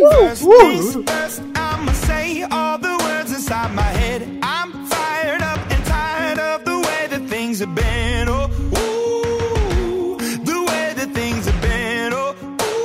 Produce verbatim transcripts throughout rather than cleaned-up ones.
First things first, I'ma say all the words inside my head. I'm fired up and tired of the way that things have been. Oh, ooh, the way that things have been. Oh,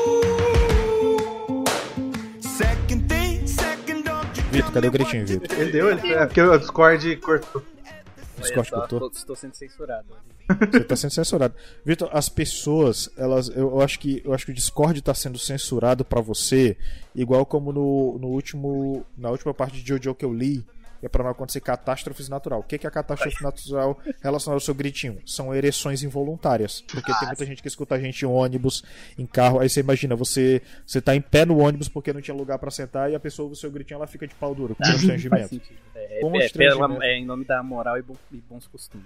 ooh. Second thing, second, don't you Vitor, cadê o gritinho, Vitor? Ele deu, ele, é porque o Discord cortou. O Discord cortou? Estou sendo censurado. Você tá sendo censurado. Vitor, as pessoas, elas, eu, eu acho que eu acho que o Discord tá sendo censurado pra você, igual como no, no último, na última parte de Jojo que eu li, é pra não acontecer catástrofes natural. O que, que é catástrofe natural relacionada ao seu gritinho? São ereções involuntárias. Porque tem muita gente que escuta a gente em ônibus, em carro. Aí você imagina, você, você tá em pé no ônibus porque não tinha lugar pra sentar e a pessoa, o seu gritinho, ela fica de pau duro, com constrangimento. É, Com é, constrangimento. pela, é em nome da moral e, bom, e bons costumes.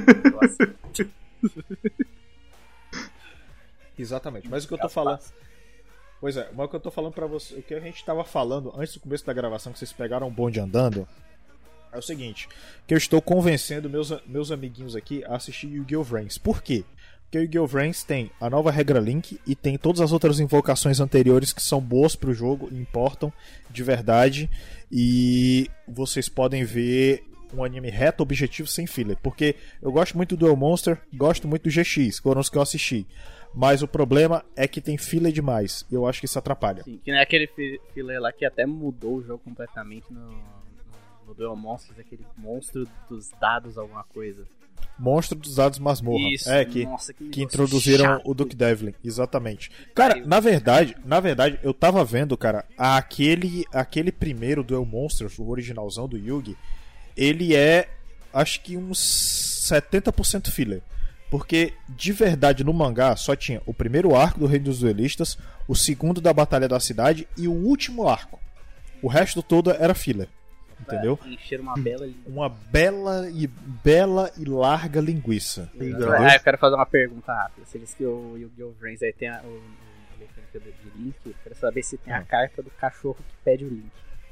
Exatamente. Mas o que eu tô falando... Pois é, mas o que eu tô falando pra você... O que a gente tava falando antes do começo da gravação, que vocês pegaram um bonde andando... É o seguinte, que eu estou convencendo meus, meus amiguinhos aqui a assistir Yu-Gi-Oh! Vrains. Por quê? Porque o Yu-Gi-Oh! Vrains tem a nova regra Link e tem todas as outras invocações anteriores que são boas pro jogo, importam de verdade. E vocês podem ver um anime reto, objetivo, sem filler. Porque eu gosto muito do Duel Monster, gosto muito do G X, foram os que eu assisti. Mas o problema é que tem filler demais. E eu acho que isso atrapalha. Sim, que não é aquele filler lá que até mudou o jogo completamente no... No Duel Monsters, aquele monstro dos dados, alguma coisa. Monstro dos dados masmorra. Isso, é, que, nossa, que, que introduziram chato. o Duke Devlin, exatamente. Cara, Aí, na verdade, na verdade, eu tava vendo, cara, aquele, aquele primeiro Duel Monsters, o originalzão do Yugi, ele é, acho que uns setenta por cento filler. Porque, de verdade, no mangá só tinha o primeiro arco do Reino dos Duelistas, o segundo da Batalha da Cidade e o último arco. O resto todo era filler. Entendeu? Encher uma bela uma bela e bela e larga linguiça. Ah, eu quero fazer uma pergunta rápida. Você disse que o Yu-Gi-Oh! Vrains aí tem a, o, a mecânica de link. Eu quero saber se tem a carta do cachorro que pede o link.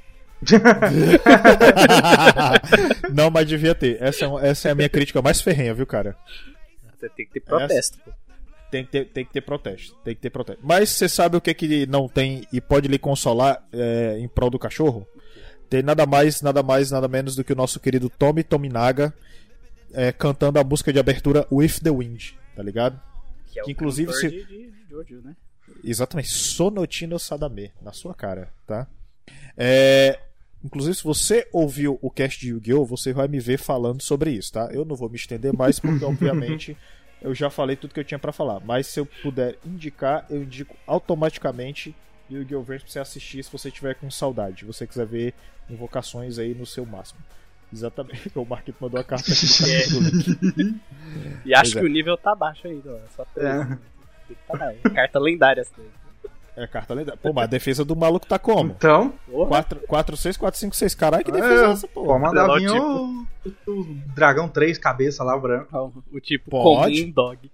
Não, mas devia ter. Essa é, essa é a minha crítica mais ferrenha, viu, cara? Você tem que ter protesto. Essa... Tem que ter, tem que ter protesto. Tem que ter protesto. Mas você sabe o que que não tem e pode lhe consolar é, em prol do cachorro? Tem nada mais, nada mais, nada menos do que o nosso querido Tomi Tominaga é, cantando a música de abertura With the Wind, tá ligado? Que é o que inclusive se... de, de Jojo, né? Exatamente, Sonotino Sadame, na sua cara, tá? É... Inclusive, se você ouviu o cast de Yu-Gi-Oh!, você vai me ver falando sobre isso, tá? Eu não vou me estender mais, porque obviamente eu já falei tudo que eu tinha pra falar. Mas se eu puder indicar, eu indico automaticamente Yu-Gi-Oh! Vrains pra você assistir se você tiver com saudade. Se você quiser ver invocações aí no seu máximo. Exatamente. O Marquito mandou a carta aqui. É. E acho Pois que é. o nível tá baixo ainda. É só três. É. Tá baixo. Carta lendária essa daí. É carta lendária. Pô, mas a defesa do maluco tá como? Então, quatro seis, quatro cinco seis. Caralho, que é, defesa é essa, pô? pode mandar Sei lá, vir o o, o dragão três cabeça lá, o branco. O tipo Pode. comum dog.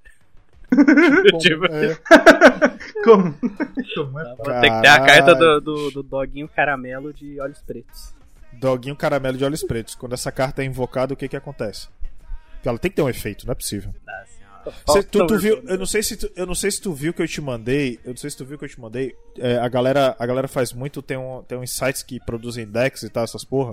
Como- tipo, é. Como? Como é? Tem que ter a carta do, do, do doguinho caramelo de olhos pretos. Doguinho caramelo de olhos pretos. Quando essa carta é invocada, o que que acontece? Porque ela tem que ter um efeito, não é possível. Dá, assim, ó. Cê, tu, tu viu, eu não sei se tu, eu não sei se tu viu que eu te mandei, eu não sei se tu viu que eu te mandei. É, a galera, a galera faz muito, tem um, tem uns sites que produzem decks e tal, essas porra.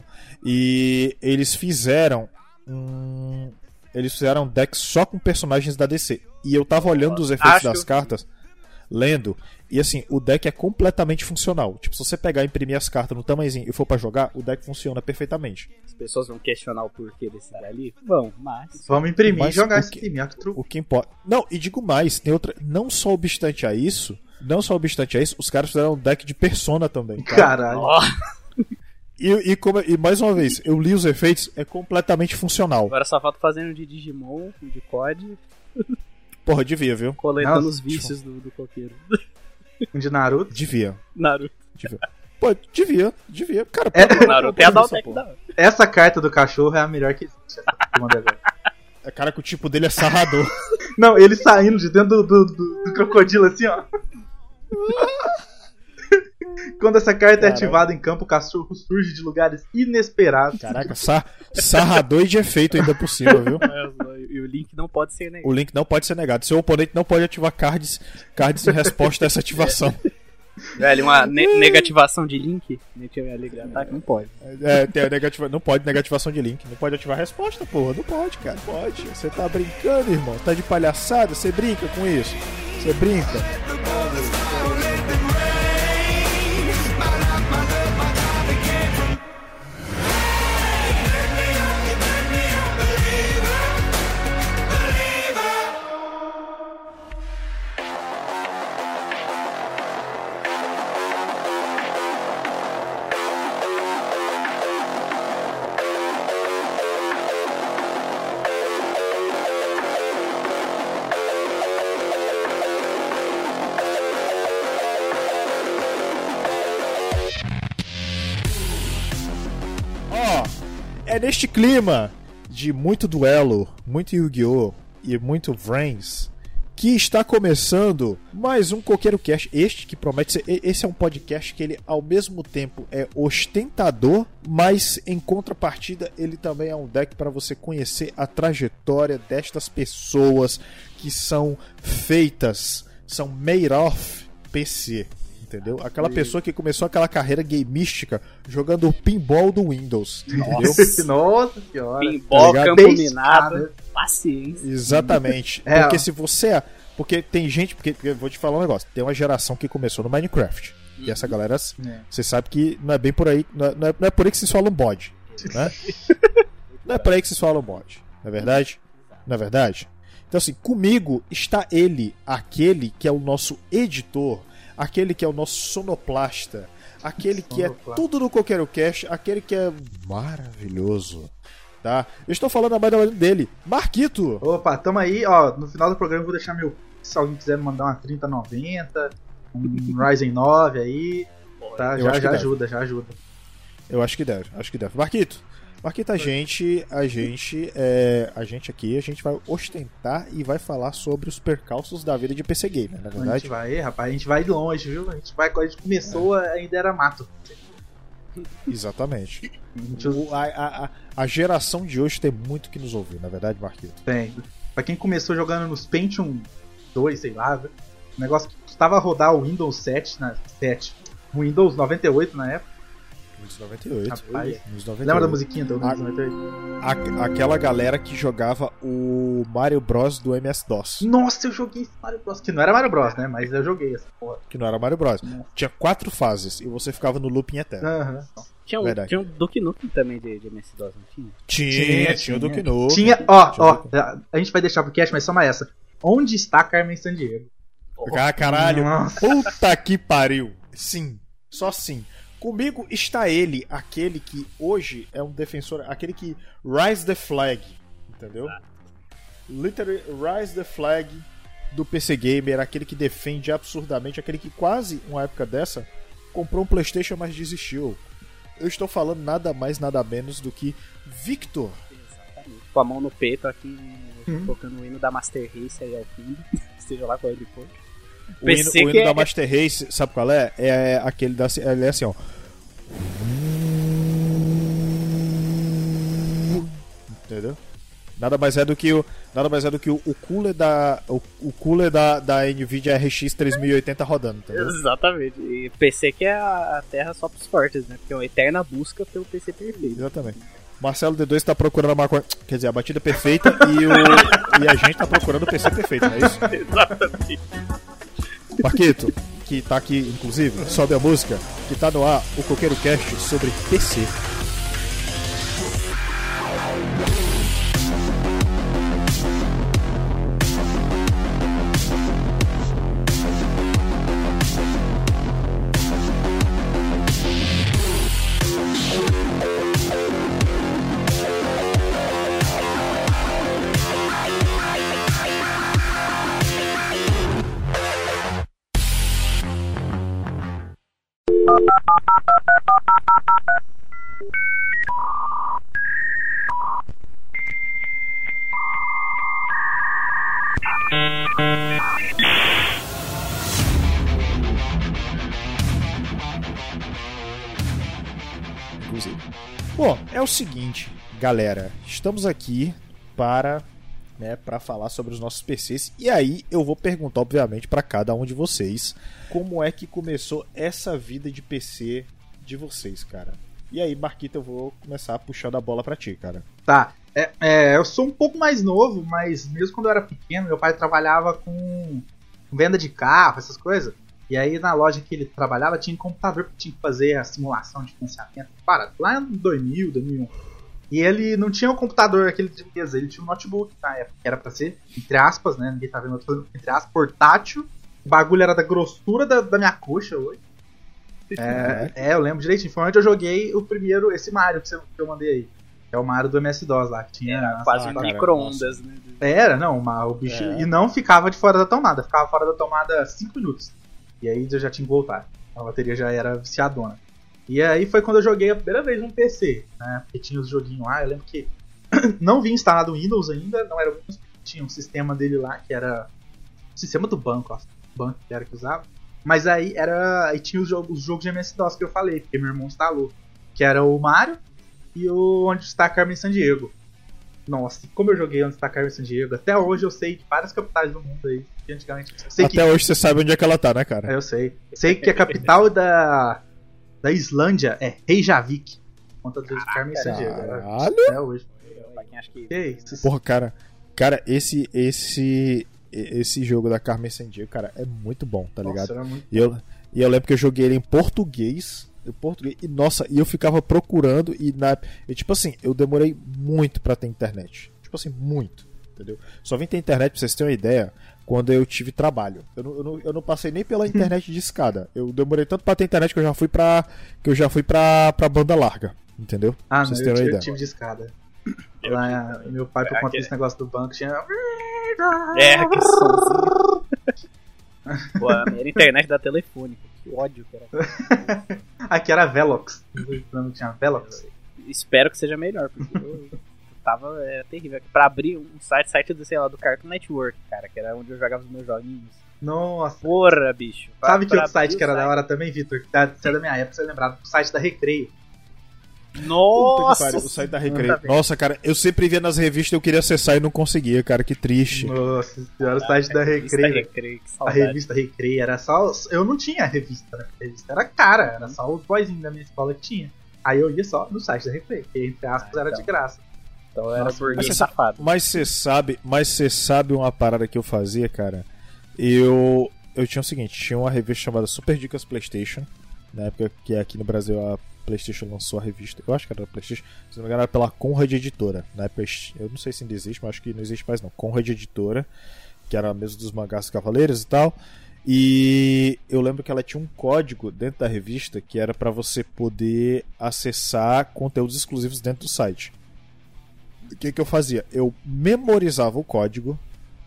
E eles fizeram um, eles fizeram decks só com personagens da D C. E eu tava olhando os efeitos Acho das que- cartas, lendo, e assim, o deck é completamente funcional. Tipo, se você pegar e imprimir as cartas no tamanhozinho e for pra jogar, o deck funciona perfeitamente. As pessoas vão questionar o porquê desse cara ali? Vão, mas... Vamos imprimir Mas e jogar o esse que- time, ó, que truque. O que importa. Não, e digo mais, tem outra. Não só obstante a isso, não só obstante a isso, os caras fizeram um deck de Persona também. Tá? Caralho. Ó, E, e, como- e mais uma vez, eu li os efeitos, é completamente funcional. agora só falta fazer um de Digimon, um de C O D, Porra, devia, viu? coletando Nossa, os vícios do, do coqueiro. Um de Naruto. Devia. Naruto. devia. Pô, devia, devia. Cara, É, pô, Naruto pô, é a pô, essa Daltec porra. da hora. Essa carta do cachorro é a melhor que existe. Essa que eu mandei agora. É cara que o tipo dele é sarrador. Não, ele saindo de dentro do, do, do- do crocodilo assim, ó. Quando essa carta Caralho. é ativada em campo, o cachorro surge de lugares inesperados. Caraca, sa sarrador e de efeito ainda por cima, viu? E o link não pode ser negado. O link não pode ser negado. Seu oponente não pode ativar cards, cards em resposta a essa ativação. Velho, uma ne- negativação de link? Ataque? Não pode. É, tem a negativa... Não pode negativação de link. Não pode ativar a resposta, porra. Não pode, cara. Pode. Você tá brincando, irmão. Tá de palhaçada. Você brinca com isso. Você brinca. É neste clima de muito duelo, muito Yu-Gi-Oh! E muito Vrains que está começando mais um Coqueiro Cast. Este que promete ser. Esse é um podcast que ele ao mesmo tempo é ostentador, mas em contrapartida ele também é um deck para você conhecer a trajetória destas pessoas que são feitas, são made of P C. Entendeu? Aquela pessoa que começou aquela carreira gameística jogando o pinball do Windows. Nossa, Nossa senhora. Pinball, Tá campo minado, paciência. Exatamente. É, porque ó. se você... Porque tem gente... Porque, porque eu vou te falar um negócio. Tem uma geração que começou no Minecraft. E essa galera... É. Você sabe que não é bem por aí... Não é, não é, não é por aí que se fala um bode. Né? Não é por aí que se fala um bode. Não é verdade? Não é verdade? Então assim, comigo está ele, aquele que é o nosso editor, aquele que é o nosso sonoplasta, aquele que é tudo no Coqueiro Cast, aquele que é maravilhoso, tá? Eu estou falando a mais da menos dele, Marquito. Opa, tamo aí, ó, no final do programa eu vou deixar meu... Se alguém quiser mandar uma trinta noventa, um Ryzen nove aí, tá? Eu Já, acho que já deve. ajuda, já ajuda. Eu acho que deve, acho que deve. Marquito, Marquito, a gente, a gente, é, a gente aqui, a gente vai ostentar e vai falar sobre os percalços da vida de P C Gamer, na A gente verdade. vai, rapaz, a gente vai longe, viu? A gente vai, quando a gente começou, ainda era mato. Exatamente. A gente O- a, a, a- a geração de hoje tem muito que nos ouvir, na verdade, Marquito. tem. Pra quem começou jogando nos Pentium dois, sei lá, viu? O negócio que custava rodar o Windows sete, na, sete, o Windows noventa e oito na época. Windows noventa e oito. Rapaz, Windows noventa e oito. lembra da musiquinha do Ah, Windows noventa e oito? A- aquela galera que jogava o Mario Bros do M S DOS. Nossa, eu joguei esse Mario Bros. Que não era Mario Bros, né? Mas eu joguei essa porra. Que não era Mario Bros. Nossa. Tinha quatro fases e você ficava no looping eterno. Aham. Tinha um, Verdade. tinha um Duke Nukem também de, de M S DOS, não tinha? Tinha, tinha, o Duke Nukem. Tinha, ó, Tinha o ó, Duke a- a gente vai deixar pro cast, mas só mais essa. Onde está Carmen Sandiego? Ah, caralho. Nossa. Puta que pariu. Sim, só sim. Comigo está ele, aquele que hoje é um defensor, aquele que rise the flag, entendeu? Literally rise the flag do P C Gamer, aquele que defende absurdamente, aquele que quase, uma época dessa, comprou um PlayStation, mas desistiu. Eu estou falando nada mais, nada menos do que Victor. Exatamente. Com a mão no peito aqui, Hum. tocando o hino da Master Race aí ao fundo. Esteja lá com ele depois. O hino, Pensei o hino que da é- Master Race, sabe qual é? É aquele da. Ele é assim, ó. Entendeu? Nada mais é do que o. Nada mais é do que o, o cooler da. O, o cooler da, da Nvidia R X três mil e oitenta rodando, entendeu? Exatamente. E P C que é a, a terra só pros fortes, né? Porque é uma eterna busca pelo P C perfeito. Exatamente. Marcelo D dois tá procurando a maconha. Quer dizer, a batida perfeita e, o, e a gente tá procurando o P C perfeito, não é isso? Exatamente. Marquito, que tá aqui, inclusive, sobe a música, que tá no ar, o Coqueiro Cast sobre P C. Inclusive. Bom, é o seguinte, galera, estamos aqui para né, para falar sobre os nossos P Cs. E aí eu vou perguntar, obviamente, para cada um de vocês, como é que começou essa vida de P C de vocês, cara. E aí, Marquito, eu vou começar puxando a bola pra ti, cara. Tá, é, é, eu sou um pouco mais novo, mas mesmo quando eu era pequeno, meu pai trabalhava com venda de carro, essas coisas. E aí na loja que ele trabalhava tinha um computador que tinha que fazer a simulação de financiamento. Para, lá em dois mil, dois mil e um. E ele não tinha um computador aquele de mesa, ele tinha um notebook na época, que era pra ser, entre aspas, né? Ninguém tá vendo, entre aspas, portátil. O bagulho era da grossura da, da minha coxa hoje. É, é, eu lembro direitinho. Foi onde eu joguei o primeiro, esse Mario que, você, que eu mandei aí. Que é o Mario do M S DOS lá, que tinha. Era quase um micro-ondas, né? Era, não, uma, o bicho. É. E não ficava de fora da tomada, ficava fora da tomada cinco minutos. E aí eu já tinha que voltar. A bateria já era viciadona. E aí foi quando eu joguei a primeira vez no P C, né? Porque tinha os joguinhos lá, eu lembro que não vinha instalado o Windows ainda, não era o Windows, tinha um sistema dele lá que era o sistema do banco, ó, o banco que era que usava. Mas aí era, aí tinha os jogos, os jogos de M S DOS que eu falei, porque meu irmão instalou, que era o Mario e o Onde Está Carmen Sandiego. Nossa, como eu joguei Onde Está Carmen Sandiego, até hoje eu sei de várias capitais do mundo aí, que antigamente... Sei até que... hoje você sabe onde é que ela tá, né, cara? É, eu sei. Sei que a capital da, da Islândia é Reykjavik. Conta de Carmen Sandiego. Até hoje. Que isso? Porra, cara, cara, esse, esse, esse jogo da Carmen Sandiego, cara, é muito bom, tá ligado? Nossa, era muito e, eu, e eu lembro que eu joguei ele em português, em português, e nossa, e eu ficava procurando, e na, e, tipo assim, eu demorei muito pra ter internet. Tipo assim, muito, entendeu? Só vim ter internet, pra vocês terem uma ideia, quando eu tive trabalho. Eu não, eu não, eu não passei nem pela internet de escada. Eu demorei tanto pra ter internet que eu já fui pra, que eu já fui pra, pra banda larga, entendeu? Ah, pra vocês não, terem eu, uma eu ideia. tive de escada. Lá, meu pai, por conta desse negócio do banco, tinha... É, que somzinho. Pô, a minha internet da Telefônica. Que ódio que era. Aqui era Velox. Não tinha Velox. Espero que seja melhor, porque eu tava... Era terrível. Pra abrir um site, site do, sei lá, do Cartoon Network, cara, que era onde eu jogava os meus joguinhos. Nossa. Porra, bicho. Pra, Sabe que outro site que era site da hora também, Vitor? Que tá, você é da minha época, você é lembrado? O site da Recreio. Nossa! Pariu, o site da Recreio. Nossa, cara, eu sempre via nas revistas e eu queria acessar e não conseguia, cara, que triste. Nossa senhora, o site da Recreio. Recreio a revista Recreio era só... Eu não tinha a revista, né? A revista era cara, era só os boyzinhos da minha escola que tinha. Aí eu ia só no site da Recreio, que entre aspas ah, era então. de graça. Então era burguês mas safado. Mas você sabe, mas você sabe uma parada que eu fazia, cara? Eu... Eu tinha o seguinte, tinha uma revista chamada Super Dicas PlayStation, na época que aqui no Brasil a PlayStation lançou a revista, eu acho que era a PlayStation, se não me engano era pela Conrad Editora, na época, eu não sei se ainda existe, mas acho que não existe mais não, Conrad Editora, que era a mesma dos mangás Cavaleiros e tal, e eu lembro que ela tinha um código dentro da revista que era pra você poder acessar conteúdos exclusivos dentro do site. O que que eu fazia? Eu memorizava o código,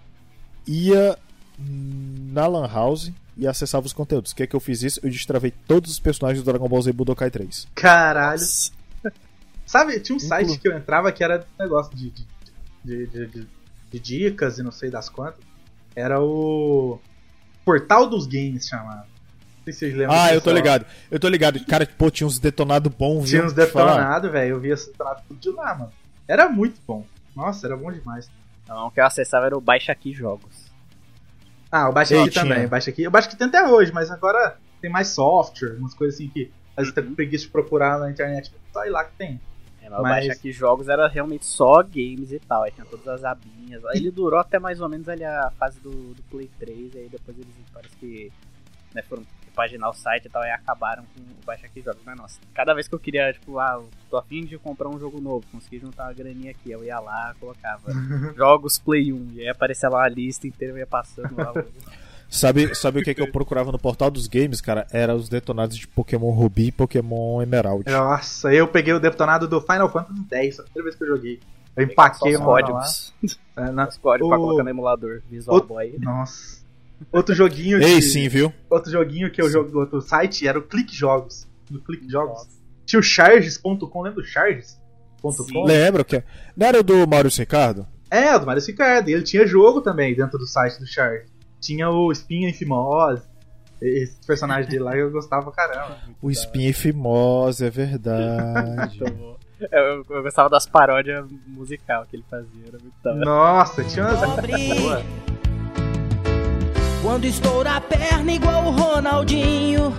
ia na Lan House e acessava os conteúdos. O que é que eu fiz isso? Eu destravei todos os personagens do Dragon Ball Z Budokai três. Caralho! Sabe, tinha um Inclu... site que eu entrava que era negócio de, de, de, de, de, de dicas e não sei das quantas. Era o Portal dos Games chamado. Não sei se vocês lembram. Ah, eu tô ligado. Eu tô ligado. Cara, pô, tinha uns detonado bom, viu? Tinha uns detonado, velho. Eu via esse detonado tudo de lá, mano. Era muito bom. Nossa, era bom demais. Não, o que eu acessava era o Baixa Aqui Jogos. Ah, o Baixa Aqui também. O Baixa Aqui. O Baixa Aqui tem até hoje, mas agora tem mais software, umas coisas assim que às vezes tá com preguiça de procurar na internet. Só ir lá que tem. É, mas, mas... o Baixa Aqui Jogos era realmente só games e tal. Aí tinha todas as abinhas. Aí ele durou até mais ou menos ali a fase do, do Play três. Aí depois eles parece que né, foram repaginar o site e tal. E acabaram com o Baixa Aqui Jogos. Mas nossa, cada vez que eu queria, tipo, ah, tô a fim de comprar um jogo novo, consegui juntar uma graninha aqui. Eu ia lá, colocava jogos Play um. E aí aparecia lá a lista inteira, eu ia passando lá. Sabe, sabe o que, que eu procurava no portal dos games, cara? Era os detonados de Pokémon Ruby e Pokémon Emerald. Nossa, eu peguei o detonado do Final Fantasy X, a primeira vez que eu joguei. Eu empaquei os códigos. É, na... Os códigos o... pra colocar no emulador. Visual o... Boy. Nossa. Outro joguinho Ei, que... sim, viu? Outro joguinho que eu joguei no outro site era o Click Jogos. No Click Jogos. Nossa. Tinha o Charges ponto com, lembra do Charges ponto com? Lembro que não era o do Maurício Ricardo? É, o do Maurício Ricardo. E ele tinha jogo também dentro do site do Charges. Tinha o Espinha Infimose. Esse personagem dele lá eu gostava pra caramba. O Espinha Infimose, é verdade. Eu, eu gostava das paródias musical que ele fazia, era muito da hora. Nossa, tinha umas... Pobre. Quando estoura a perna igual o Ronaldinho.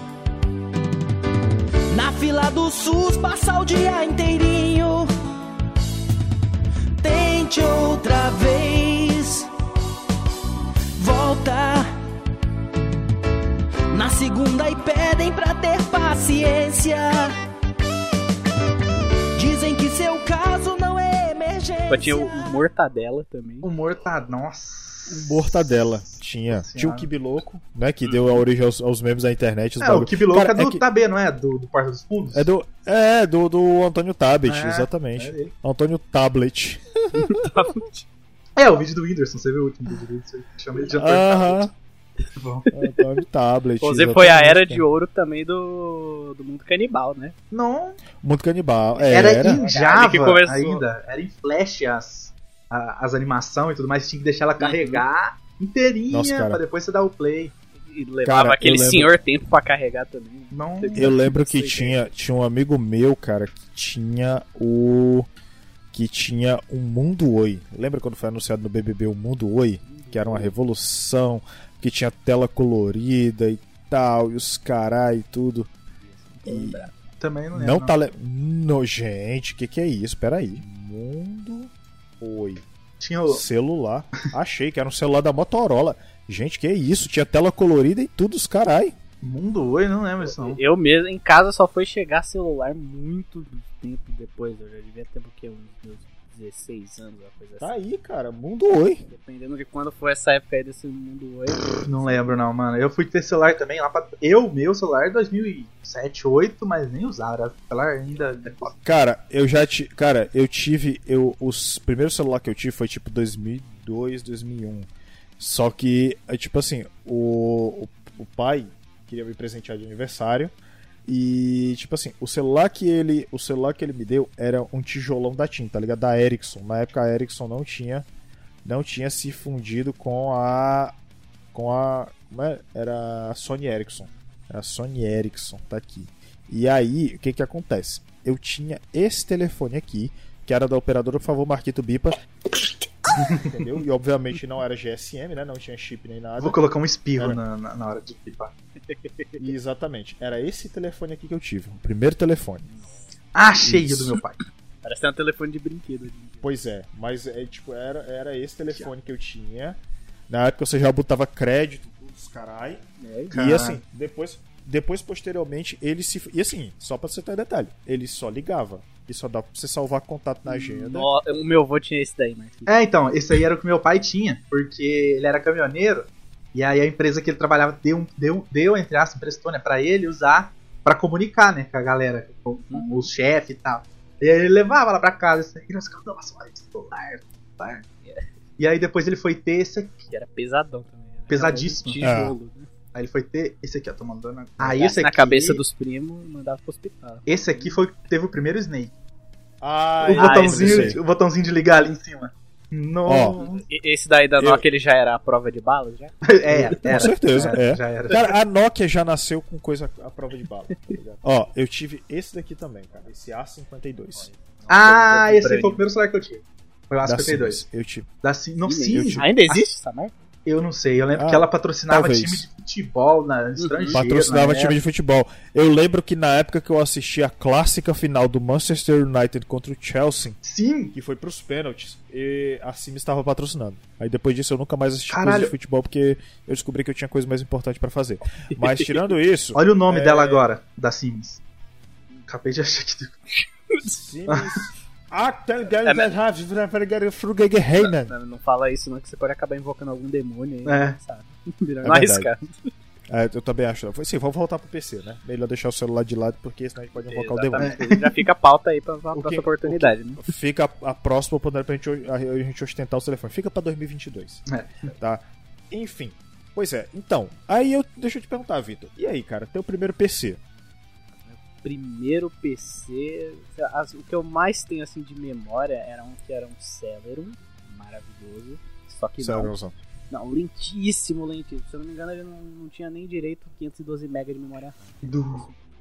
Na fila do SUS passa o dia inteirinho. Tente outra vez. Volta. Na segunda e pedem pra ter paciência. Dizem que seu caso não é emergência. Só tinha o Mortadela também. O Mortadela, nossa. Mortadela. Tinha. Nossa Tinha o senhora. Kibiloco, né? Que deu a origem aos, aos memes da internet. os É, bagulho. o Kibiloco Cara, é do que- Tabê, não é? Do, do Porta dos Fundos? É do, é, do, do Antônio Tablet, É, exatamente. é dele. Antônio Tablet. É, o vídeo do Whindersson, você viu o último vídeo do Whindersson? Chama ele de Antônio Aham. Tablet. Muito bom. Antônio Tablet. Inclusive foi a exatamente, era cara. de ouro também do, do mundo canibal, né? Não, Mundo Canibal. É, era, era. em Ali Java que começou. ainda, era em Flash as, a- as animações e tudo mais, tinha que deixar ela carregar inteirinha Nossa, cara. pra depois você dar o play. E levava Cara, aquele eu lembro- senhor tempo pra carregar também. Não, Eu lembro que Sei tinha, tinha um amigo meu, cara, que tinha o. Que tinha um Mundo Oi. Lembra quando foi anunciado no B B B o Mundo Oi? Que era uma revolução, que tinha tela colorida e tal, e os carai e tudo. E também não lembro. não tá. Le... No, gente, o que, que é isso? Peraí. Mundo Oi. Tinha o... Celular. Achei que era um celular da Motorola. Gente, que é isso? Tinha tela colorida e tudo, os carai. Mundo Oi, não lembro isso não. Eu mesmo, em casa só foi chegar celular muito tempo depois. Eu já devia ter porque uns meus dezesseis anos, uma coisa Tá assim. aí, cara. Mundo Oi. Dependendo de quando foi essa época aí desse mundo oi. Não lembro não, mano. Eu fui ter celular também lá pra... Eu, meu celular, dois mil e sete, dois mil e oito, mas nem usava. Era celular ainda... Cara, eu já ti... Cara, eu tive. Eu... Os primeiros celular que eu tive foi tipo dois mil e dois, dois mil e um. Só que, é, tipo assim, o... o pai queria me presentear de aniversário. E, tipo assim, o celular que ele. O celular que ele me deu era um tijolão da TIM, tá ligado? Da Ericsson. Na época a Ericsson não tinha. Não tinha se fundido com a. Com a. Como é? Era a Sony Ericsson. Era a Sony Ericsson, tá aqui. E aí, o que que acontece? Eu tinha esse telefone aqui, que era da operadora, por favor, Marquito Bipa. Entendeu? E obviamente não era G S M, né? Não tinha chip nem nada. Vou colocar um espirro Era. na, na, na hora de pipar. E exatamente. Era esse telefone aqui que eu tive. O primeiro telefone. Ah, cheio Isso. do meu pai. Parece ter um telefone de brinquedo. hoje em dia. Pois é, mas é, tipo, era, era esse telefone que eu tinha. Na época você já botava crédito, tudo, os carai. É, E Caralho. assim, depois, depois posteriormente, ele se. E assim, só pra você ter detalhe, ele só ligava. E só dá pra você salvar contato na agenda. no- o meu avô tinha esse daí, Marquinhos. É, então, esse aí era o que meu pai tinha, porque ele era caminhoneiro, e aí a empresa que ele trabalhava deu, deu, deu entre aspas, emprestou, né, pra ele usar pra comunicar, né, com a galera, com, com os chefes e tal. E aí ele levava lá pra casa, isso aí, nossa, nossa, olha esse celular, celular. E aí depois ele foi ter esse aqui, Que era pesadão também. Era Pesadíssimo. um tijolo. né? aí ele foi ter esse aqui, ó, tô mandando. Aí Pegasse esse aqui, na cabeça dos primos, mandava pro hospital. esse aqui foi o que teve o primeiro Snake. Ah, O eu botãozinho, lembro disso aí. o botãozinho de ligar ali em cima. Nossa. E- Esse daí da Eu- Nokia ele já era a prova de balas, já? É, era, Com certeza, era, é. já era. Cara, a Nokia já nasceu com coisa à prova de bala. Tá ligado? Ó, eu tive esse daqui também, cara. Esse A cinquenta e dois. Ah, Coisa esse aí foi o branca. primeiro celular que eu tive. Foi o A Da cinquenta e dois. Siemens. Eu tive. Da Sim, não, Ih, sim, eu tive. Ainda existe essa marca? eu não sei. Eu lembro Ah, que ela patrocinava talvez. time de futebol na estrangeiro. Patrocinava na time de futebol. Eu lembro que na época que eu assisti a clássica final do Manchester United contra o Chelsea, Sim. que foi pros pênaltis, e a Siemens estava patrocinando. Aí depois disso eu nunca mais assisti Caralho. coisa de futebol porque eu descobri que eu tinha coisa mais importante pra fazer. Mas tirando isso, Olha o nome É. dela agora, da Siemens. Acabei de achar que. Siemens. Não, não fala isso não, que você pode acabar invocando algum demônio aí, É. né, sabe? Melhor É não verdade. arriscar. É, eu também acho. Foi sim, vamos voltar pro P C, né? Melhor deixar o celular de lado porque senão a gente pode invocar o demônio. Exatamente. Já fica a pauta aí pra, pra O que- próxima oportunidade, né? Fica a, a próxima oportunidade pra gente, a, a gente ostentar o telefone. Fica pra dois mil e vinte e dois. É. Tá? Enfim. Pois é. Então, aí eu deixa eu te perguntar, Vitor. E aí, cara, teu primeiro P C? Primeiro P C, as- o que eu mais tenho assim de memória era um que era um Celeron, maravilhoso. Só que Sério, não, Nelson? não, lentíssimo, lentíssimo. Se eu não me engano, ele não, não tinha nem direito quinhentos e doze megabytes de memória RAM. Do...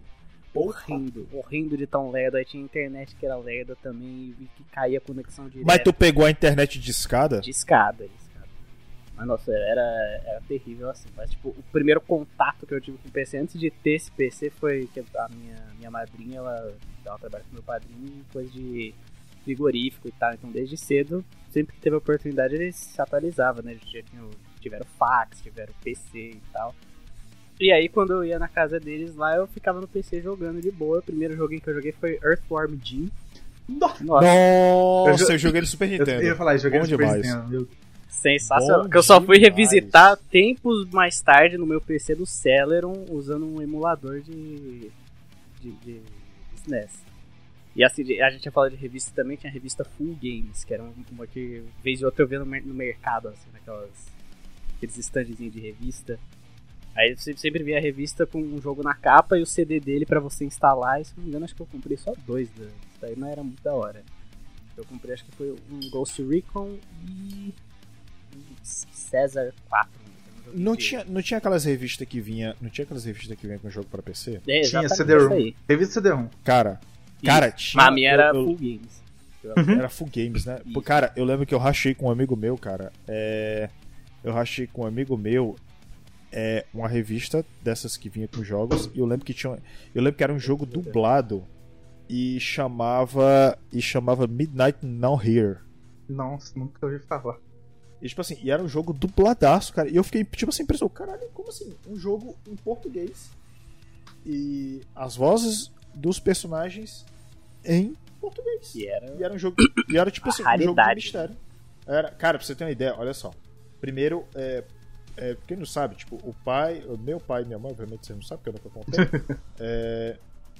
horrendo, horrendo de tão lerdo. Aí tinha internet que era lerda também e que caía a conexão direta. Mas tu pegou a internet de escada? De escada, de escada. Mas nossa, era, era terrível assim. Mas tipo, o primeiro contato que eu tive com o P C antes de ter esse P C foi que a minha, minha madrinha, ela dava trabalho com meu padrinho em coisa de frigorífico e tal. Então desde cedo, sempre que teve a oportunidade, eles se atualizavam, né? Já tinham, tiveram fax, tiveram P C e tal. E aí quando eu ia na casa deles lá, eu ficava no P C jogando de boa. O primeiro joguinho que eu joguei foi Earthworm Jim. Nossa, Nossa eu, eu joguei no Super Nintendo. Eu ia falar, eu joguei Bom no Super demais. Nintendo. Meu... Sensacional. Bom que eu só fui demais. revisitar tempos mais tarde no meu P C do Celeron usando um emulador de, de, de, de S N E S. E assim, a gente tinha falado de revista também, tinha a revista Full Games, que era uma que vez ou outra eu via no, no mercado, assim, naquelas, aqueles standzinhos de revista. Aí você sempre via a revista com um jogo na capa e o C D dele pra você instalar. E se não me engano, acho que eu comprei só dois. Isso daí não era muito da hora. Eu comprei, acho que foi um Ghost Recon e Caesar quatro. Não tinha, não tinha aquelas revistas que vinha, não tinha aquelas revistas que vinha com jogo pra P C? É, tinha C C D ROM. Revista C D ROM. Cara, cara, Isso. tinha... Mas a minha era eu, eu, Full Games. Era Full Games, né? Pô, cara, eu lembro que eu rachei com um amigo meu, cara. É... Eu rachei com um amigo meu é, uma revista dessas que vinha com jogos. E eu lembro que tinha. Eu lembro que era um jogo dublado. E chamava. E chamava Midnight Now Here. Nossa, nunca ouvi falar. E tipo assim, e era um jogo dubladaço, cara. E eu fiquei, tipo assim, impressionado. Caralho, como assim? Um jogo em português. E as vozes dos personagens em português. E era, e era um jogo. E era tipo assim, um jogo de mistério. Era, cara, pra você ter uma ideia, olha só. Primeiro, é, é, quem não sabe, tipo, o pai, o meu pai e minha mãe, obviamente você não sabe, porque eu nunca contei. é,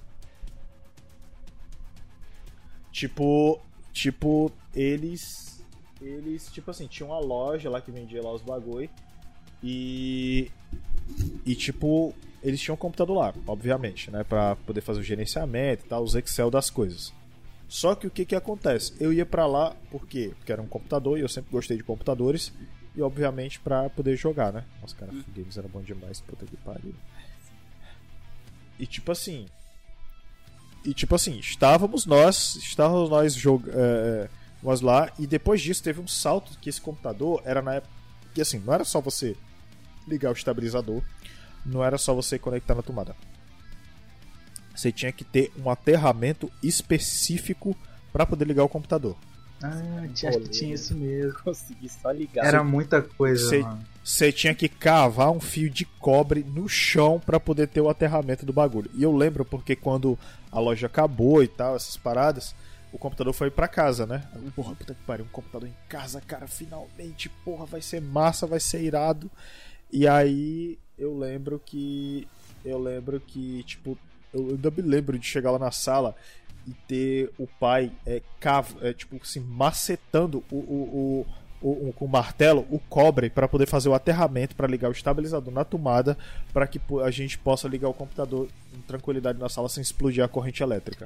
tipo, tipo, eles, eles, tipo assim, tinham uma loja lá que vendia lá os bagulho e, e tipo, eles tinham um computador lá, obviamente, né, pra poder fazer o gerenciamento e tal, os Excel das coisas. Só que o que que acontece? Eu ia pra lá, por quê? Porque era um computador e eu sempre gostei de computadores. E obviamente pra poder jogar, né? Nossa, cara, hum. Games era bom demais, puta que pariu. E tipo assim. E tipo assim, estávamos nós, estávamos nós jog... é, nós lá, e depois disso teve um salto que esse computador era na época. Que assim, não era só você ligar o estabilizador, não era só você conectar na tomada. Você tinha que ter um aterramento específico pra poder ligar o computador. Ah, acho que tinha isso mesmo. Consegui só ligar. Era muita coisa, cê, mano. Você tinha que cavar um fio de cobre no chão pra poder ter o aterramento do bagulho. E eu lembro porque quando a loja acabou e tal, essas paradas, o computador foi pra casa, né? Eu, porra, puta que pariu, um computador em casa, cara, finalmente, porra, vai ser massa, vai ser irado. E aí eu lembro que... Eu lembro que, tipo, eu ainda me lembro de chegar lá na sala e ter o pai é, cavo, é, tipo assim, macetando o, o, o, o, com o martelo o cobre para poder fazer o aterramento, para ligar o estabilizador na tomada, para que a gente possa ligar o computador em tranquilidade na sala sem explodir a corrente elétrica.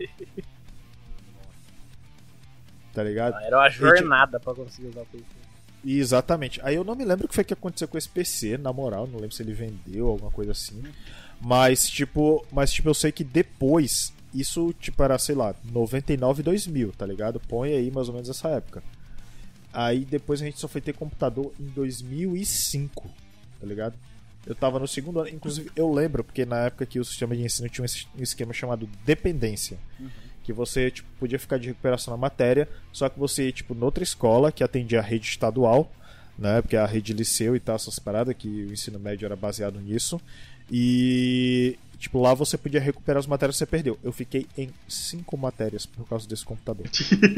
Tá ligado? Era uma jornada para conseguir usar o P C. Exatamente. Aí eu não me lembro o que foi que aconteceu com esse P C, na moral, não lembro se ele vendeu, alguma coisa assim. Mas tipo, mas tipo eu sei que depois isso, tipo, era, sei lá, noventa e nove, dois mil, tá ligado? Põe aí mais ou menos essa época. Aí depois a gente só foi ter computador em dois mil e cinco, tá ligado? Eu tava no segundo ano, inclusive eu lembro, porque na época que o sistema de ensino tinha um esquema chamado dependência. Uhum. Que você, tipo, podia ficar de recuperação na matéria, só que você ia, tipo, noutra escola que atendia a rede estadual, né? Porque a rede liceu e tal, essas paradas, que o ensino médio era baseado nisso. E... tipo, lá você podia recuperar as matérias que você perdeu. Eu fiquei em cinco matérias por causa desse computador.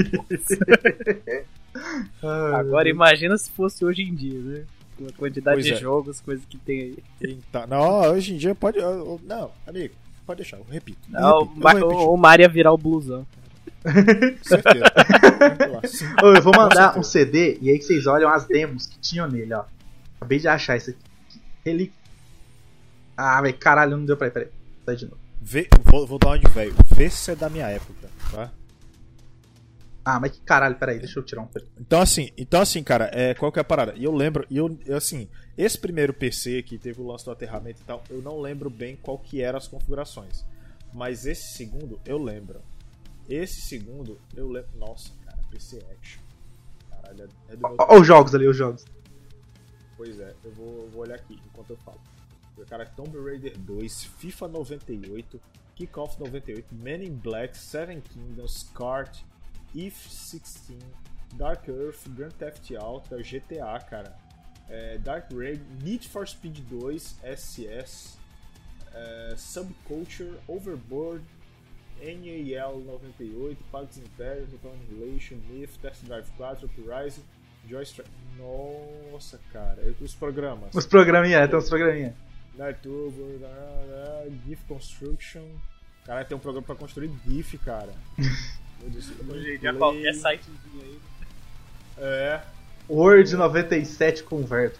Agora imagina se fosse hoje em dia, né? Com a quantidade pois de é. jogos, coisas que tem aí. Então, não, hoje em dia pode... Não, amigo, pode deixar, eu repito. Eu não, repito, eu o, o Mario ia virar o blusão. Certeza. Ô, eu vou mandar um C D e aí que vocês olham as demos que tinham nele, ó. Acabei de achar isso aqui. Ele... Ah, velho, caralho, não deu pra ir, peraí. Sai de novo. Vê, vou, vou dar uma de velho. Vê se é da minha época, tá? Ah, mas que caralho, peraí, deixa eu tirar um. Então assim, então assim, cara, é, qual que é a parada? E eu lembro, e eu, eu assim, esse primeiro P C que teve o lance do aterramento e tal, eu não lembro bem qual que eram as configurações. Mas esse segundo eu lembro. Esse segundo eu lembro. Nossa, cara, P C Action. Caralho, é do meu. Olha os jogos ali, os jogos. Pois é, eu vou, eu vou olhar aqui enquanto eu falo. Cara, Tomb Raider dois, FIFA noventa e oito, Kickoff noventa e oito, Men in Black, Seven Kingdoms, Kart, If dezesseis, Dark Earth, Grand Theft Auto, G T A, cara. É, Dark Raid, Need for Speed dois, S S, é, Subculture, Overboard, N A L noventa e oito, Pax Imperium, Total Annihilation, Myth, Test Drive quatro, Uprising, Joystrike. Nossa, cara, os programas. Os programinha, é, tem uns programinha. Turbo, GIF Construction. Cara, tem um programa pra construir GIF, cara. Hoje em dia qualquer sitezinho aí. É. Word noventa e sete Converto.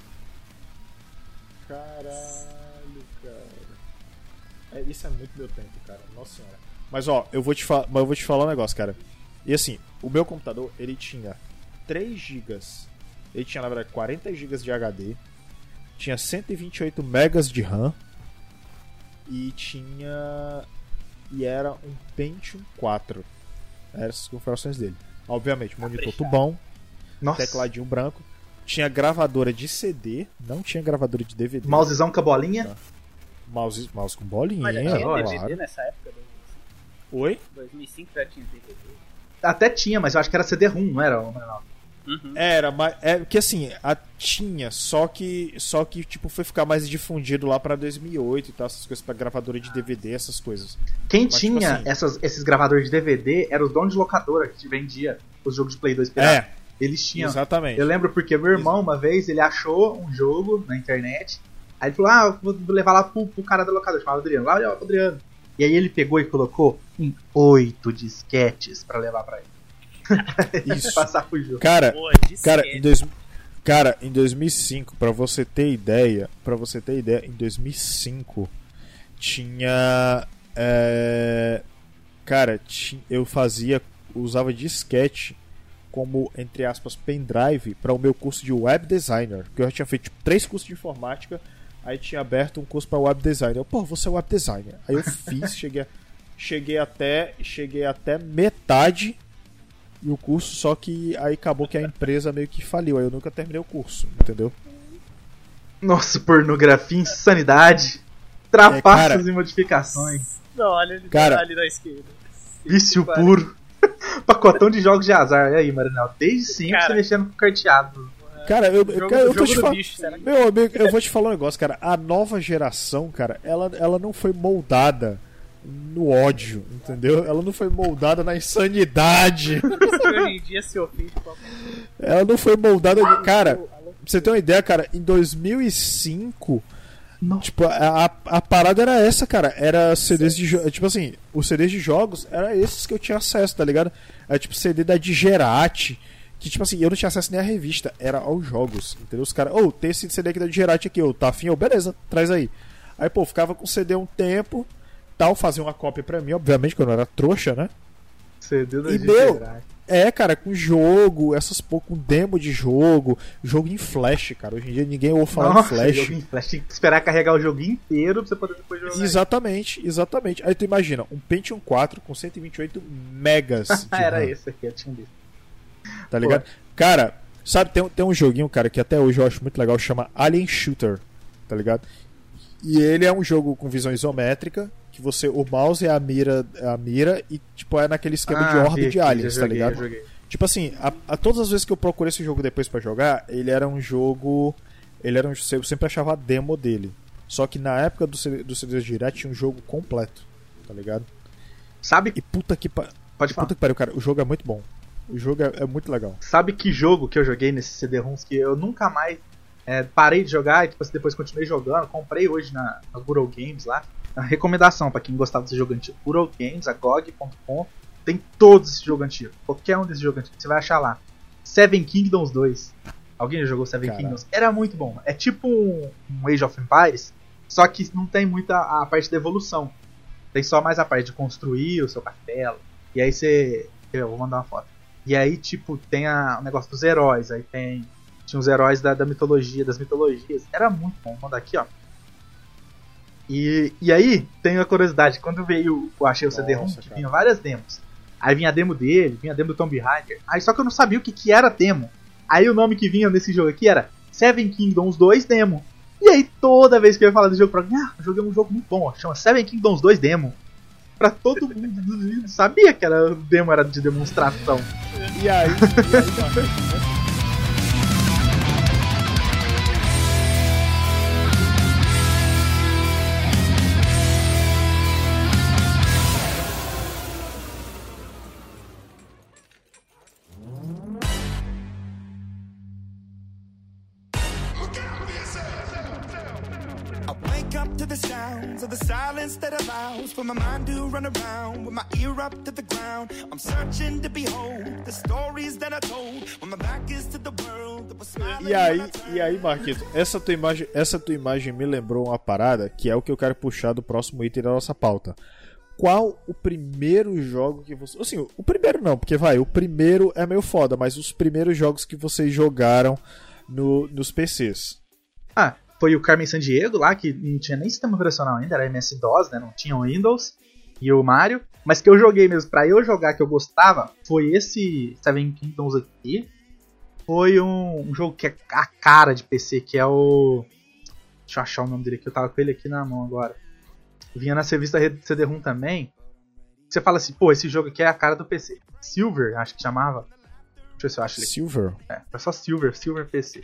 Caralho, cara. É, isso é muito meu tempo, cara. Nossa senhora. Mas ó, eu vou te falar, eu vou te falar um negócio, cara. E assim, o meu computador, ele tinha três gigas. Ele tinha, na verdade, quarenta gigas de H D. Tinha cento e vinte e oito megas de RAM. E tinha... E era um Pentium quatro. Eram essas configurações dele. Obviamente, monitor tubão. Nossa. Tecladinho branco. Tinha gravadora de C D. Não tinha gravadora de D V D. Mousezão com a bolinha. Tá. Mouse, mouse com bolinha. Mas já tinha claro. D V D nessa época? Oi? dois mil e cinco já tinha D V D. Até tinha, mas eu acho que era C D ROM, não era? Não. Uhum. Era, mas é que assim, a, tinha, só que só que tipo foi ficar mais difundido lá pra dois mil e oito e tal, essas coisas pra gravadora de D V D, essas coisas. Quem mas, tinha tipo assim, essas, esses gravadores de D V D eram os donos de locadora que te vendia os jogos de Play dois pirata. É. Eles tinham. Exatamente. Eu lembro porque meu irmão, uma vez, ele achou um jogo na internet. Aí ele falou: ah, eu vou levar lá pro, pro cara da locadora, chamado Adriano. Lá, olha o Adriano. E aí ele pegou e colocou em oito disquetes pra levar pra ele. Isso. Passar pro jogo. Cara, Boa, cara, em dois, cara, em dois mil e cinco, pra você ter ideia, para você ter ideia, em dois mil e cinco tinha, é, cara, tinha, eu fazia, usava disquete como, entre aspas, pendrive para o meu curso de web designer, porque eu já tinha feito tipo, três cursos de informática, aí tinha aberto um curso para web designer. Eu, pô, você é web designer. Aí eu fiz, cheguei, cheguei até, cheguei até metade e o curso, só que aí acabou que a empresa meio que faliu, aí eu nunca terminei o curso, entendeu? Nossa, pornografia, insanidade, trapaças É, cara, e modificações. Não, olha ele Cara, ali na esquerda. Vício Cara. puro. Pacotão de jogos de azar. E aí, Marinel? Desde sempre Cara. você mexendo com carteado. Cara, eu, Jogo- cara, eu jogo tô te do falando. bicho, será que- Meu amigo, eu vou te falar um negócio, cara. A nova geração, cara, ela, ela não foi moldada no ódio, entendeu? Ela não foi moldada na insanidade. Hoje em dia se ofende com a... Ela não foi moldada. De... Cara, pra você ter uma ideia, cara, em dois mil e cinco. Não. Tipo, a, a, a parada era essa, cara. Era C Ds de jogos. Tipo assim, os C Ds de jogos eram esses que eu tinha acesso, tá ligado? Era tipo C D da Digerati. Que tipo assim, eu não tinha acesso nem à revista, era aos jogos, entendeu? Os caras, ô, oh, tem esse C D aqui da Digerati aqui, ô, tá afim? Ô, beleza, traz aí. Aí, pô, ficava com o C D um tempo, tal, fazia uma cópia pra mim, obviamente, que eu não era trouxa, né? C D da E meu, Digerati. é, cara, com jogo, essas pô, com demo de jogo, jogo em flash, cara. Hoje em dia ninguém ouve falar Nossa, em flash. jogo em flash. Tinha que esperar carregar o jogo inteiro pra você poder depois jogar. Exatamente, exatamente. Aí tu imagina, um Pentium quatro com cento e vinte e oito megas de Ah, era RAM, esse aqui, eu tinha visto. tá ligado? Cara, sabe, tem, tem um joguinho, cara, que até hoje eu acho muito legal, chama Alien Shooter, tá ligado? E ele é um jogo com visão isométrica, que você, o mouse é a mira, é a mira e tipo é naquele esquema Ah, de horda vi de aqui, aliens, já tá joguei, ligado? já joguei. Tipo assim, a, a todas as vezes que eu procurei esse jogo depois pra jogar, ele era um jogo, ele era um, eu sempre achava a demo dele. Só que na época do, C D, do C D Direct tinha um jogo completo, tá ligado? Sabe, E puta que pa... pode falar. puta que pariu, cara, o jogo é muito bom. O jogo é, é muito legal. Sabe que jogo que eu joguei nesse C D-ROMs que eu nunca mais é, parei de jogar e depois, depois continuei jogando? Comprei hoje na, na Good Old Games lá. A recomendação pra quem gostava desse jogo antigo. Good Old Games, a G O G ponto com. Tem todos esses jogos antigos. Qualquer um desses jogos antigos você vai achar lá. Seven Kingdoms dois. Alguém já jogou Seven Caraca. Kingdoms? Era muito bom. É tipo um, um Age of Empires, só que não tem muita a parte da evolução. Tem só mais a parte de construir o seu castelo. E aí você... Eu vou mandar uma foto. E aí, tipo, tem a, o negócio dos heróis. Aí tem... Tinha os heróis da, da mitologia, das mitologias. Era muito bom. Vou mandar aqui, ó. E, e aí, tem uma curiosidade, quando veio, eu achei o C D-ROM, Nossa, que cara. vinha várias demos. Aí vinha a demo dele, vinha a demo do Tomb Raider. Aí só que eu não sabia o que, que era demo. Aí o nome que vinha nesse jogo aqui era Seven Kingdoms dois Demo. E aí toda vez que eu ia falar do jogo pra mim, ah, eu joguei um jogo muito bom, ó, chama Seven Kingdoms dois Demo. Pra todo mundo, sabia que era demo, era de demonstração. E aí, e aí Marquinhos, I wake up to the sounds of the silence that allows for my mind to run around with my ear up to the ground. I'm searching to behold the stories that I told when my back is to the world that was smiling. E aí, e aí, Marquito, essa tua imagem, essa tua imagem me lembrou uma parada que é o que eu quero puxar do próximo item da nossa pauta. Qual o primeiro jogo que você... Assim, o primeiro não, porque vai, o primeiro é meio foda, mas os primeiros jogos que vocês jogaram no, nos P Cs. Ah, foi o Carmen Sandiego lá, que não tinha nem sistema operacional ainda, era M S-DOS, né, não tinha o Windows, e o Mario. Mas que eu joguei mesmo, pra eu jogar que eu gostava, foi esse Seven Kingdoms aqui. Foi um, um jogo que é a cara de P C, que é o... Deixa eu achar o nome dele aqui, eu tava com ele aqui na mão agora. Vinha na revista C D-ROM também. Você fala assim, pô, esse jogo aqui é a cara do P C. Silver, acho que chamava. Deixa eu ver se eu acho ele. Silver? É, é só Silver, Silver P C.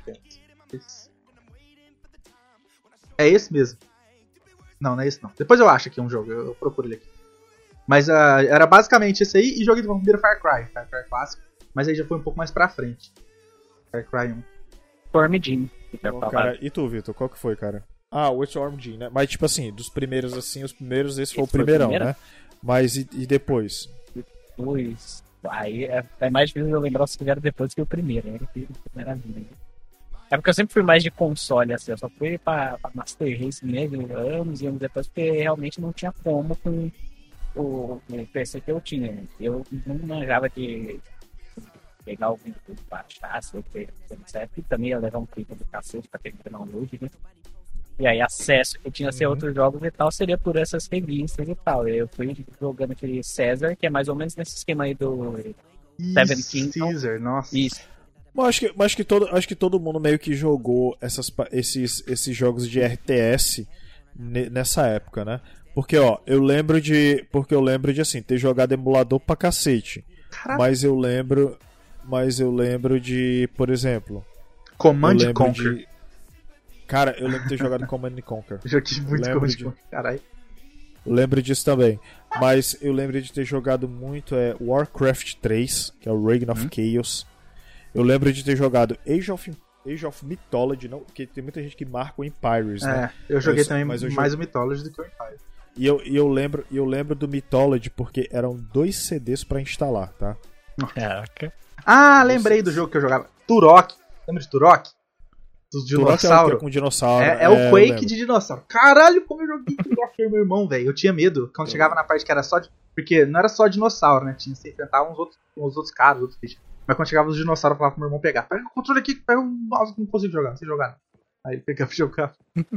É esse mesmo. Não, não é esse não. Depois eu acho aqui um jogo, eu, eu procuro ele aqui. Mas uh, era basicamente esse aí e joguei de primeiro Far Cry, Far Cry clássico. Mas aí já foi um pouco mais pra frente. Far Cry um. Formidinho. Pô, cara, e tu, Vitor, qual que foi, cara? Ah, o Storm G, né? Mas, tipo assim, dos primeiros, assim, os primeiros, esse, esse foi o primeirão, foi o né? Mas e, e depois? Depois... Aí é, é mais difícil eu lembrar os que vieram depois que o primeiro, né? É porque eu sempre fui mais de console, assim, eu só fui pra, pra Master Race mesmo, anos e anos depois, porque realmente não tinha como com o, o P C que eu tinha. Eu não manjava de pegar algum tudo, baixar, se eu ter, certo? E também ia levar um clipe do cacete pra ter que download, né? E aí acesso que tinha a ser uhum. outros jogos e tal seria por essas revistas e tal. Eu fui jogando aquele Caesar, que é mais ou menos nesse esquema aí do Seven Kingdoms. Caesar, nossa. Isso. Mas acho que, mas acho que, todo, acho que todo mundo meio que jogou essas, esses, esses jogos de R T S nessa época, né? Porque, ó, eu lembro de. Porque eu lembro de assim, ter jogado emulador pra cacete. Caraca. Mas eu lembro. Mas eu lembro de, por exemplo. Command and Conquer. De, cara, eu lembro de ter jogado Command and Conquer. Eu joguei muito Command and Conquer, caralho. Lembro disso também. Mas eu lembro de ter jogado muito é, Warcraft três, que é o Reign of hum. Chaos. Eu lembro de ter jogado Age of, Age of Mythology, não, porque tem muita gente que marca o Empires, né? É, eu joguei mas, também mas eu mais joguei... o Mythology do que o Empire. E eu, e eu, lembro, eu lembro do Mythology porque eram dois C Ds pra instalar, tá? Caraca. Ah, lembrei do jogo que eu jogava. Turok. Lembra de Turok? Dos dinossauros. É com dinossauro. É, é, é o Quake de dinossauro. Caralho, como eu joguei Turok com meu irmão, velho. Eu tinha medo quando chegava na parte que era só de... Porque não era só dinossauro, né? Tinha que enfrentar uns outros, uns outros caras, outros bichos. Mas quando chegava os dinossauros, eu falava pro meu irmão pegar. Pega o controle aqui, pega o mouse, não consigo jogar, não sei jogar. Aí ele pegava e jogava.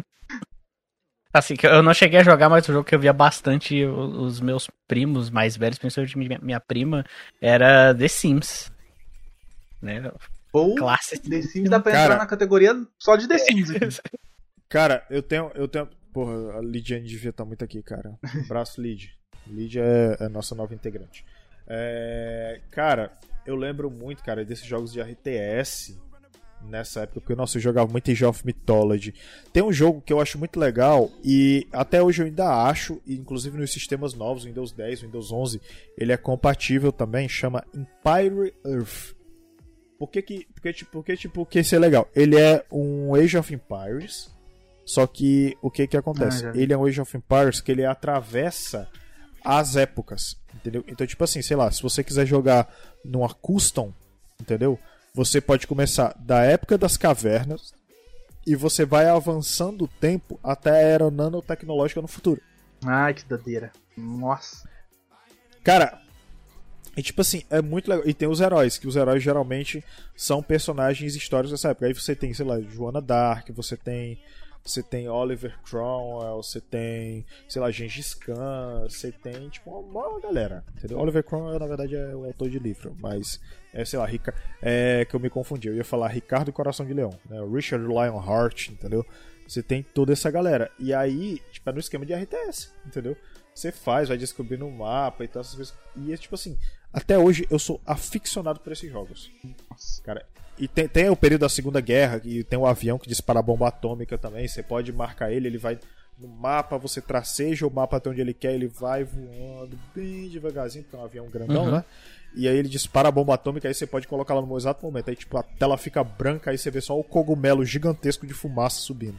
Assim, que eu não cheguei a jogar, mas o jogo que eu via bastante, os meus primos mais velhos, principalmente minha, minha prima, era The Sims. Né? Ou Classic. The Sims dá pra cara, entrar na categoria só de The Sims aqui. Cara, eu tenho, eu tenho... Porra, a Lidiane devia estar muito aqui, cara. Um abraço, Lid. Lid é a nossa nova integrante. É, cara, eu lembro muito, cara, desses jogos de R T S nessa época, porque nossa, eu jogava muito Age of Mythology. Tem um jogo que eu acho muito legal e até hoje eu ainda acho, e inclusive nos sistemas novos, Windows dez, Windows onze, ele é compatível também, chama Empire Earth. Por que que, porque, tipo, porque, tipo, que esse é legal? Ele é um Age of Empires, só que o que que acontece? Ah, ele é um Age of Empires que ele atravessa as épocas, entendeu? Então, tipo assim, sei lá, se você quiser jogar numa custom, entendeu? Você pode começar da época das cavernas e você vai avançando o tempo até a era nanotecnológica no futuro. Ai, que doideira. Nossa. Cara, e tipo assim, é muito legal. E tem os heróis, que os heróis geralmente são personagens históricos dessa época. Aí você tem, sei lá, Joana Dark, você tem... você tem Oliver Cromwell, você tem, sei lá, Gengis Khan, você tem, tipo, uma, uma galera, entendeu? Oliver Cromwell, na verdade, é o autor de livro, mas, é, sei lá, Rica, é que eu me confundi, eu ia falar Ricardo Coração de Leão, né? Richard Lionheart, entendeu? Você tem toda essa galera, e aí, tipo, é no esquema de R T S, entendeu? Você faz, vai descobrindo o mapa e tal, essas coisas, e é tipo assim, até hoje eu sou aficionado por esses jogos. Nossa, cara. E tem, tem o período da Segunda Guerra, e tem o avião que dispara a bomba atômica também. Você pode marcar ele, ele vai no mapa, você traceja o mapa até onde ele quer, ele vai voando bem devagarzinho, porque é um avião grandão, uhum. né? E aí ele dispara a bomba atômica, aí você pode colocar ela no exato momento. Aí tipo, a tela fica branca, aí você vê só o cogumelo gigantesco de fumaça subindo.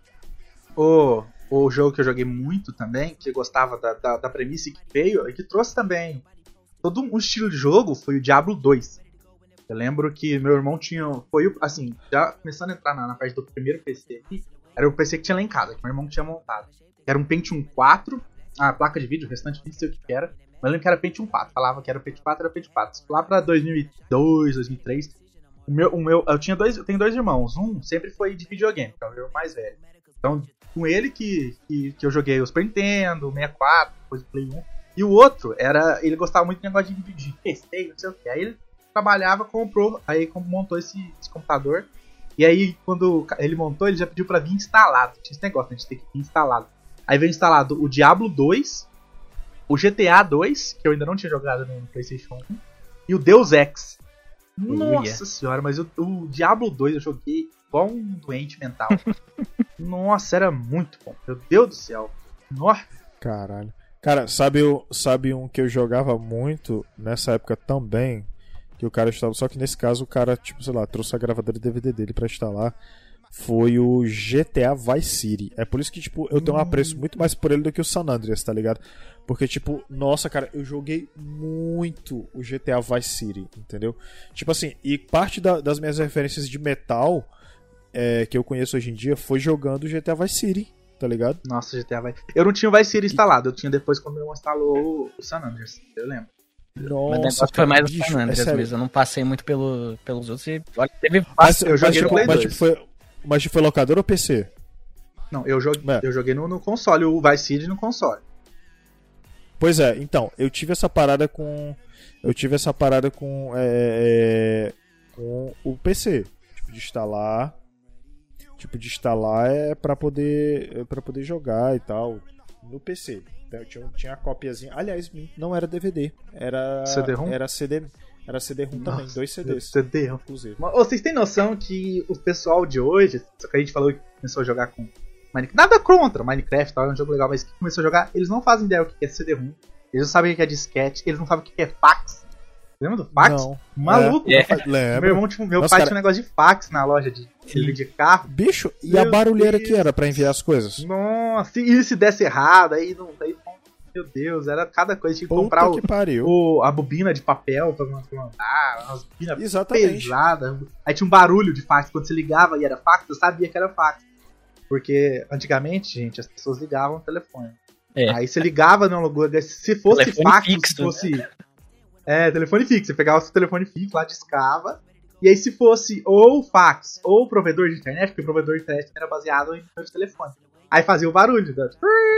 O, o jogo que eu joguei muito também, que eu gostava da, da, da premissa que veio, e que trouxe também todo um estilo de jogo, foi o Diablo dois. Eu lembro que meu irmão tinha... Foi, assim, já começando a entrar na, na parte do primeiro P C aqui, era o P C que tinha lá em casa, que meu irmão tinha montado. Era um Pentium quatro, a placa de vídeo, o restante não sei o que era, mas eu lembro que era Pentium quatro, falava que era Pentium quatro, era Pentium quatro. Lá pra dois mil e dois, dois mil e três, o meu, o meu, eu tinha dois, eu tenho dois irmãos, um sempre foi de videogame, que é o meu mais velho. Então, com ele que, que, que eu joguei o Super Nintendo, o sessenta e quatro, depois o Play um, e o outro, era, ele gostava muito do negócio de, de P C, não sei o que, aí ele trabalhava, comprou, aí montou esse, esse computador, e aí quando ele montou, ele já pediu pra vir instalado, tinha esse negócio, né, de ter que vir instalado. Aí veio instalado o Diablo dois, o G T A dois, que eu ainda não tinha jogado no PlayStation um, e o Deus Ex. Nossa senhora, mas o, o Diablo dois eu joguei igual um doente mental. Nossa, era muito bom, meu Deus do céu. Nossa. Caralho. Cara, sabe, sabe um que eu jogava muito nessa época também? Que o cara instalou, só que nesse caso o cara, tipo, sei lá, trouxe a gravadora de D V D dele pra instalar. Foi o G T A Vice City. É por isso que, tipo, eu tenho um apreço muito mais por ele do que o San Andreas, tá ligado? Porque, tipo, nossa, cara, eu joguei muito o G T A Vice City, entendeu? Tipo assim, e parte da, das minhas referências de metal é, que eu conheço hoje em dia foi jogando o G T A Vice City, tá ligado? Nossa, G T A Vice City. Eu não tinha o Vice City instalado, eu tinha depois quando eu instalou o San Andreas, eu lembro. Nossa, mas o negócio foi mais o San Andreas é mesmo. Eu não passei muito pelo, pelos outros e olha, teve mas, eu joguei mas, no Play mas, tipo, foi, mas tipo, foi locador ou P C? Não, eu joguei, é. eu joguei no, no console, o Vice City no console. Pois é, então, eu tive essa parada com. Eu tive essa parada com. É, com o P C. Tipo, de instalar. Tipo, de instalar é pra poder. Pra poder jogar e tal. No P C. Eu tinha, tinha a copiazinha. Aliás, não era D V D. Era C D-ROM? Era C D, era C D-ROM também, dois C Ds. C D-ROM, inclusive. Mas, vocês têm noção que o pessoal de hoje, só que a gente falou que começou a jogar com Minecraft, nada contra Minecraft, é um jogo legal, mas que começou a jogar, eles não fazem ideia do que é C D-ROM, eles não sabem o que é disquete, eles não sabem o que é fax. Lembra do fax? Não. Maluco. É. É. Meu irmão, tipo, meu Nossa, pai cara... tinha um negócio de fax na loja de, de, de carro. Bicho, e meu a barulheira Deus. Que era pra enviar as coisas? Nossa, e se desse errado, aí não... Aí, meu Deus, era cada coisa. Tinha que Puta comprar que o, o, a bobina de papel pra mandar, umas bobinas Exatamente. pesadas. Aí tinha um barulho de fax. Quando você ligava e era fax, eu sabia que era fax. Porque antigamente, gente, as pessoas ligavam no telefone. É. Aí você ligava no lugar. Se fosse telefone fax, fixo, se fosse. Né? É, telefone fixo. Você pegava o seu telefone fixo lá, discava. E aí, se fosse ou fax ou provedor de internet, porque o provedor de internet era baseado em número de telefone. Aí fazia o barulho. Da...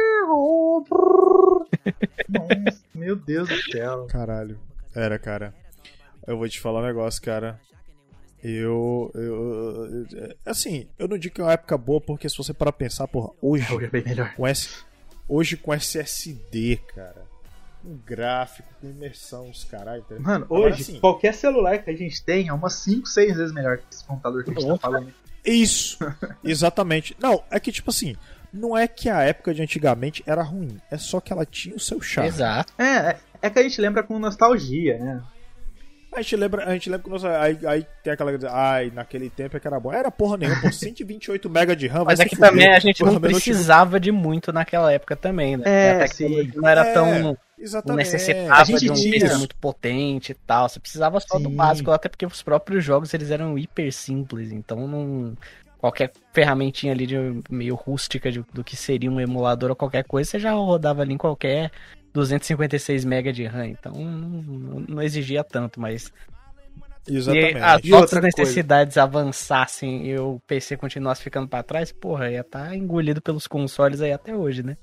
Nossa, meu Deus do céu. Caralho. Era, cara. Eu vou te falar um negócio, cara. Eu, eu, eu. Assim, eu não digo que é uma época boa, porque se você parar pra pensar, porra, hoje. É bem melhor. Com S, hoje com S S D, cara. Um gráfico, com imersão, os caralho. Mano, agora, hoje, assim, qualquer celular que a gente tem é umas cinco, seis vezes melhor que esse computador que a gente tá falando. Isso, exatamente. Não, é que tipo assim, não é que a época de antigamente era ruim, é só que ela tinha o seu charme. Exato. É, é, é que a gente lembra com nostalgia, né? A gente lembra, a gente lembra que nós, aí, aí tem aquela coisa, ai, naquele tempo é que era bom. Era porra nenhuma, por cento e vinte e oito mega de RAM. Mas é que também a gente porra, não precisava de muito naquela época também, né? É, a tecnologia não era é, tão... Exatamente. Necessitava a gente de um P C muito potente e tal. Você precisava só Sim. do básico, até porque os próprios jogos eles eram hiper simples, então não... Qualquer ferramentinha ali de meio rústica de, do que seria um emulador ou qualquer coisa, você já rodava ali em qualquer duzentos e cinquenta e seis mega de RAM, então não, não exigia tanto, mas Exatamente. E as E nossas outra necessidades avançassem e o P C continuasse ficando pra trás, porra, ia estar tá engolido pelos consoles aí até hoje, né?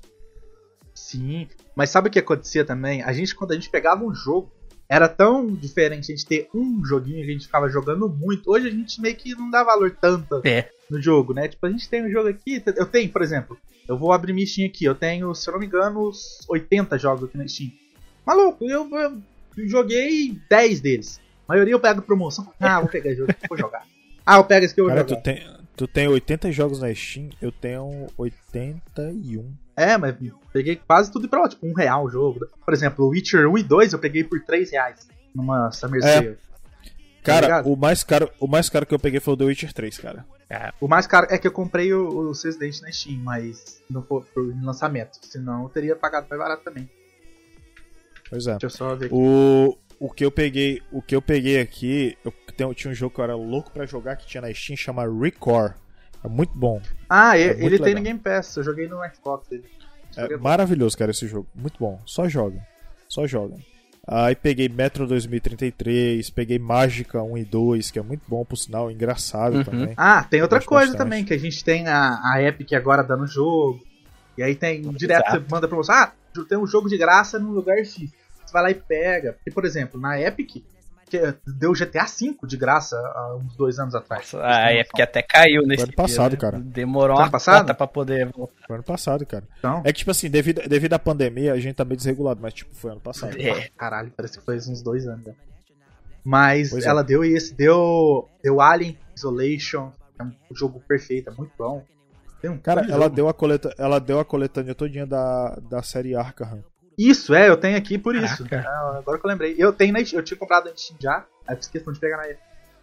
Sim, mas sabe o que acontecia também? A gente, quando a gente pegava um jogo, era tão diferente a gente ter um joguinho que a gente ficava jogando muito. Hoje a gente meio que não dá valor tanto É. no jogo, né? Tipo, a gente tem um jogo aqui, eu tenho, por exemplo, eu vou abrir minha Steam aqui, eu tenho, se eu não me engano, uns oitenta jogos aqui na Steam. Maluco, eu, eu joguei dez deles. A maioria eu pego promoção. Ah, vou pegar jogo, vou jogar. Ah, eu pego esse que eu vou Cara, jogar. tu tem, tu tem oitenta jogos na Steam, eu tenho oitenta e um. É, mas peguei quase tudo pra lá, tipo, um real o jogo. Por exemplo, o Witcher um e dois eu peguei por três reais numa Summer Sale. Cara, Tá o mais caro, o mais caro que eu peguei foi o The Witcher três, cara. O mais caro é que eu comprei o, o Resident na Steam, mas não foi por lançamento. Senão eu teria pagado mais barato também. Pois é. Deixa eu só ver aqui. O, o que eu peguei, o que eu peguei aqui, eu, tem, tinha um jogo que eu era louco pra jogar que tinha na Steam, chama Recore. É muito bom. Ah, é ele, muito ele tem legal. no Game Pass, eu joguei no Xbox dele. É maravilhoso, cara, esse jogo. Muito bom. Só joga. Só joga. Aí peguei Metro dois mil e trinta e três, peguei Mágica um e dois, que é muito bom, por sinal, engraçado Uhum. também. Ah, tem outra Gosto coisa bastante. também, que a gente tem a, a Epic agora dando jogo. E aí tem direto, Exato. você manda pra você, ah, tem um jogo de graça num lugar X. Você vai lá e pega. E, por exemplo, na Epic, que deu G T A cinco de graça há uns dois anos atrás. Nossa, a Epic até caiu nesse ano passado, dia, né? cara. Demorou Foi uma ano passado? cota pra poder... Foi ano passado, cara. Então, É que, tipo assim, devido, devido à pandemia, a gente tá meio desregulado, mas, tipo, foi ano passado. É. caralho, parece que foi uns dois anos. Né? Mas Pois é. ela deu esse, deu, deu Alien Isolation, que é um jogo perfeito, é muito bom. Tem um Cara, tanto de ela jogo. deu, a coleta, ela deu a coletânea todinha da, da série Arkham. Isso, é, eu tenho aqui por isso. Caraca. Ah, agora que eu lembrei. Eu tenho na, eu tinha comprado na Steam já, aí fiz questão de pegar na Epic.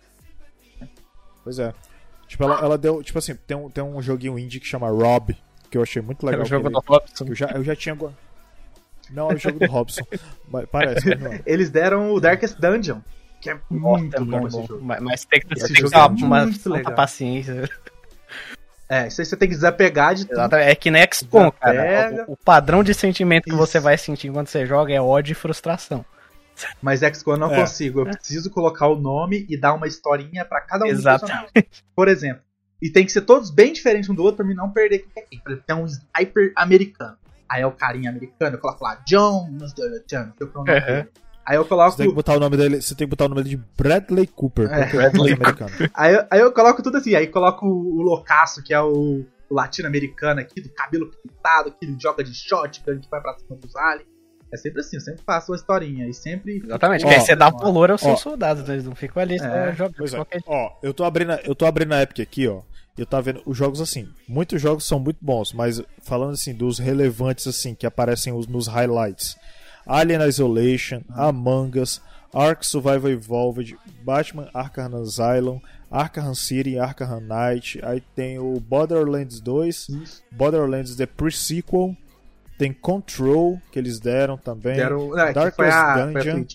Pois é. Tipo, ela, ela deu. Tipo assim, tem um, tem um joguinho indie que chama Rob, que eu achei muito legal. Era o jogo que do ele- Robson. que eu, já, eu já tinha. go- Não, é o jogo do Robson. Mas parece, mas não é. Eles deram o Darkest Dungeon, que é muito É bom muito esse bom. jogo. Mas, mas tem que, Esse tem que jogo ter é uma, uma muito santa legal. paciência. É, isso aí você tem que desapegar de tudo. Exatamente. É que nem X COM, Já cara. pega. O, o padrão de sentimento que Isso. você vai sentir quando você joga é ódio e frustração. Mas X COM eu não É. consigo. Eu preciso colocar o nome e dar uma historinha pra cada um dos Exatamente. personagens. Por exemplo. E tem que ser todos bem diferentes um do outro pra mim não perder quem é quem. Por exemplo, tem um sniper americano. Aí é o carinha americano. Eu coloco lá, John, John, eu coloco Uhum. Aí eu coloco. Você tem que botar o nome dele. Você tem que botar o nome dele de Bradley Cooper, É, porque ele é Bradley americano. Aí, eu- aí eu coloco tudo assim. Aí coloco o, o loucaço, que é o, o latino-americano aqui, do cabelo pintado, que ele joga de shotgun, que vai pra cima dos aliens. É sempre assim, eu sempre faço uma historinha. E sempre. Exatamente. Ó, que aí você dá valor aos seus ó. soldados, eles não ficam ali só É, jogando Pois é. qualquer Ó, eu tô abrindo, a- eu tô abrindo a Epic aqui, ó. E eu tava vendo os jogos assim. Muitos jogos são muito bons, mas falando assim dos relevantes assim que aparecem os- nos highlights. Alien Isolation, Among Us, Ark Survival Evolved, Batman Arkham Asylum, Arkham City, Arkham Knight. Aí tem o Borderlands dois, Isso. Borderlands The Pre-Sequel, tem Control que eles deram também. Deram, não, é que Darkest foi a, foi a Dungeon. Twitch.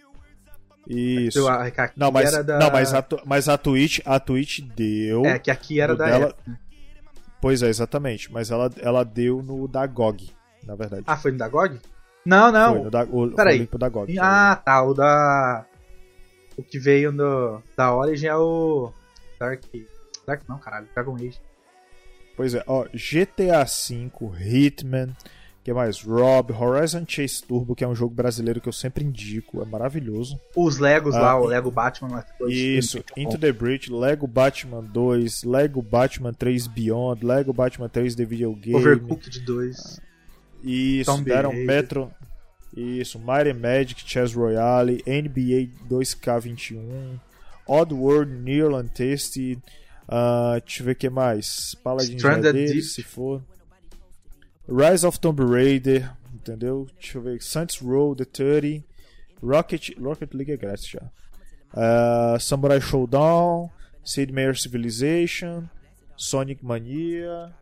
Isso. Deu a- que aqui Não, mas, era da... não, mas, a, tu- mas a Twitch, a Twitch deu. É, que aqui era no da dela- Epic. Pois é, exatamente. Mas ela, ela deu no da G O G, na verdade. Ah, foi no da G O G? Não, não. Foi no da, o, Peraí. foi o link pro da G O G. Ah, tá. O da. O que veio no, da Origin é o. Dark. Dark não, caralho. Dragon Age. Pois é, ó, G T A cinco, Hitman, que mais? Rob, Horizon Chase Turbo, que é um jogo brasileiro que eu sempre indico, é maravilhoso. Os Legos Ah, lá, o e- Lego Batman lá. que foi- Isso, Into the Breach, Lego Batman dois, Lego Batman três Beyond, Lego Batman três The Video Game. Overcooked dois. Isso, Tomb deram Raider. Metro. Isso, Mighty Magic, Chess Royale, N B A dois K vinte e um, Oddworld, Nearly Untasted, uh, deixa eu ver o que mais. Paladins Stranded deles, Deep. se for. Rise of Tomb Raider, entendeu? Deixa eu ver. Saints Row, The thirty, Rocket, Rocket League é grátis já. Uh, Samurai Showdown, Sid Meier Civilization, Sonic Mania.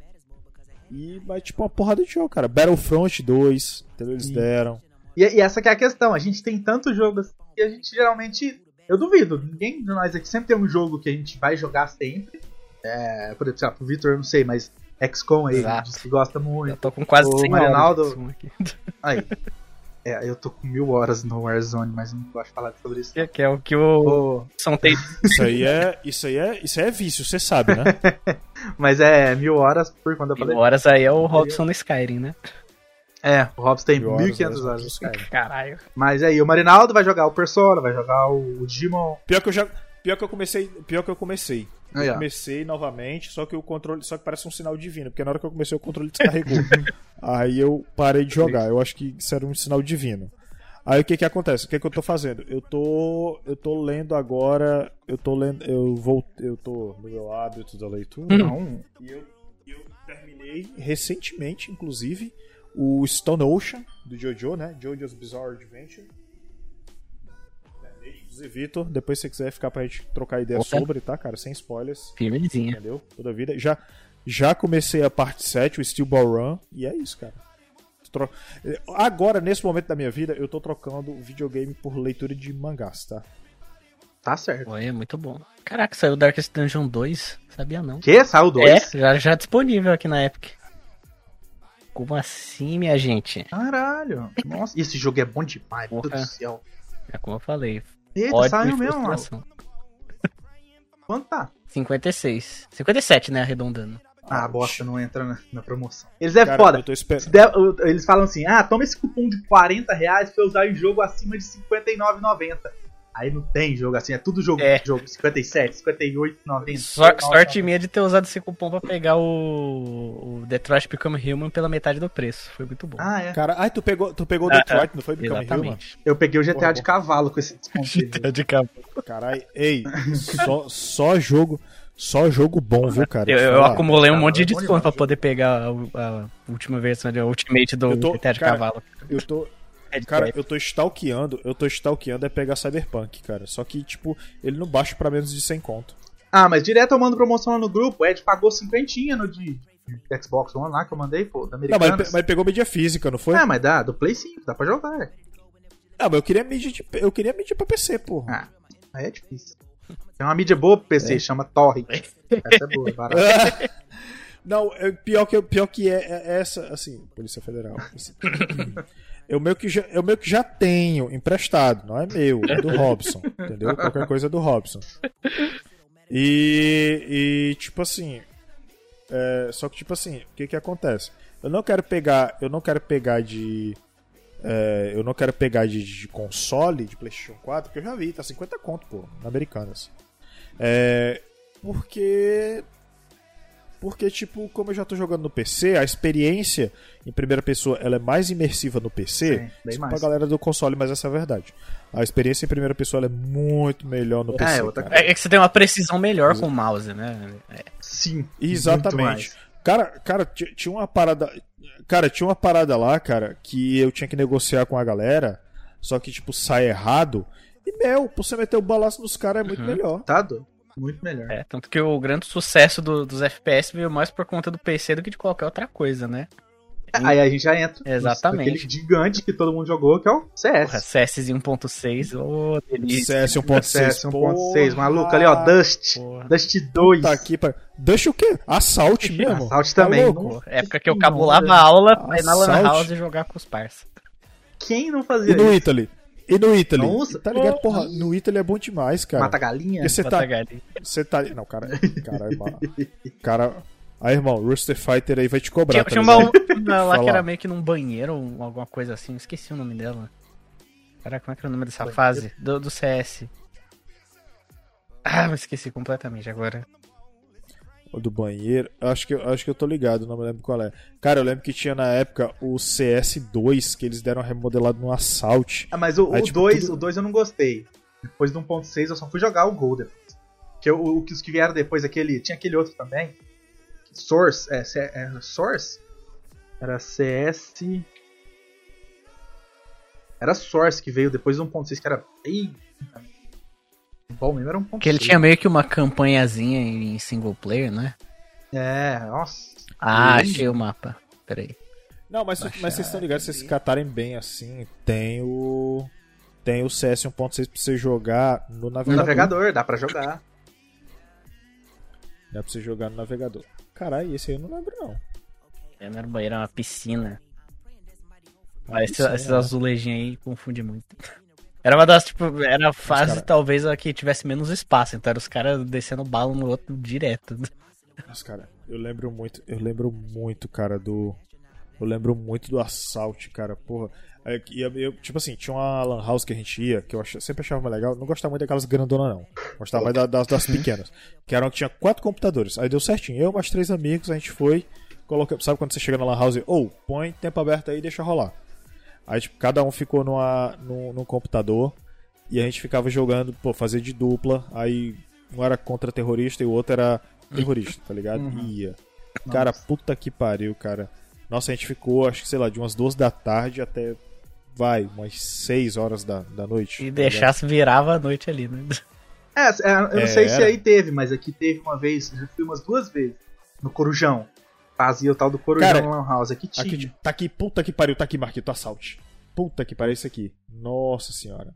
E vai tipo uma porrada de jogo, cara. Battlefront dois, entendeu? Eles Sim. deram. E, e essa que é a questão. A gente tem tanto jogo assim que a gente geralmente. Eu duvido. Ninguém de nós aqui sempre tem um jogo que a gente vai jogar sempre. É, por exemplo, sei lá, pro Victor eu não sei, mas X COM aí, ele Exato. diz que gosta muito. Eu tô com quase O cem Marinaldo- horas aqui. Aí. É, eu tô com mil horas no Warzone, mas não gosto de falar sobre isso. Que é o que o Oh, São tem. Isso aí é, isso aí é, isso aí é vício, você sabe, né? mas é mil horas por quando eu falei. Mil horas aí é o Robson no Skyrim, né? É, o Robson tem Mil mil e horas, quinhentas horas, horas de Skyrim. Caralho. Mas aí, o Marinaldo vai jogar o Persona, vai jogar o, o Digimon. Pior que eu já, pior que eu comecei, pior que eu comecei. Aí, Eu ó. comecei novamente, só que o controle, só que parece um sinal divino, porque na hora que eu comecei o controle descarregou. Aí eu parei de jogar. Eu acho que isso era um sinal divino. Aí o que que acontece? O que que eu tô fazendo? Eu tô, eu tô lendo agora, eu tô lendo, eu vou, eu tô no meu hábito da leitura. Não. E eu, eu terminei recentemente, inclusive, o Stone Ocean do JoJo, né? JoJo's Bizarre Adventure. Terminei. Inclusive, Vitor, depois se você quiser ficar pra gente trocar ideia Opa. sobre, tá, cara? Sem spoilers. Firmezinha. Entendeu? Toda a vida. Já, já comecei a parte sete, o Steel Ball Run, e é isso, cara. Tro... Agora, nesse momento da minha vida, eu tô trocando videogame por leitura de mangás, tá? Tá certo. Foi, é muito bom. Caraca, saiu Darkest Dungeon dois? Sabia não. Que? Saiu dois? É, já, já disponível aqui na Epic. Como assim, minha gente? Caralho. Nossa, e esse jogo é bom demais, meu Porra. Deus do céu. É como eu falei. Eita, Ódio saiu e mesmo, mano. frustração. Quanto tá? cinquenta e seis. cinquenta e sete, né, arredondando. Ah, Ouch. bosta, não entra na, na promoção. Eles é Cara, foda. eu tô esperando. Se der- o- eles falam assim, ah, toma esse cupom de quarenta reais pra usar o jogo acima de cinquenta e nove reais e noventa centavos. Aí não tem jogo assim, é tudo jogo, É. jogo cinquenta e sete, cinquenta e oito, noventa. Sor- sorte minha de ter usado esse cupom pra pegar o, o Detroit Become Human pela metade do preço. Foi muito bom. Ah, é. Cara, ai, tu pegou, tu pegou o Ah, Detroit, não foi? Become Human? Exatamente. Eu peguei o G T A Porra, de bom. cavalo com esse desconto. dele. De cabo. Caralho, ei, só, só jogo, só jogo bom, viu, cara? Eu, Te eu falar. acumulei um Cara, monte de é bom desconto demais, pra jogo. poder pegar a, a última versão, a Ultimate do Eu tô- G T A de cara, cavalo. Eu tô, É de cara, cap. eu tô stalkeando, eu tô stalkeando é pegar Cyberpunk, cara. Só que, tipo, ele não baixa pra menos de cem conto. Ah, mas direto eu mando promoção lá no grupo. O Ed pagou cinquentinha no de, de Xbox One lá que eu mandei, pô, da Não, mas, Americanas. ele pe- mas ele pegou mídia física, não foi? Ah, mas dá, do Play cinco, dá pra jogar. é. Ah, mas eu queria mídia, de, eu queria mídia pra P C, porra. Ah, aí é difícil. Tem uma mídia boa pro P C, chama Torrent. Essa é boa, é barata. Não, é pior que, pior que é, é essa, assim, Polícia Federal. assim. Eu meio, que já, eu meio que já tenho emprestado, não é meu, é do Robson, entendeu? Qualquer coisa é do Robson. E, e tipo assim, é, só que tipo assim, o que que acontece? Eu não quero pegar, eu não quero pegar de, é, eu não quero pegar de, de console, de PlayStation quatro, porque eu já vi, tá cinquenta conto, pô, na Americanas. É, porque Porque, tipo, como eu já tô jogando no P C, a experiência em primeira pessoa ela é mais imersiva no P C. Sim, bem Desculpa mais. a galera do console, mas essa é a verdade. A experiência em primeira pessoa ela é muito melhor no P C. é outra cara. É, é que você tem uma precisão melhor com o mouse, né? É. Sim. muito Exatamente. mais. Cara, cara, ti- tinha uma parada. Cara, tinha uma parada lá, cara, que eu tinha que negociar com a galera, só que, tipo, sai errado. E, meu, pra você meter o balaço nos caras é muito Uhum. melhor. Tá doido. Muito melhor. É, tanto que o grande sucesso do- dos F P S veio mais por conta do P C do que de qualquer outra coisa, né? Aí a gente já entra Exatamente. naquele gigante que todo mundo jogou, que é o C S. Porra, C S um ponto seis, ô, delícia. C S um ponto seis. C S um ponto seis, maluco ali, ó, Dust. Porra. Dust dois. Tá aqui pra... Deixa o quê? Assault mesmo? Assault Tá também. louco? Nossa, Pô, época que eu que cabulava onda. a aula pra ir na Lan Assault. House e jogar com os parça. Quem não E fazia no isso? Italy? E no Italy? Nossa. Tá ligado? Porra, no Italy é bom demais, cara. Mata galinha? Porque você Bota tá... galinha. Você tá... Não, cara... Cara, irmão... Cara... Aí, irmão, Rooster Fighter aí vai te cobrar, Tinha, tá tinha uma, ligado? uma lá que Falar. era meio que num banheiro, ou alguma coisa assim, esqueci o nome dela. Caraca, como é que era o nome dessa fase? Do, do C S. Ah, eu esqueci completamente agora. O do banheiro. Acho que, eu- acho que eu tô ligado, não me lembro qual é. Cara, eu lembro que tinha na época o C S dois, que eles deram remodelado no Assault. Ah, mas o Aí, o tipo, dois tudo- o dois eu não gostei. Depois do um ponto seis eu só fui jogar o Gol depois. Que eu- o, os que vieram depois, aquele. Tinha aquele outro também. Source. É, C- é, Source? Era C S. Era Source que veio depois do um ponto seis, que era. Ih, bom mesmo era um ponto seis. Que ele tinha meio que uma campanhazinha em single player, né? É, nossa. Ah, Sim. achei o mapa. Peraí. Não, mas, mas vocês estão ligados, se vocês catarem bem assim, tem o. Tem o C S um ponto seis pra você jogar no No navegador. navegador, dá pra jogar. Dá pra você jogar no navegador. Caralho, esse aí eu não lembro não. É, não era um banheiro, era uma piscina. Ah, esse, Isso, esses é. azulejinhos aí confundem muito. Era uma das, tipo, era a fase cara- talvez a que tivesse menos espaço, então era os caras descendo bala um no outro direto. Mas, cara, eu lembro muito, eu lembro muito, cara, do. Eu lembro muito do Assault, cara, porra. É, e eu, eu, tipo assim, tinha uma lan house que a gente ia, que eu ach- sempre achava mais legal. Não gostava muito daquelas grandonas, não. Gostava mais da- das, das pequenas. Que eram que tinha quatro computadores. Aí deu certinho. Eu, mais três amigos, a gente foi. Coloca, sabe quando você chega na lan house? Ou, oh, põe tempo aberto aí e deixa rolar. Aí, tipo, cada um ficou numa, num, num computador. E a gente ficava jogando, pô, fazer de dupla. Aí um era contra terrorista e o outro era terrorista, tá ligado? Uhum. E ia. Cara, puta que pariu, cara. Nossa, a gente ficou, acho que, sei lá, de umas duas da tarde até, vai, umas seis horas da, da noite. E tá deixasse virava a noite ali, né? É, é, eu não É, sei se era. aí teve, mas aqui teve uma vez, eu já fui umas duas vezes, no Corujão. Fazia o tal do Corujão Cara, Lan House, aqui tinha. Aqui, tá aqui, puta que pariu, tá aqui, Marquito, Assault. Puta que pariu isso aqui. Nossa senhora.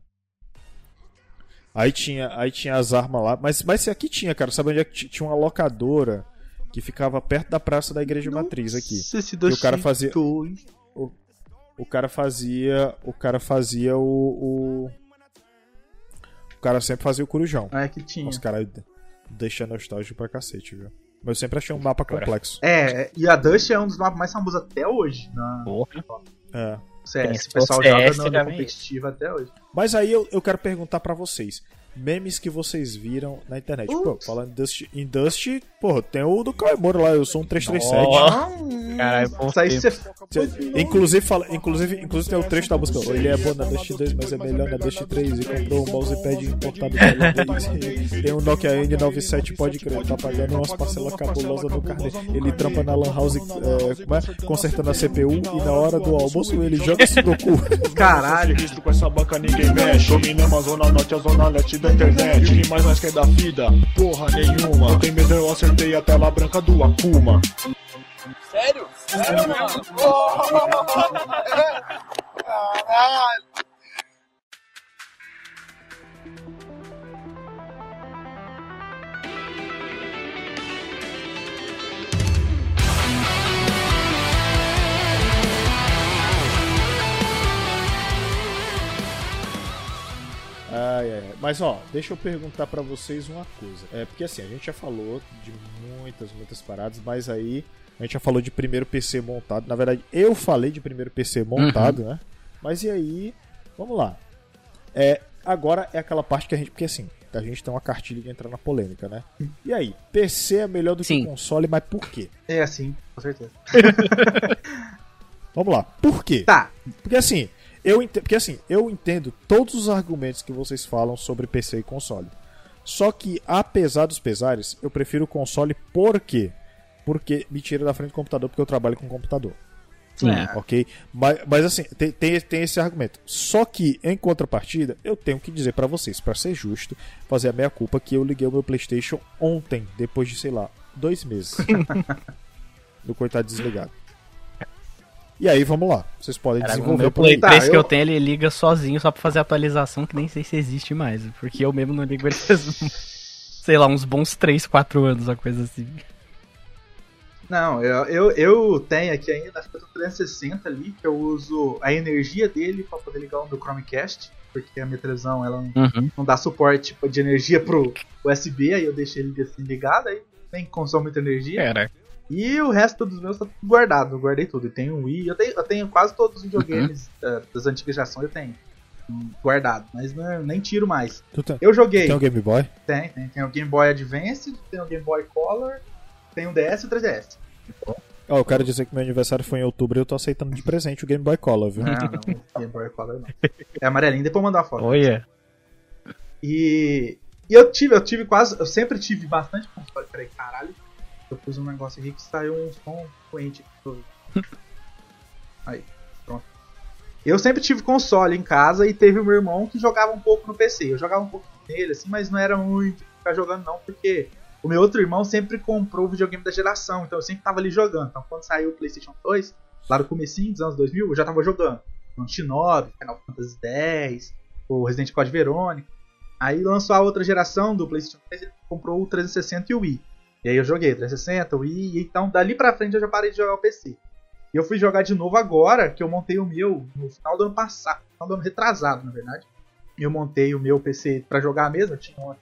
Aí tinha, aí tinha as armas lá, mas, mas aqui tinha, cara, sabe onde é que t- tinha uma locadora que ficava perto da praça da Igreja Matriz aqui. Esse Que o cara fazia- dois- O cara fazia, o cara fazia o, o o cara sempre fazia o Corujão. Ah, é que tinha. Os caras deixam nostálgico pra cacete, viu? Mas eu sempre achei um mapa complexo. É, e a Dust é um dos mapas mais famosos até hoje. Na Porra. É. C S. Tem O pessoal C S joga no, no também. competitivo até hoje. Mas aí eu, eu quero perguntar pra vocês. Memes que vocês viram na internet. Pô, Ups. falando em Dust, em Dust, pô, tem o do Kawemura lá, eu sou um três três sete. Nossa. Caralho, bom Isso aí tempo. você. Cê- Inclusive, fala, inclusive, inclusive tem o trecho da música. Ele é bom na Dust dois, mas é melhor na Dust três. E comprou um mousepad importado pela vez. Tem um Nokia N noventa e sete, pode crer. Tá pagando umas parcelas cabulosas no carnê. Ele trampa na Lan House, é, como é? Consertando a C P U. E na hora do almoço ele joga Sudoku. Caralho. Visto com essa banca ninguém mexe. Dominamos a zona norte, a zona leste da internet. Quem mais nós quer da vida? Porra nenhuma. Eu tenho medo, eu acertei a tela branca do Akuma. Sério? Sério, mano? Caralho! Ai, ai, ai. Mas ó, deixa eu perguntar pra vocês uma coisa. É porque assim, a gente já falou de muitas, muitas paradas, mas aí a gente já falou de primeiro P C montado. Na verdade, eu falei de primeiro P C montado, né? Mas e aí, vamos lá. É, agora é aquela parte que a gente, porque assim, a gente tem uma cartilha de entrar na polêmica, né? E aí, P C é melhor do Sim. que console, mas por quê? É assim, com certeza. Vamos lá, por quê? Tá. Porque assim, eu entendo, porque assim, eu entendo todos os argumentos que vocês falam sobre P C e console. Só que, apesar dos pesares, eu prefiro o console por quê? Porque me tira da frente do computador, porque eu trabalho com computador. Sim. É. Ok? Mas, mas assim, tem, tem, tem esse argumento. Só que, em contrapartida, eu tenho que dizer pra vocês, pra ser justo, fazer a meia culpa, que eu liguei o meu PlayStation ontem, depois de, sei lá, dois meses. do coitado desligado. E aí, vamos lá. Vocês podem Cara, o desenvolver meu por Play aí. Tá, três que eu- eu tenho, ele liga sozinho só pra fazer atualização, que nem sei se existe mais. Porque eu mesmo não ligo ele faz, sei lá, uns bons três, quatro anos, uma coisa assim. Não, eu, eu, eu tenho aqui ainda, acho que eu tô trezentos e sessenta ali, que eu uso a energia dele pra poder ligar o meu Chromecast, porque a minha televisão ela não, Uhum. não dá suporte de energia pro U S B, aí eu deixo ele assim ligado, aí nem consome muita energia. Cara, E o resto dos meus tá tudo guardado, eu guardei tudo. Eu tenho um Wii, eu tenho, eu tenho quase todos os videogames eh, das antigas gerações, eu tenho hum, guardado, mas não, é- nem tiro mais. Tu tem, Eu joguei, tem um Game Boy? tem, tem, tem o Game Boy Advance, tem o Game Boy Color, tem o D S e o três D S. Ó, eu quero dizer que meu aniversário foi em outubro e eu tô aceitando de presente o Game Boy Color, viu? Não, não, Game Boy Color não. É amarelinho, depois eu mando uma foto. olha. E, e eu tive, eu tive quase, eu sempre tive bastante console. Peraí, caralho, eu pus um negócio aqui que saiu um som doente. Aí, pronto. Eu sempre tive console em casa e teve o meu irmão que jogava um pouco no P C. Eu jogava um pouco nele, assim, mas não era muito ficar jogando não, porque o meu outro irmão sempre comprou o videogame da geração, então eu sempre tava ali jogando. Então quando saiu o PlayStation dois, lá no comecinho dos anos dois mil, eu já tava jogando. Shinobi, Final Fantasy X, o Resident Evil Code Verônica. Aí lançou a outra geração do PlayStation três, ele comprou o trezentos e sessenta e o Wii. E aí eu joguei trezentos e sessenta, o Wii, e então dali pra frente eu já parei de jogar o P C. E eu fui jogar de novo agora, que eu montei o meu no final do ano passado, no final do ano retrasado, na verdade. Eu montei o meu P C pra jogar mesmo, eu tinha um...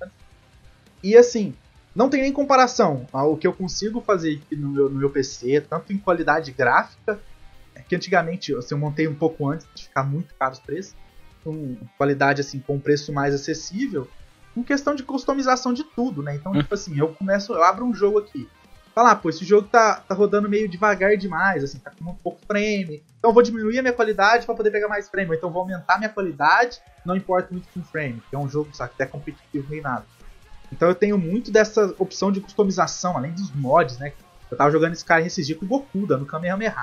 E assim, não tem nem comparação ao que eu consigo fazer aqui no meu, no meu P C, tanto em qualidade gráfica, que antigamente assim, eu montei um pouco antes de ficar muito caro os preços, com qualidade assim, com um preço mais acessível, em questão de customização de tudo, né? Então, tipo assim, eu começo, eu abro um jogo aqui, falar, ah, pô, esse jogo tá, tá rodando meio devagar demais, assim, tá com um pouco frame, então eu vou diminuir a minha qualidade pra poder pegar mais frame, ou então eu vou aumentar a minha qualidade, não importa muito com frame, que é um jogo, sabe, que é competitivo nem nada. Então eu tenho muito dessa opção de customização, além dos mods, né? Eu tava jogando Skyrim esses dias com o Goku, dando Kamehameha,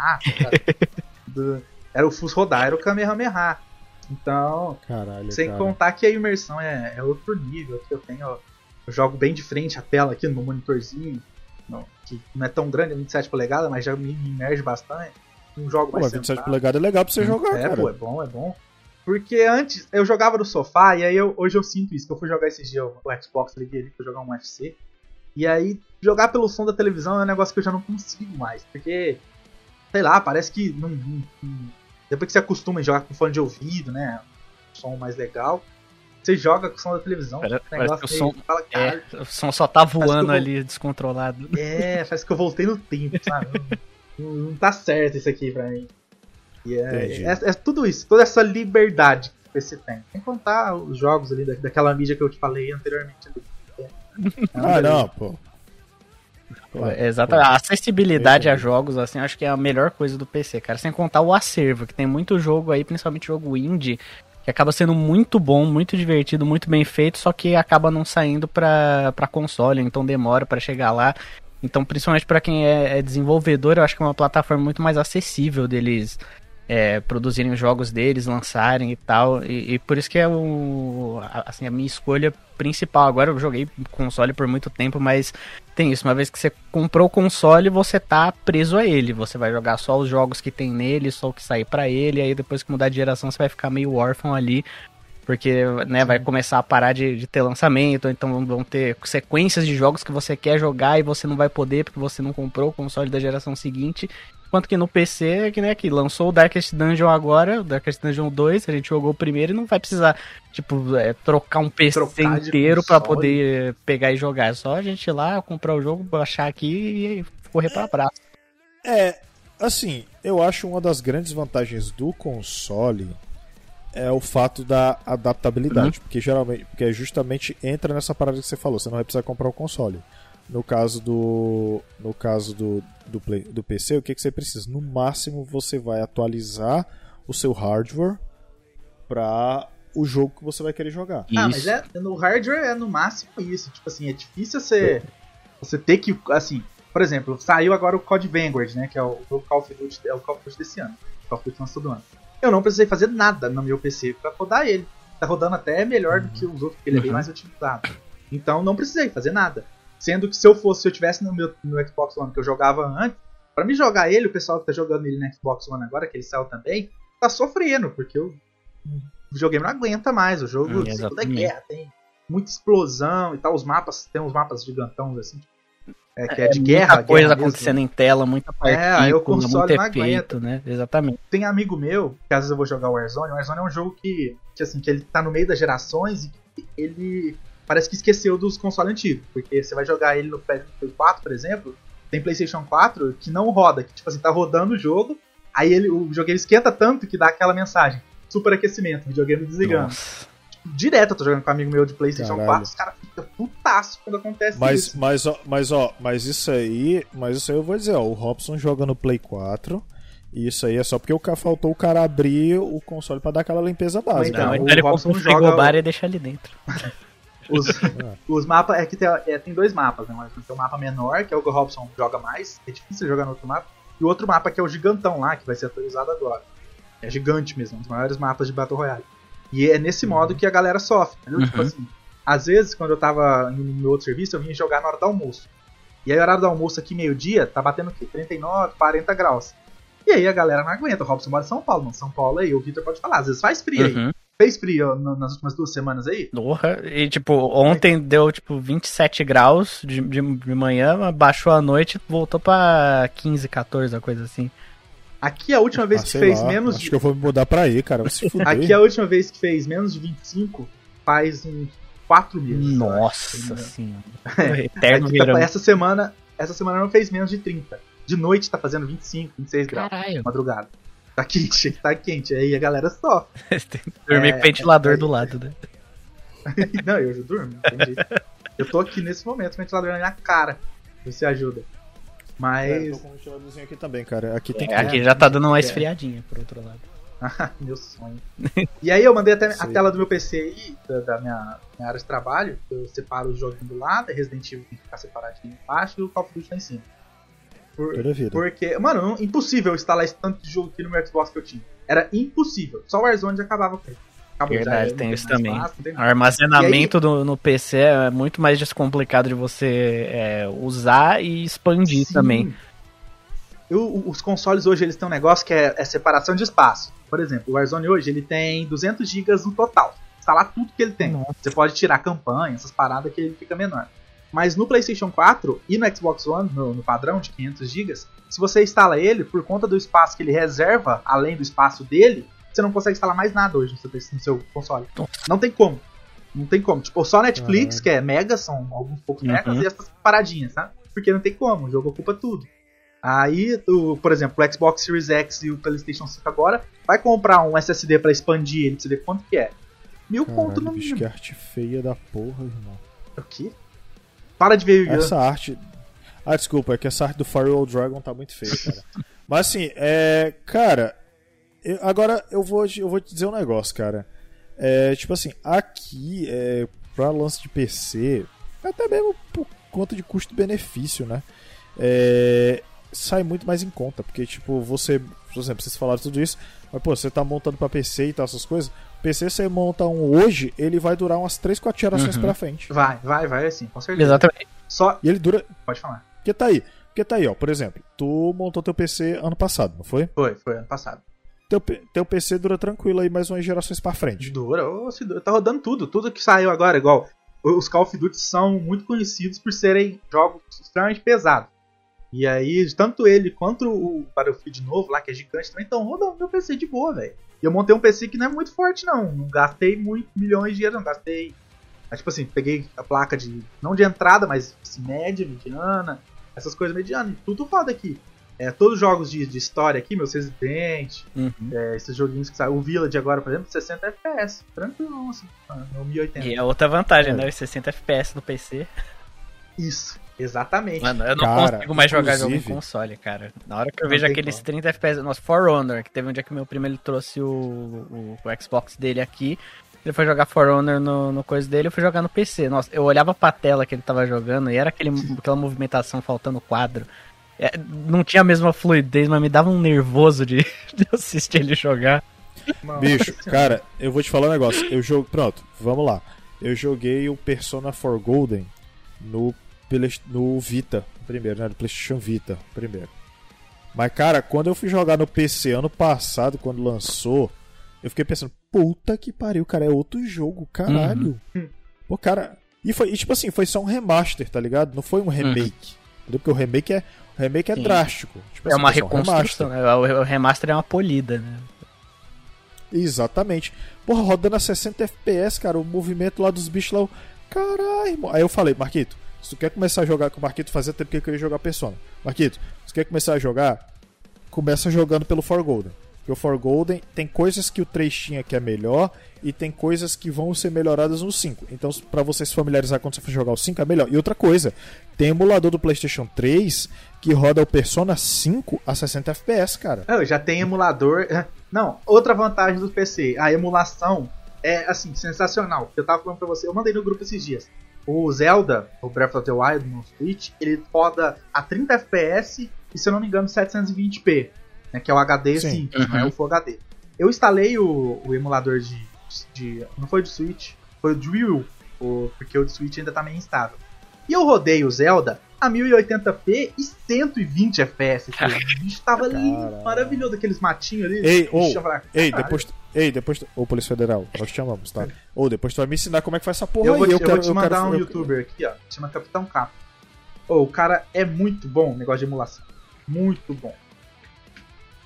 do, era o Fus rodar, era o Kamehameha. Então, Caralho, sem cara. contar que a imersão é, é outro nível, que eu tenho, ó, eu jogo bem de frente a tela aqui no meu monitorzinho, não, que não é tão grande, é vinte e sete polegadas, mas já me, me imerge bastante. Um jogo Pô, mais vinte e sete sentado. polegadas é legal pra você jogar, É, cara. pô, é bom, é bom. Porque antes eu jogava no sofá, e aí eu, hoje eu sinto isso, que eu fui jogar esses dias o Xbox, liguei ali pra jogar um U F C, e aí jogar pelo som da televisão é um negócio que eu já não consigo mais, porque, sei lá, parece que não, não, não, depois que você acostuma a jogar com fone de ouvido, né, um som mais legal, você joga com o som da televisão, Parece, um negócio parece que o meio, som, fala, cara, é, o som só tá que eu voando vou- ali, descontrolado. é, parece que eu voltei no tempo, sabe? não, não, não tá certo isso aqui pra mim. E é, Entendi. é, é tudo isso, toda essa liberdade que o P C tem. Sem contar os jogos ali da, daquela mídia que eu te falei anteriormente. É, Ah, não, pô. Pô, É, exatamente. A acessibilidade Isso. a jogos, assim, acho que é a melhor coisa do P C, cara. Sem contar o acervo, que tem muito jogo aí, principalmente jogo indie, que acaba sendo muito bom, muito divertido, muito bem feito, só que acaba não saindo pra, pra console, então demora pra chegar lá. Então, principalmente pra quem é, é desenvolvedor, eu acho que é uma plataforma muito mais acessível deles é, produzirem os jogos deles, lançarem e tal. E, e por isso que é o, a- assim, a minha escolha principal. Agora eu joguei console por muito tempo, mas tem isso. Uma vez que você comprou o console, você tá preso a ele. Você vai jogar só os jogos que tem nele, só o que sair pra ele. Aí depois que mudar de geração, você vai ficar meio órfão ali. Porque, né, vai começar a parar de, de ter lançamento, ou então vão ter sequências de jogos que você quer jogar e você não vai poder porque você não comprou o console da geração seguinte. Enquanto que no P C, que, né, que lançou o Darkest Dungeon agora, o Darkest Dungeon dois, a gente jogou o primeiro e não vai precisar, tipo, é, trocar um P C Trocar de inteiro pra console. poder pegar e jogar. É só a gente ir lá, comprar o jogo, baixar aqui e correr pra praça. É, assim, eu acho uma das grandes vantagens do console é o fato da adaptabilidade, porque geralmente, porque justamente entra nessa parada que você falou, você não vai precisar comprar o console. No caso do no caso do do, Play, do P C, o que que você precisa? No máximo você vai atualizar o seu hardware para o jogo que você vai querer jogar. Ah, mas é, no hardware é no máximo isso. Tipo assim, é difícil você, você ter que, assim, por exemplo, saiu agora o Code Vanguard, né, que é o, o Call of Duty, é o Call of Duty desse ano. O Call of Duty lançou todo ano. Eu não precisei fazer nada no meu P C pra rodar ele. Tá rodando até melhor do que os outros, porque ele é bem mais otimizado. Então não precisei fazer nada. Sendo que se eu fosse, se eu tivesse no meu no Xbox One que eu jogava antes, pra me jogar ele, o pessoal que tá jogando ele no Xbox One agora, que ele saiu também, tá sofrendo, porque o videogame não aguenta mais. O jogo Hum, tem toda exatamente. guerra, tem muita explosão e tal. Os mapas, tem uns mapas gigantões assim, é, que é, de guerra. Muita coisa guerra acontecendo mesmo. em tela, muita partícula, aí o console muito não efeito, aguenta. né? Exatamente. Tem amigo meu, que às vezes eu vou jogar o Warzone. O Warzone é um jogo que, que, assim, que ele tá no meio das gerações e que ele parece que esqueceu dos consoles antigos. Porque você vai jogar ele no Play quatro, por exemplo, tem PlayStation quatro que não roda, que tipo assim, tá rodando o jogo, aí ele, o videogame esquenta tanto que dá aquela mensagem, superaquecimento, videogame desligando. Nossa. Direto eu tô jogando com um amigo meu de PlayStation Caralho. quatro, os caras ficam putaço quando acontece Mas, isso. mas, ó, mas, ó, mas isso aí, mas isso aí eu vou dizer, ó, o Robson joga no Play quatro, e isso aí é só porque o cara faltou o cara abrir o console pra dar aquela limpeza básica. Então, Não, o então ele Robson compra um joga- frigobar e deixa ali dentro. Os, os mapas, é que tem, é, tem dois mapas, né? Mas tem um mapa menor, que é o que o Robson joga mais, é difícil jogar no outro mapa, e o outro mapa que é o gigantão lá, que vai ser atualizado agora. É gigante mesmo, um dos maiores mapas de Battle Royale. E é nesse modo que a galera sofre, entendeu? Uhum. Tipo assim, às vezes, quando eu tava no meu outro serviço, eu vinha jogar na hora do almoço. E aí, o horário do almoço aqui, meio-dia, tá batendo o quê? trinta e nove, quarenta graus. E aí a galera não aguenta. O Robson mora em São Paulo, não. São Paulo aí, o Victor pode falar. Às vezes faz frio aí. Uhum. Fez frio no- nas últimas duas semanas aí? Porra, e tipo, ontem deu tipo vinte e sete graus de, de, de manhã, baixou à noite, voltou pra quinze, quatorze, uma coisa assim. Aqui a última vez Ah, que sei fez lá, menos acho de... que eu vou me mudar pra aí, cara. Vai se fuder. Aqui a última vez que fez menos de vinte e cinco faz uns quatro meses. Nossa senhora. É. Eterno Aqui tá- verão. essa semana, essa semana não fez menos de trinta. De noite tá fazendo vinte e cinco, vinte e seis graus. Caralho. Madrugada. Tá quente, tá quente. Aí a galera sofre. Tem que dormir É, com o ventilador é, do lado, né? Não, eu já durmo, não tem jeito. Eu tô aqui nesse momento com o ventilador na minha cara. Você ajuda. É, eu Mas. tô com um ventiladorzinho aqui também, cara. Aqui tem É, que aqui já tá dando uma esfriadinha, por outro lado. Ah, meu sonho. E aí eu mandei até a Sei. tela do meu P C aí, da, da minha, minha área de trabalho. Eu separo os joguinhos do lado, Resident Evil tem que ficar separadinho embaixo e o Call of Duty lá em cima. Por- toda a vida. porque, mano, não- impossível instalar esse tanto de jogo aqui no meu Xbox que eu tinha. Era impossível. Só o Warzone já acabava com ele. Acabou, já Verdade, era, tem não isso mais também. espaço, não tem O nada. armazenamento do- no P C é muito mais descomplicado de você é, usar e expandir Sim. também. Eu- os consoles hoje eles têm um negócio que é, é separação de espaço. Por exemplo, o Warzone hoje ele tem duzentos gigas no total. Instalar tudo que ele tem. Nossa. Você pode tirar campanha, essas paradas que ele fica menor. Mas no PlayStation quatro e no Xbox One, no, no padrão de quinhentos gigas, se você instala ele, por conta do espaço que ele reserva, além do espaço dele, você não consegue instalar mais nada hoje no seu, no seu console. Não tem como. Não tem como. Tipo, só Netflix, Uhum. que é mega, são alguns poucos Uhum. megas, e essas paradinhas, sabe? Porque não tem como, o jogo ocupa tudo. Aí, o, por exemplo, o Xbox Series X e o PlayStation cinco agora, vai comprar um S S D pra expandir ele, pra você ver quanto que é. Mil conto Caralho, no bicho, mínimo. que arte feia da porra, irmão. O quê? Para de ver o Essa arte. Ah, desculpa, é que essa arte do Firewall Dragon tá muito feia, cara. Mas assim, é. Cara, eu- agora eu vou, eu vou te dizer um negócio, cara. É, tipo assim, aqui, é, pra lance de P C, até mesmo por conta de custo-benefício, né? É, sai muito mais em conta, porque, tipo, você, por exemplo, vocês falaram tudo isso, mas, pô, você tá montando pra P C e tal, essas coisas. P C, você monta um hoje, ele vai durar umas três, quatro gerações Uhum. pra frente. Vai, vai, vai assim, com certeza. Exatamente. Só. E ele dura. Pode falar. Porque tá aí. Porque tá aí, ó. Por exemplo, tu montou teu P C ano passado, não foi? Foi, foi ano passado. Teu, P- teu P C dura tranquilo aí mais umas gerações pra frente. Dura, ô, se dura, tá rodando tudo. Tudo que saiu agora, igual. Os Call of Duty são muito conhecidos por serem jogos extremamente pesados. E aí, tanto ele quanto o Battlefield novo lá, que é gigante, também estão rodando meu P C de boa, velho. E eu montei um P C que não é muito forte, não. Não gastei muito milhões de dinheiro, não. Gastei. Mas, tipo assim, peguei a placa de. Não de entrada, mas assim, média, mediana. Essas coisas medianas. Tudo roda aqui. É, todos os jogos de, de história aqui, meus Resident, Uhum. é, esses joguinhos que saem. O Village agora, por exemplo, sessenta F P S. Tranquilo, assim. No mil e oitenta. E é outra vantagem, É. né? Os sessenta F P S no P C. Isso, exatamente. Mano, eu não Cara, consigo mais jogar jogo em inclusive- console, cara. Na hora que eu Não vejo tem aqueles como. trinta F P S. Nossa, For Honor, que teve um dia que meu primo ele trouxe o, o, o Xbox dele aqui. Ele foi jogar For Honor no, no coisa dele, eu fui jogar no P C. Nossa, eu olhava pra tela que ele tava jogando e era aquele, aquela movimentação faltando quadro. É, não tinha a mesma fluidez, mas me dava um nervoso de, de assistir ele jogar. Nossa Bicho, Senhora. cara, eu vou te falar um negócio. Eu jogo. Pronto, vamos lá. Eu joguei o Persona quatro Golden no, Play- no Vita primeiro, né? No PlayStation Vita primeiro. Mas, cara, quando eu fui jogar no P C ano passado, quando lançou, eu fiquei pensando, puta que pariu, cara, é outro jogo, caralho. Pô, cara. E foi, e, tipo assim, foi só um remaster, tá ligado? Não foi um remake. Entendeu? Porque o remake é, o remake é Sim. drástico. Tipo É assim, uma foi só um reconstrução, remaster. né? O, o remaster é uma polida, né? Exatamente. Porra, rodando a sessenta F P S, cara, o movimento lá dos bichos lá, eu... caralho, irmão. Aí eu falei, Marquito, se tu quer começar a jogar com o Marquito, fazia tempo que eu queria jogar Persona. Marquito, se tu quer começar a jogar, começa jogando pelo For Golden. Porque o For Golden tem coisas que o três tinha que é melhor e tem coisas que vão ser melhoradas no cinco. Então, pra você se familiarizar quando você for jogar o cinco, é melhor. E outra coisa, tem emulador do PlayStation três que roda o Persona cinco a sessenta F P S, cara. Ah, já tem emulador. Não, outra vantagem do P C, a emulação é assim, sensacional. Eu tava falando pra você, eu mandei no grupo esses dias. O Zelda, o Breath of the Wild no Switch, ele roda a trinta F P S e, se eu não me engano, setecentos e vinte p, né, que é o H D Sim. simples, não é o Full H D. Eu instalei o, o emulador de, de. Não foi do Switch, foi o de Wii U, o, porque o de Switch ainda tá meio instável. E eu rodei o Zelda a mil e oitenta p e cento e vinte F P S. O bicho tava lindo, Caralho. maravilhoso, aqueles matinhos ali. Ei, Bicho, ô, eu falei, Ei, caralho. depois, ei, depois, ô Polícia Federal, nós te chamamos, tá? Ou depois tu vai me ensinar como é que faz essa porra Eu aí. vou te, eu quero, vou te mandar quero- um eu- youtuber aqui, ó. Chama Capitão Capo. Ô, o cara é muito bom no negócio de emulação. Muito bom.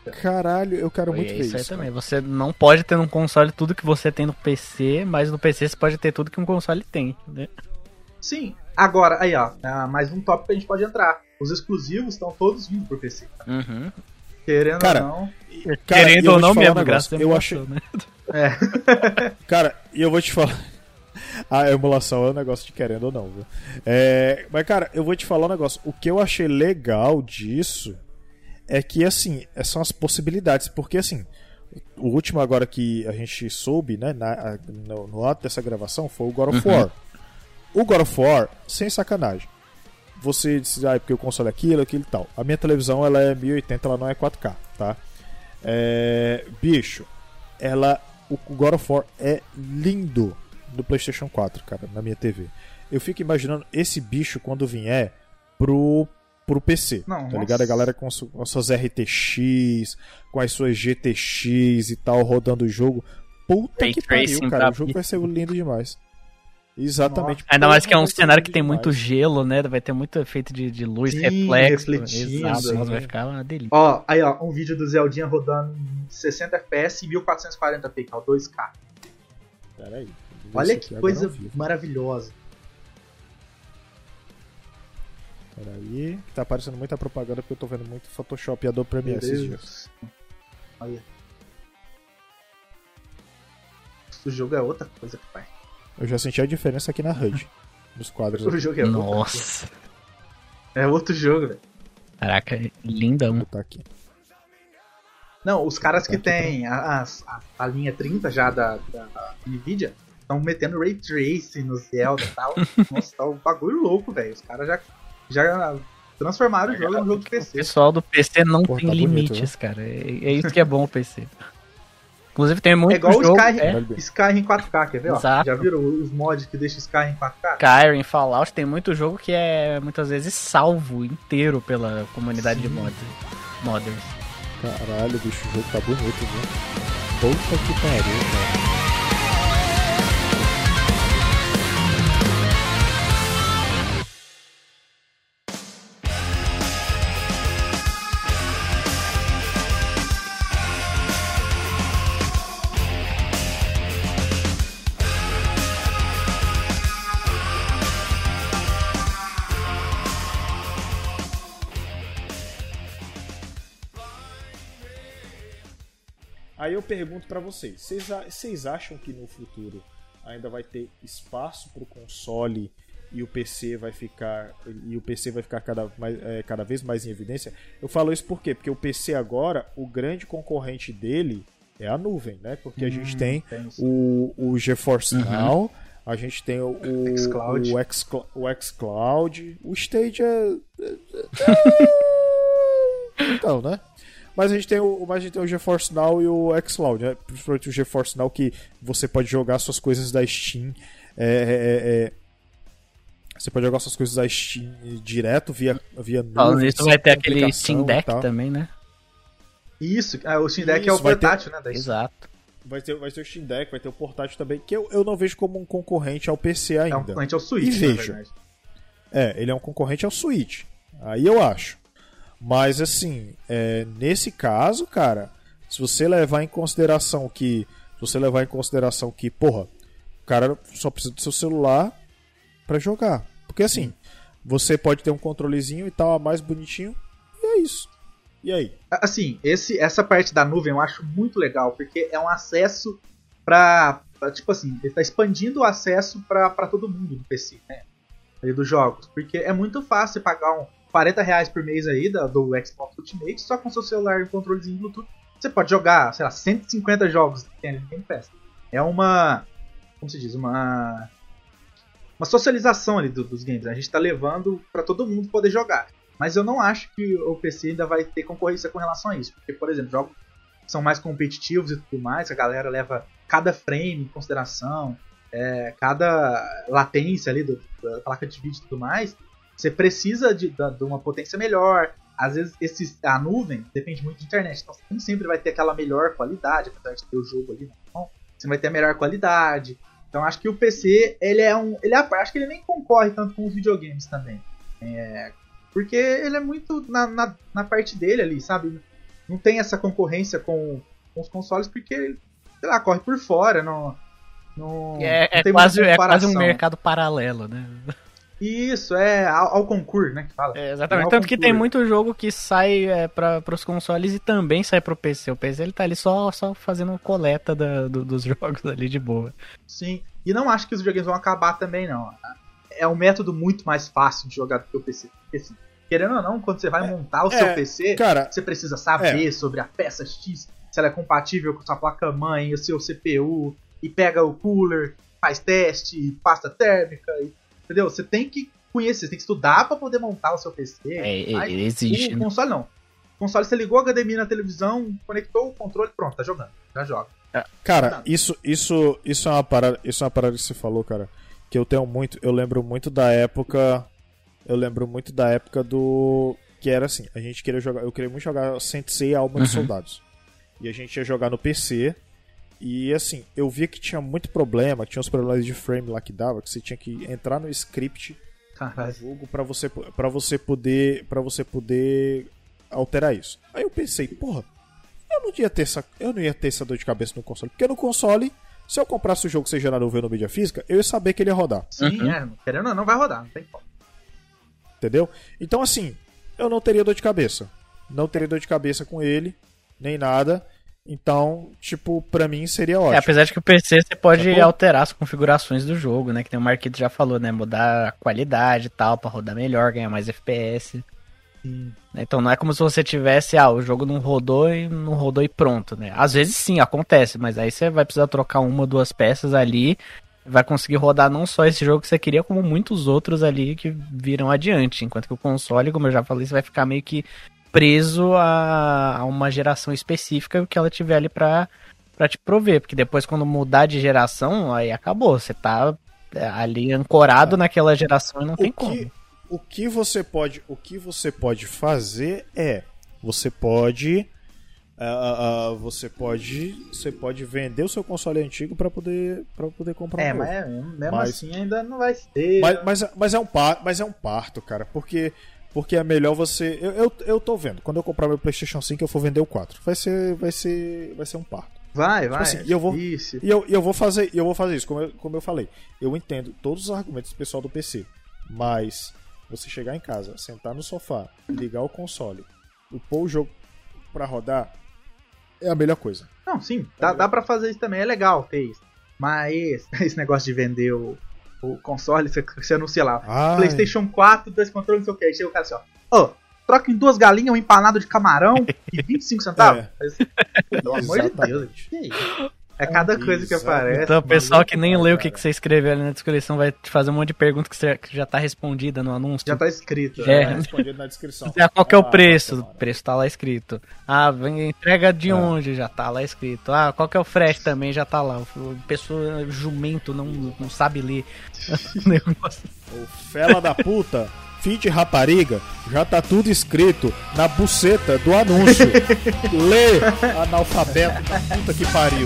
Caralho, eu quero Foi muito ver isso aí isso. também. Você não pode ter no console tudo que você tem no P C, mas no P C você pode ter tudo que um console tem, né? Sim. Agora, aí ó, ah, mais um tópico que a gente pode entrar. Os exclusivos estão todos vindo pro P C. Uhum. Querendo Cara, ou não. Cara, Querendo eu ou vou não te falar mesmo, um graças negócio. a Eu emulação, acho- né? É. Cara, e eu vou te falar. A emulação é um negócio de querendo ou não, viu? É, mas, cara, eu vou te falar um negócio. O que eu achei legal disso é que, assim, são as possibilidades. Porque, assim, o último agora que a gente soube, né, na- no, no ato dessa gravação, foi o God of Uhum. War. O God of War, sem sacanagem. Você diz, ah, é porque o console é aquilo, aquilo e tal. A minha televisão, ela é mil e oitenta, ela não é quatro K, tá? É, bicho, ela, o God of War é lindo no PlayStation quatro, cara, na minha T V. Eu fico imaginando esse bicho quando vier pro, pro P C, Não, tá nossa. ligado? A galera com, su- com as suas R T X, com as suas G T X e tal, rodando o jogo. Puta Ray que pariu, tracing cara. pra O jogo mim. vai ser lindo demais. Exatamente. Ainda mais que é um Porra, vai ser cenário lindo que tem muito demais. gelo, né? Vai ter muito efeito de, de luz, Sim, reflexo. refletindo, Exato, sim. nossa, vai ficar uma delícia. Ó, aí ó, um vídeo do Zeldinha rodando em sessenta F P S e mil quatrocentos e quarenta p, que é o dois K. Pera aí. Olha Isso que aqui coisa agora ao vivo. maravilhosa. Peraí, que tá aparecendo muita propaganda porque eu tô vendo muito Photoshop e Adobe Premiere Meu esses Deus. dias. Olha. O jogo é outra coisa que faz. Eu já senti a diferença aqui na H U D, nos quadros. O jogo é outra coisa. Nossa. É outro jogo, velho. Caraca, lindão. Vou botar aqui. Não, os caras que Tá aqui tem a, a, a linha trinta já da, da Nvidia estão metendo Ray Tracing no Zelda e tal. Nossa, tá um bagulho louco, velho. Os caras já, já transformaram o jogo num jogo de P O C. pessoal do P C não Pô, tem tá bonito, limites, cara. É, é isso que é bom o P C. Inclusive tem muito É igual o jogo, Skyrim, é, Skyrim em quatro K, quer ver? Ó? Exato. Já viram os mods que deixam Skyrim em quatro K? Skyrim, Fallout, tem muito jogo que é muitas vezes salvo inteiro pela comunidade de mods, modders. Caralho, bicho, o jogo tá bonito, viu? Puta que pariu, cara. Aí eu pergunto pra vocês, vocês, a- vocês acham que no futuro ainda vai ter espaço pro console e o P C vai ficar e o P C vai ficar cada, mais, é, cada vez mais em evidência? Eu falo isso por quê? Porque o P C agora, o grande concorrente dele é a nuvem, né? Porque a gente tem tem sim. o, o GeForce Uhum. Now, a gente tem o, o, xCloud. o, xCl- o xCloud, o Stage é... Então, né? Mas a gente tem o, mas a gente tem o GeForce Now e o xCloud, né? Principalmente o GeForce Now, que você pode jogar suas coisas da Steam. É, é, é, você pode jogar suas coisas da Steam direto via, via Falando nuvem. nisso, sem vai ter aquele complicação Steam e Deck tal. também, né? Isso, ah, o Steam Deck é o Isso, vai ter- portátil, né? Da Exato. Vai ter, vai ter o Steam Deck, vai ter o portátil também, que eu, eu não vejo como um concorrente ao P C ainda. É um concorrente ao Switch, E na vejo. verdade. É, ele é um concorrente ao Switch. Aí eu acho. Mas assim, é, nesse caso, cara, se você levar em consideração que. Se você levar em consideração que, porra, o cara só precisa do seu celular pra jogar. Porque assim, você pode ter um controlezinho e tal, mais bonitinho, e é isso. E aí? Assim, esse, essa parte da nuvem eu acho muito legal, porque é um acesso pra. pra, tipo assim, ele tá expandindo o acesso pra, pra todo mundo do P C, né? Ali dos jogos. Porque é muito fácil você pagar um quarenta reais por mês aí da, do Xbox Ultimate, só com seu celular e um controlezinho Bluetooth. Você pode jogar, sei lá, cento e cinquenta jogos que tem ali no Game Pass. É uma. Como se diz? Uma. Uma socialização ali do, dos games. A gente tá levando pra todo mundo poder jogar. Mas eu não acho que o P C ainda vai ter concorrência com relação a isso. Porque, por exemplo, jogos que são mais competitivos e tudo mais, a galera leva cada frame em consideração, é, cada latência ali do, da placa de vídeo e tudo mais. Você precisa de, de, de uma potência melhor. Às vezes esse, a nuvem depende muito de internet. Então você nem sempre vai ter aquela melhor qualidade, apesar de ter o jogo ali. Não, você vai ter a melhor qualidade. Então acho que o P C, ele é um. Ele é, acho que ele nem concorre tanto com os videogames também. É, porque ele é muito na, na, na parte dele ali, sabe? não tem essa concorrência com, com os consoles porque, sei lá, corre por fora, não, não, É, não é, tem quase, muita é quase um comparação. mercado paralelo, né? Isso, é ao, ao concurso, né, que fala. É, exatamente. Ao Tanto que tem concurso. muito jogo que sai é, para os consoles e também sai pro P C. O P C ele tá ali só, só fazendo coleta da, do- dos jogos ali de boa. Sim, e não acho que os videogames vão acabar também, não. É um método muito mais fácil de jogar do que o P C. Porque, assim, querendo ou não, quando você vai montar o seu é, P C, cara, você precisa saber sobre a peça X, se ela é compatível com sua placa-mãe, o seu C P U, e pega o cooler, faz teste, pasta térmica, e- entendeu? Você tem que conhecer, você tem que estudar pra poder montar o seu P C. É, é, Mas existe, O né? console não. O console você ligou o H D M I na televisão, conectou o controle, pronto, tá jogando. Já joga. Cara, isso, isso, isso, é uma parada, isso é uma parada que você falou, cara, que eu tenho muito, eu lembro muito da época, eu lembro muito da época do, que era assim, a gente queria jogar, eu queria muito jogar Sensei Alma de Uhum. Soldados, e a gente ia jogar no P C, e assim, eu via que tinha muito problema, que tinha uns problemas de frame lá que dava, que você tinha que entrar no script do Caralho. jogo pra você, pra você poder, para você poder alterar isso. Aí eu pensei, porra, eu não ia ter essa, eu não ia ter essa dor de cabeça no console, porque no console, se eu comprasse o jogo seja na nuvem ou no mídia física, eu ia saber que ele ia rodar, Sim, Uhum. é, querendo ou não, vai rodar, não tem como. entendeu? Então assim, eu não teria dor de cabeça, não teria dor de cabeça com ele, nem nada. Então, tipo, pra mim seria É, ótimo. apesar de que o P C você pode Sacou? alterar as configurações do jogo, né? Que tem o Marquito já falou, né? Mudar a qualidade e tal, pra rodar melhor, ganhar mais F P S. Sim. Então não é como se você tivesse, ah, o jogo não rodou e não rodou e pronto, né? Às vezes sim, acontece, mas aí você vai precisar trocar uma ou duas peças ali, vai conseguir rodar não só esse jogo que você queria, como muitos outros ali que viram adiante. Enquanto que o console, como eu já falei, você vai ficar meio que preso a, a uma geração específica que ela tiver ali pra, pra te prover. Porque depois quando mudar de geração, aí acabou. Você tá é, ali ancorado naquela geração e não o tem que, como. o que você pode, o que você pode fazer é, você pode, ah, ah, ah, você pode, você pode vender o seu console antigo pra poder, para poder comprar um É, novo. mas é, mesmo Mas- assim ainda não vai ser. Mas, mas, mas é um par, mas é um parto, cara, porque porque é melhor você, eu, eu, eu tô vendo, quando eu comprar meu PlayStation cinco eu for vender o quatro. Vai ser vai ser vai ser um parto. Vai, vai. assim, e eu vou- Isso. E eu, e eu vou fazer, e eu vou fazer isso, como eu, como eu falei. Eu entendo todos os argumentos do pessoal do P C, mas você chegar em casa, sentar no sofá, ligar o console e pôr o jogo pra rodar é a melhor coisa. Não, sim, dá, dá pra fazer isso também, é legal ter isso. Mas esse negócio de vender o, o console, você, você anuncia lá, Ai. PlayStation quatro, dois controles, não sei o que, aí chega o cara assim, ó, ô, troca em duas galinhas um empanado de camarão e vinte e cinco centavos. É. Pelo amor de Deus, Exatamente. que isso? É cada coisa que Exato. aparece. Então o pessoal que nem cara, leu o que, cara. que você escreveu ali na descrição vai te fazer um monte de perguntas que, você- que já tá respondida no anúncio. Já tá escrito. É. Tá respondido na descrição. Ah, qual que é o Ah, preço? tomara. O preço tá lá escrito. Ah, vem entrega de É. onde? Já tá lá escrito. Ah, qual que é o frete também? Já tá lá. O pessoa jumento não, não sabe ler o negócio. O fela da puta, fim de rapariga, já tá tudo escrito na buceta do anúncio. Lê, analfabeto da puta que pariu.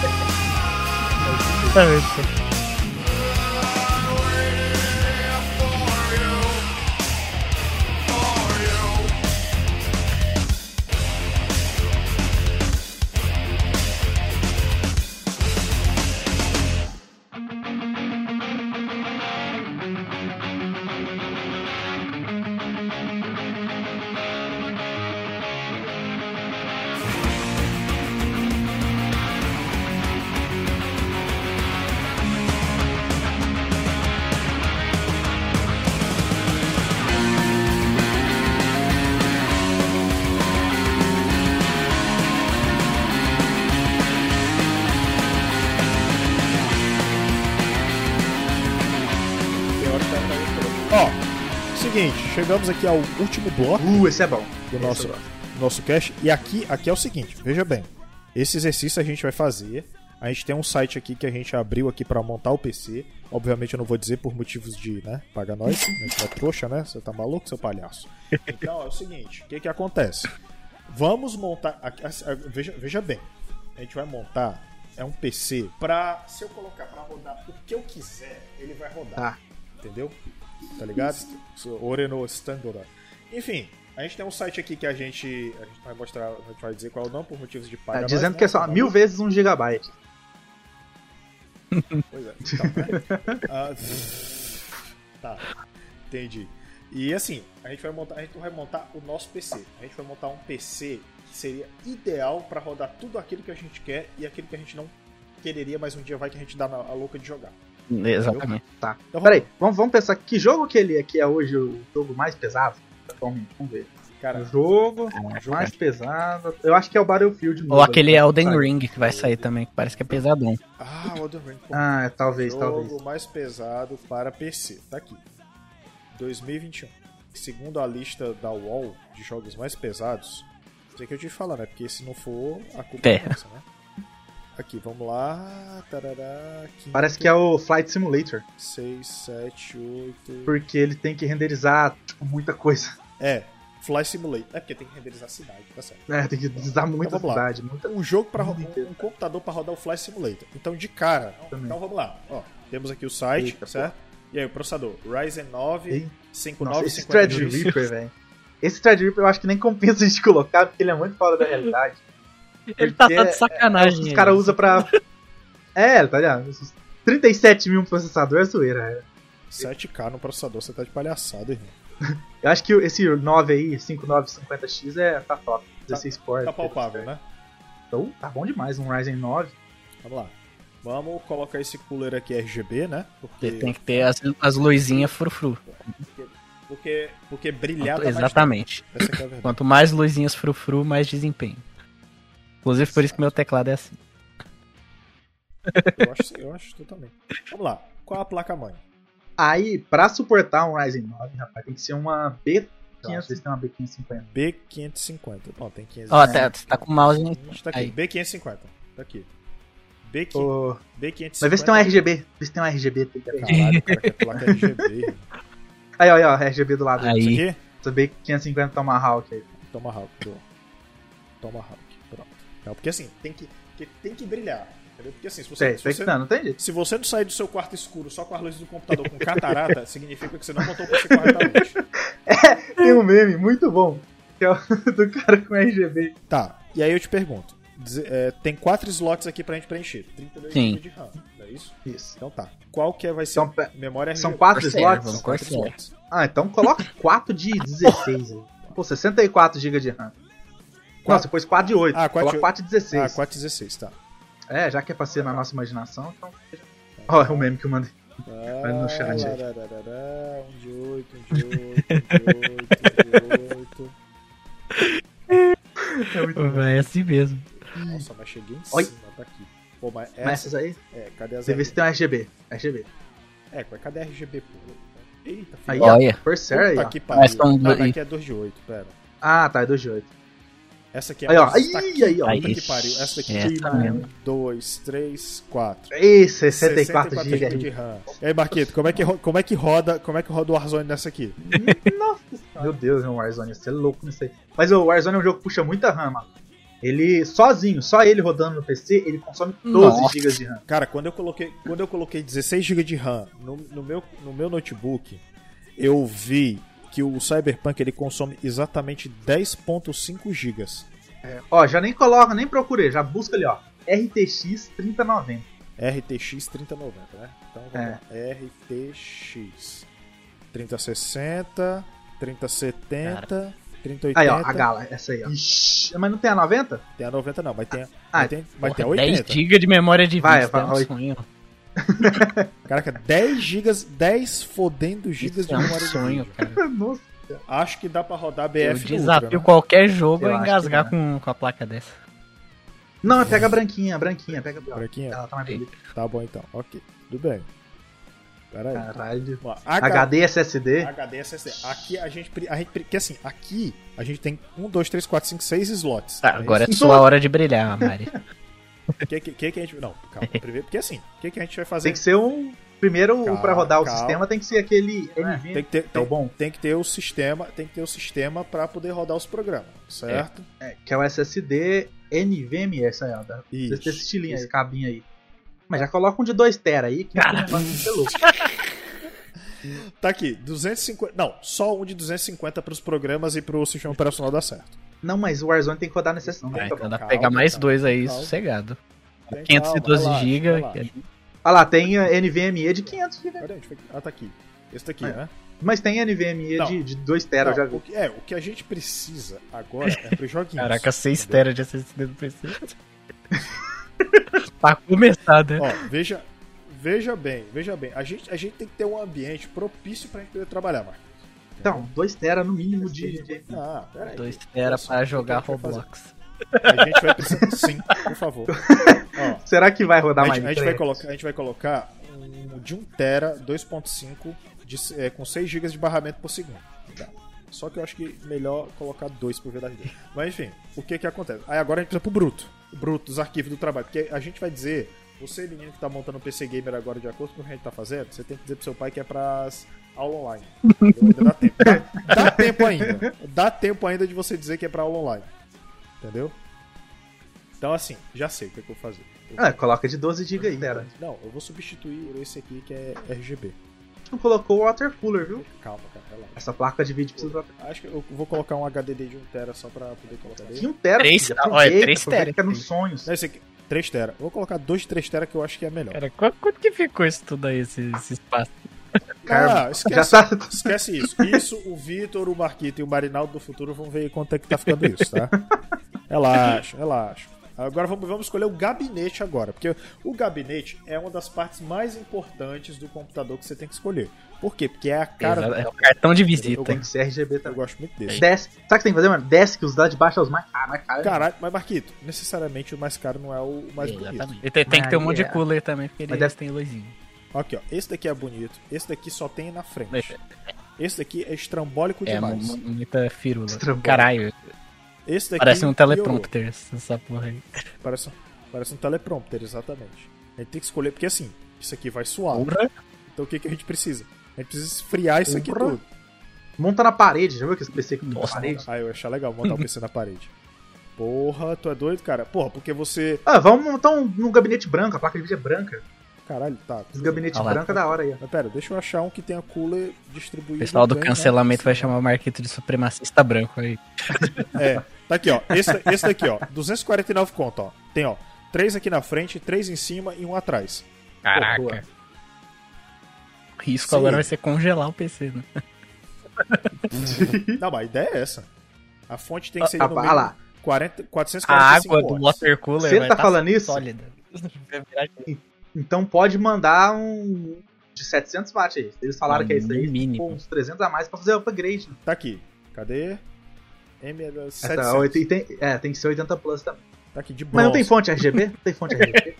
Ó, seguinte, chegamos aqui ao último bloco Uh, esse é bom. do Esse nosso, eu gosto. nosso cast. E aqui, aqui é o seguinte, veja bem. Esse exercício a gente vai fazer. A gente tem um site aqui que a gente abriu aqui pra montar o P C. Obviamente eu não vou dizer por motivos de, né, paga nós. A gente é trouxa, né? Você tá maluco, seu palhaço? Então é o seguinte, o que que acontece? Vamos montar... aqui- assim, Veja, veja bem. A gente vai montar é um P C pra... Se eu colocar pra rodar o que eu quiser, ele vai rodar. Tá. Entendeu? Tá ligado? Oreno Standard. Enfim, A gente tem um site aqui que a gente, a gente vai mostrar, a gente vai dizer qual é o nome por motivos de Tá pagar. dizendo nós, que é né? só mil vezes um gigabyte. Pois é. Então, né? Ah, tá. Entendi. E assim, a gente vai montar, a gente vai montar o nosso P C. A gente vai montar um P C que seria ideal pra rodar tudo aquilo que a gente quer e aquilo que a gente não quereria, mas um dia vai que a gente dá na a louca de jogar. Exatamente. Tá. Então, Peraí, vamos, vamos pensar que jogo que ele é, que é hoje o jogo mais pesado? Vamos, vamos ver. Cara, O jogo mais pesado. Eu acho que é o Battlefield novo. Ou aquele Elden Sabe? Ring que vai sair também, que parece que é pesadão. ah, o Elden Ring. pô. Ah, talvez, Jogo talvez. mais pesado para P C. Tá aqui. dois mil e vinte e um. Segundo a lista da U O L de jogos mais pesados, isso aqui eu te falar, né? Porque se não for, a culpa é É. nossa, né? Aqui, vamos lá. Tarará, quinto, Parece que é o Flight Simulator. seis, sete, oito. Porque ele tem que renderizar, tipo, muita coisa. É, Fly Simulator. É porque tem que renderizar a cidade, tá certo. É, tem que renderizar muita Então vamos lá. cidade. Muita... Um jogo para Mundo rodar, inteiro. um computador para rodar o Fly Simulator. Então, de cara, Também. então vamos lá. Ó, temos aqui o site, Eita, certo? E aí, o processador Ryzen nove Ei. cinquenta e Nossa, nove esse cinquenta Threadripper, velho. Esse Threadripper eu acho que nem compensa a gente colocar, porque ele é muito fora da realidade. Ele tá Porque só de sacanagem. Os aí. caras usam pra... É, tá ligado? Esses trinta e sete mil processador é zoeira, é. sete K no processador, você tá de palhaçada, irmão. Eu acho que esse nove aí, cinquenta e nove cinquenta X, é, tá top. dezesseis cores. Tá palpável, né? Então, tá bom demais, um Ryzen nove. Vamos lá. Vamos colocar esse cooler aqui R G B, né? Porque, Tem que ter as, as luzinhas frufru. porque, porque brilhar dá mais Exatamente. tempo. Essa que é a verdade. Quanto mais luzinhas frufru, mais desempenho. Inclusive por isso que meu teclado é assim. Eu acho, eu acho totalmente. Vamos lá. Qual a placa-mãe? Aí, pra suportar um Ryzen nove, rapaz, tem que ser uma B quinhentos. Vocês têm uma B quinhentos e cinquenta. B quinhentos e cinquenta. Ó, tem quinhentos e Ó, cinquenta. tá, tá com o mouse. Tá aqui. Aí. B quinhentos e cinquenta. Tá aqui. B quinhentos, Ô, B quinhentos e cinquenta. Mas vê se tem um R G B. Vê se tem um R G B. Tem que... Caralho, o cara quer placa R G B. irmão. Aí, ó, aí, ó, R G B do lado. Aí. Isso aqui? Essa B quinhentos e cinquenta Tomahawk aí. Tomahawk. Pronto. Tomahawk. Pronto. Não, porque assim, tem que, que- tem que brilhar. Entendeu? Porque assim, se você, Tem, se tem você que não, não tem jeito. Se você não sair do seu quarto escuro só com as luzes do computador com catarata, significa que você não montou o P C corretamente. Tem um meme muito bom, que é o do cara com R G B. Tá, e aí eu te pergunto. dize- é, tem quatro slots aqui pra gente preencher. trinta e dois Sim. GB de RAM, não é isso? Isso. Então tá. Qual que é- vai ser São pe- a memória R G B? São quatro Corsair, slots? vamos São quatro Corsair. slots. Ah, então coloca quatro de dezesseis aí. Pô, sessenta e quatro gigas de RAM. Não, Quatro- você pôs quatro de oito. Ah, quatro Coloca de- quatro de Ah, dezesseis. quatro de dezesseis, tá. É, já que é pra ser na nossa imaginação, então... Ó, é o meme que eu mandei. Vai no chat aí. Larararará, um de oito, um de oito, um de oito, um de oito. Vai assim mesmo. Nossa, mas cheguei em Oi. cima, tá aqui. Pô, mas Mas essa... essas aí, É, cadê as você vê se tem um R G B. R G B. É, cadê a R G B, pô? Eita, Aí, filho. ó, Olha. Corsair aí, Puta ó. que Mas pariu. são Não, dois- aqui é dois de oito, pera. Ah, tá, é dois de oito. Essa aqui é Aí, ó. essa Aí, tá aqui. aí, ó. Aí. Puta que pariu. Essa daqui. É, tá mesmo. dois, três, quatro. Ei, sessenta e quatro gigas de RAM. E aí, Marquito, como é que, ro- como é que roda, como é que roda o Warzone nessa aqui? Meu Deus, é um Warzone, você é louco nisso aí. Mas o Warzone é um jogo que puxa muita RAM, mano. Ele, sozinho, só ele rodando no P C, ele consome doze Nossa. gigas de RAM. Cara, quando eu coloquei, quando eu coloquei dezesseis gigas de RAM no, no meu, no meu notebook, eu vi que o Cyberpunk ele consome exatamente dez vírgula cinco gigas. Ó, já nem coloca, nem procurei, já busca ali, ó. R T X trinta noventa. R T X trinta noventa, né? Então vamos É. lá. R T X trinta sessenta, trinta setenta, trinta oitenta. Aí, ó, a gala, essa aí, ó. Ixi, mas não tem a noventa? Tem a noventa não, mas tem a, Ah, mas tem, mas tem a dez oitenta. gigas de memória de Vai, vídeo, vai, é um vai. sonho. Caraca, dez gigas, dez fodendo gigas Isso de é um memória de sonho, vídeo. cara. Nossa. Acho que dá pra rodar B Eu F no desafio Ultra, né? qualquer jogo Eu a acho engasgar que com, com a placa dessa. Não, mas pega a branquinha, a branquinha, pega a branquinha. Branquinha? Ela tá mais bonita. Tá bom então, ok. Tudo bem. Pera aí. Caralho. Ó, H D S S D? H D S S D. Aqui a gente, pre- a gente. pre- Que assim, aqui a gente tem um, dois, três, quatro, cinco, seis slots. Tá, agora é isso? sua hora de brilhar, Mari. O que, que, que que a gente. Não, calma. Primeiro, porque assim, o que, que a gente vai fazer? Tem que ser um... Primeiro, Calma, pra rodar o calma. sistema, tem que ser aquele N V. Tem que ter, É o tem, bom. tem que ter o sistema, tem que ter o sistema para poder rodar os programas, certo? É, que é o S S D N V M E, essa aí, ó. da- Isso. Desse estilinho, esse cabinho aí. Mas já coloca um de dois tera aí, que Cara. o negócio vai ser louco. Tá aqui, duzentos e cinquenta. Não, só um de duzentos e cinquenta pros programas e pro sistema operacional dar certo. Não, mas o Warzone tem que rodar nessa sessão. Vai, Tá então dá pra calma, pegar mais calma, dois aí, calma. sossegado. Tem quinhentos e doze calma, gigas. relaxa, relaxa. Olha lá, tem a N V M E de quinhentos gigas. Pera aí, deixa eu ver aqui. Ah, tá aqui. Esse daqui, É. né? Mas tem N V M E Não. de, de dois tera, eu já Não, vi. o que, é, o que a gente precisa agora é pros joguinhos. Caraca, seis entendeu? tera de S S D do P C. Pra começar, né? Ó, veja, veja bem, veja bem. A gente, a gente tem que ter um ambiente propício pra gente poder trabalhar, Marcos. Então, dois tera no mínimo de... de... Ah, pera aí. dois tera Olha só, pra o que jogar que a gente vai Roblox. A gente vai precisar. Sim, por favor. Ó, Será que vai rodar a, mais gente, a, gente de vai três? colocar, a gente vai colocar um de um tera dois ponto cinco de, é, com seis gigas de barramento por segundo. Tá. Só que eu acho que melhor colocar dois por verdade dele. Mas enfim, o que que acontece? Aí agora a gente precisa pro bruto. O bruto, os arquivos do trabalho. Porque a gente vai dizer, você menino que tá montando um P C Gamer agora de acordo com o que a gente tá fazendo, você tem que dizer pro seu pai que é pras aula online. Entendeu? Dá tempo. Dá, dá tempo ainda. Dá tempo ainda de você dizer que é pra aula online. Entendeu? Então assim, já sei o que, é que eu vou fazer. Eu Ah, coloca de doze gigas aí, tera. Não, eu vou substituir esse aqui que é R G B. Não colocou o water cooler, viu? Calma, cara, relaxa. Essa placa de vídeo precisa... Acho que eu vou colocar um H D D de um tera só pra poder colocar De dele. um tera, Três- filho, olha, aproveita, três tera. aproveita que é nos sonhos. Não, esse aqui, três tera. Eu vou colocar dois de três tera que eu acho que é melhor. Cara, qu- quanto que ficou isso tudo aí, esse, esse espaço? Ah, esquece, Já tá... esquece isso. Isso, o Vitor, o Marquito e o Marinaldo do futuro vão ver quanto é que tá ficando isso, tá? Relaxa, relaxa. Agora vamos, vamos escolher o gabinete agora, porque o gabinete é uma das partes mais importantes do computador que você tem que escolher. Por quê? Porque é a cara... É o cartão de Eu visita. Tem que ser R G B Eu também. gosto muito desse. Desce. Sabe o que tem que fazer, mano? Desce que os dados de baixo é os mais caros. Mais caros. Caralho, mas Marquito, necessariamente o mais caro não é o mais bonito. Exatamente. E tem, tem que ter um Aí monte de é. cooler também, porque Mas eles deve- têm luzinha. Aqui, ó. Esse daqui é bonito. Esse daqui só tem na frente. Deixa. Esse daqui é estrambólico É, demais. mu- muita firula. Estrambólico. Caralho, Esse daqui parece um piorou. teleprompter essa porra aí. Parece, um- parece um teleprompter, exatamente. A gente tem que escolher, porque assim, isso aqui vai suar. Porra. Então o que, que a gente precisa? A gente precisa esfriar isso aqui Porra. tudo. Monta na parede. Já viu que esse P C que monta na Nossa, parede? Ah, eu ia achar legal montar o P C na parede. Porra, tu é doido, cara? Porra, porque você... Ah, vamos montar um, um gabinete branco. A placa de vídeo é branca. Caralho, tá. Esse gabinete Ah lá. branco é da hora aí, ó. Mas pera, deixa eu achar um que tenha cooler O distribuído. pessoal do bem, cancelamento né? vai chamar o Marquito de supremacista branco aí. É, tá aqui, ó. Esse, esse daqui, ó. duzentos e quarenta e nove conto, ó. Tem, ó. Três aqui na frente, três em cima e um atrás. Caraca. Boa. O risco Sim. agora vai ser congelar o P C, né? Não, mas a ideia é essa. A fonte tem que ser Ah, no ah mínimo lá. quarenta, quatrocentos e A quarenta e cinco água do watts. water cooler Se ele vai tá tá falando isso- sólida. Então pode mandar um de setecentos watts aí. Eles falaram Ah, que é isso no aí. mínimo. Com uns trezentos a mais pra fazer o upgrade. Né? Tá aqui. Cadê? M era Essa, setecentos. oito- e tem, é, tem que ser oitenta plus também. Tá aqui de bronze. Mas não tem fonte R G B? Não tem fonte R G B?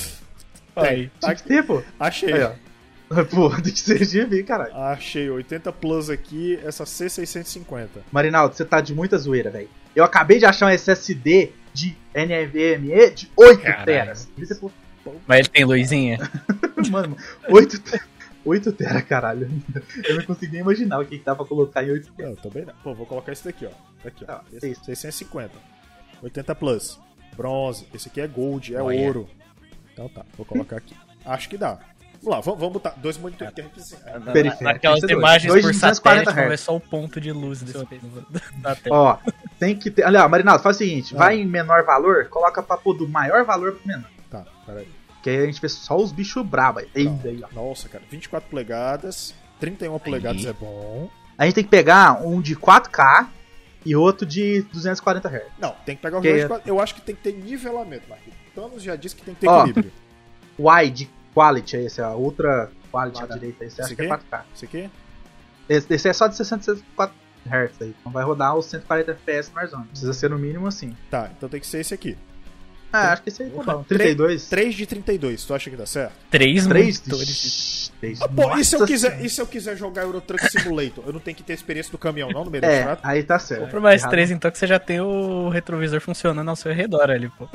Aí. Tinha que ter, pô. Achei. Aí, ó. Pô, tem que ser R G B, caralho. Achei. oitenta plus aqui, essa C seiscentos e cinquenta. Marinaldo, você tá de muita zoeira, velho. Eu acabei de achar um S S D de N V M E de oito Caralho. teras. Isso é por- Mas ele tem luzinha? Mano, oito te- oito teras, caralho. Eu não consegui nem imaginar o que, que dá pra colocar em oito teras. Não, também não. Pô, vou colocar esse daqui, ó. Tá aqui, ó. Ah, Esse, isso. seiscentos e cinquenta. oitenta plus. Bronze. Esse aqui é gold, é Olha. ouro. Então tá, vou colocar aqui. Acho que dá. Vamos lá, vamos, vamos botar dois monitores que a gente precisa. Periférico, Naquelas tem que ser dois. imagens Dois por de duzentos e quarenta satélite, vai ver hertz. só o ponto de luz desse da tela. Ó, tem que ter. Olha, Marinaldo, faz o seguinte: Ah. vai em menor valor, coloca pra pôr do maior valor pro menor. Tá, peraí. Que aí a gente vê só os bichos brabos aí. Eita, aí, ó. Nossa, cara, vinte e quatro polegadas, trinta e uma polegadas é bom. A gente tem que pegar um de quatro K e outro de duzentos e quarenta hertz. Não, tem que pegar os Que dois. é- de quatro. Eu acho que tem que ter nivelamento, Marquinhos. Thanos já disse que tem que ter Ó, equilíbrio. Wide Quality, esse é a Ultra Quality à direita. Esse Esse acho que é aqui? quatro K. Esse aqui? Esse, esse é só de sessenta e quatro hertz aí. Então vai rodar os cento e quarenta F P S mais ou menos. Precisa ser no mínimo assim. Tá, então tem que ser esse aqui. Ah, acho que esse aí tá Opa, bom. trinta e dois. três de trinta e dois, tu acha que dá certo? Três três monitores. três. Ah, pô, e se, eu Nossa quiser, Senhora. e se eu quiser jogar Euro Truck Simulator? Eu não tenho que ter experiência do caminhão, não, no meio da É, estrada? aí tá certo. Compra mais Errado. três, então, que você já tem o retrovisor funcionando ao seu redor ali, pô.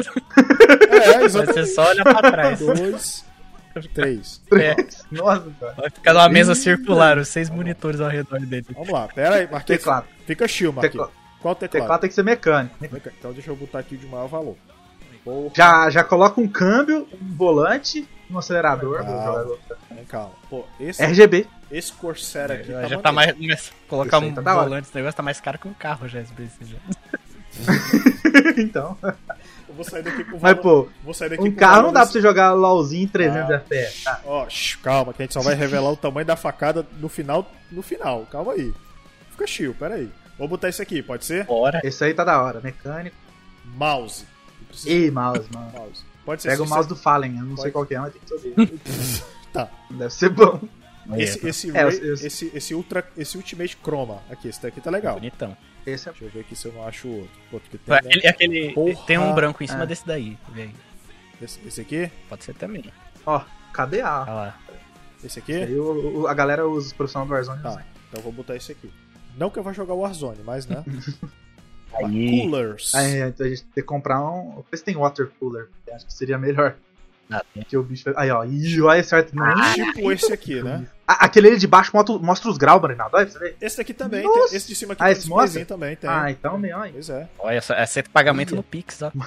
É, Vai exatamente. ser só olhar pra trás. Dois, três. É, Nossa, cara. vai ficar numa mesa circular, os seis monitores ao redor dele. Vamos lá, pera aí, Marquinhos. Teclado. Fica chill, Marquinhos. Teclado. Qual teclado? Teclado tem que ser mecânico. Então deixa eu botar aqui o de maior valor. Porra. Já, já coloca um câmbio, um volante no acelerador. Calma. Vou jogar Vem, calma. Pô, esse, R G B. esse Corsair aqui já tá já maneiro. tá mais. mas Colocar Isso aí um tá da hora. volante, esse negócio tá mais caro que um carro já, esse P C já. Então. Eu vou sair daqui com o Mas, valor- pô, vou sair daqui um com o carro valor não dá pra desse- você jogar LOLzinho em trezentos Ah. F P S. Tá? Ó, shh, calma, que a gente só vai revelar o tamanho da facada no final. No final, calma aí. Fica chill, pera aí. Vou botar esse aqui, pode ser? Bora. Esse aí tá da hora. Mecânico. Mouse. Eu preciso Ei, mouse, mano. de mouse. Pode ser Pega o esse- mouse do Fallen. Eu não Pode. sei qual que é, mas tem que saber. Tá. Deve ser bom. Esse, esse, É, Ray- eu- eu- esse, esse, ultra, esse Ultimate Chroma. Aqui, esse daqui tá legal. Bonitão. Esse é Deixa eu ver aqui se eu não acho o outro. Outro que tem, né? Aquele, aquele- Porra. tem um branco em cima É. desse daí, vem. Esse, esse aqui? Pode ser também. Ó, K D A. Olha lá. Esse aqui? Aí o- o- a galera, os profissionais do Warzone. Tá, então eu vou botar esse aqui. Não que eu vá jogar Warzone, mas né? Aí. Coolers. Aí, então a gente tem que comprar um. Vê se tem water cooler. que Acho que seria melhor. Ah, tem. Que o bicho. Aí, ó. Ih, olha certo. Não. Tipo esse aqui, né? Ah, aquele ali de baixo mostra, mostra os graus, Marinaldo. Olha pra você ver. Esse daqui também, Nossa. tem, esse de cima aqui Ah, tem esse displayzinho mostra? também, tem. Ah, então, meu. Aí. Pois é. Olha só, aceita pagamento no Pix, ó.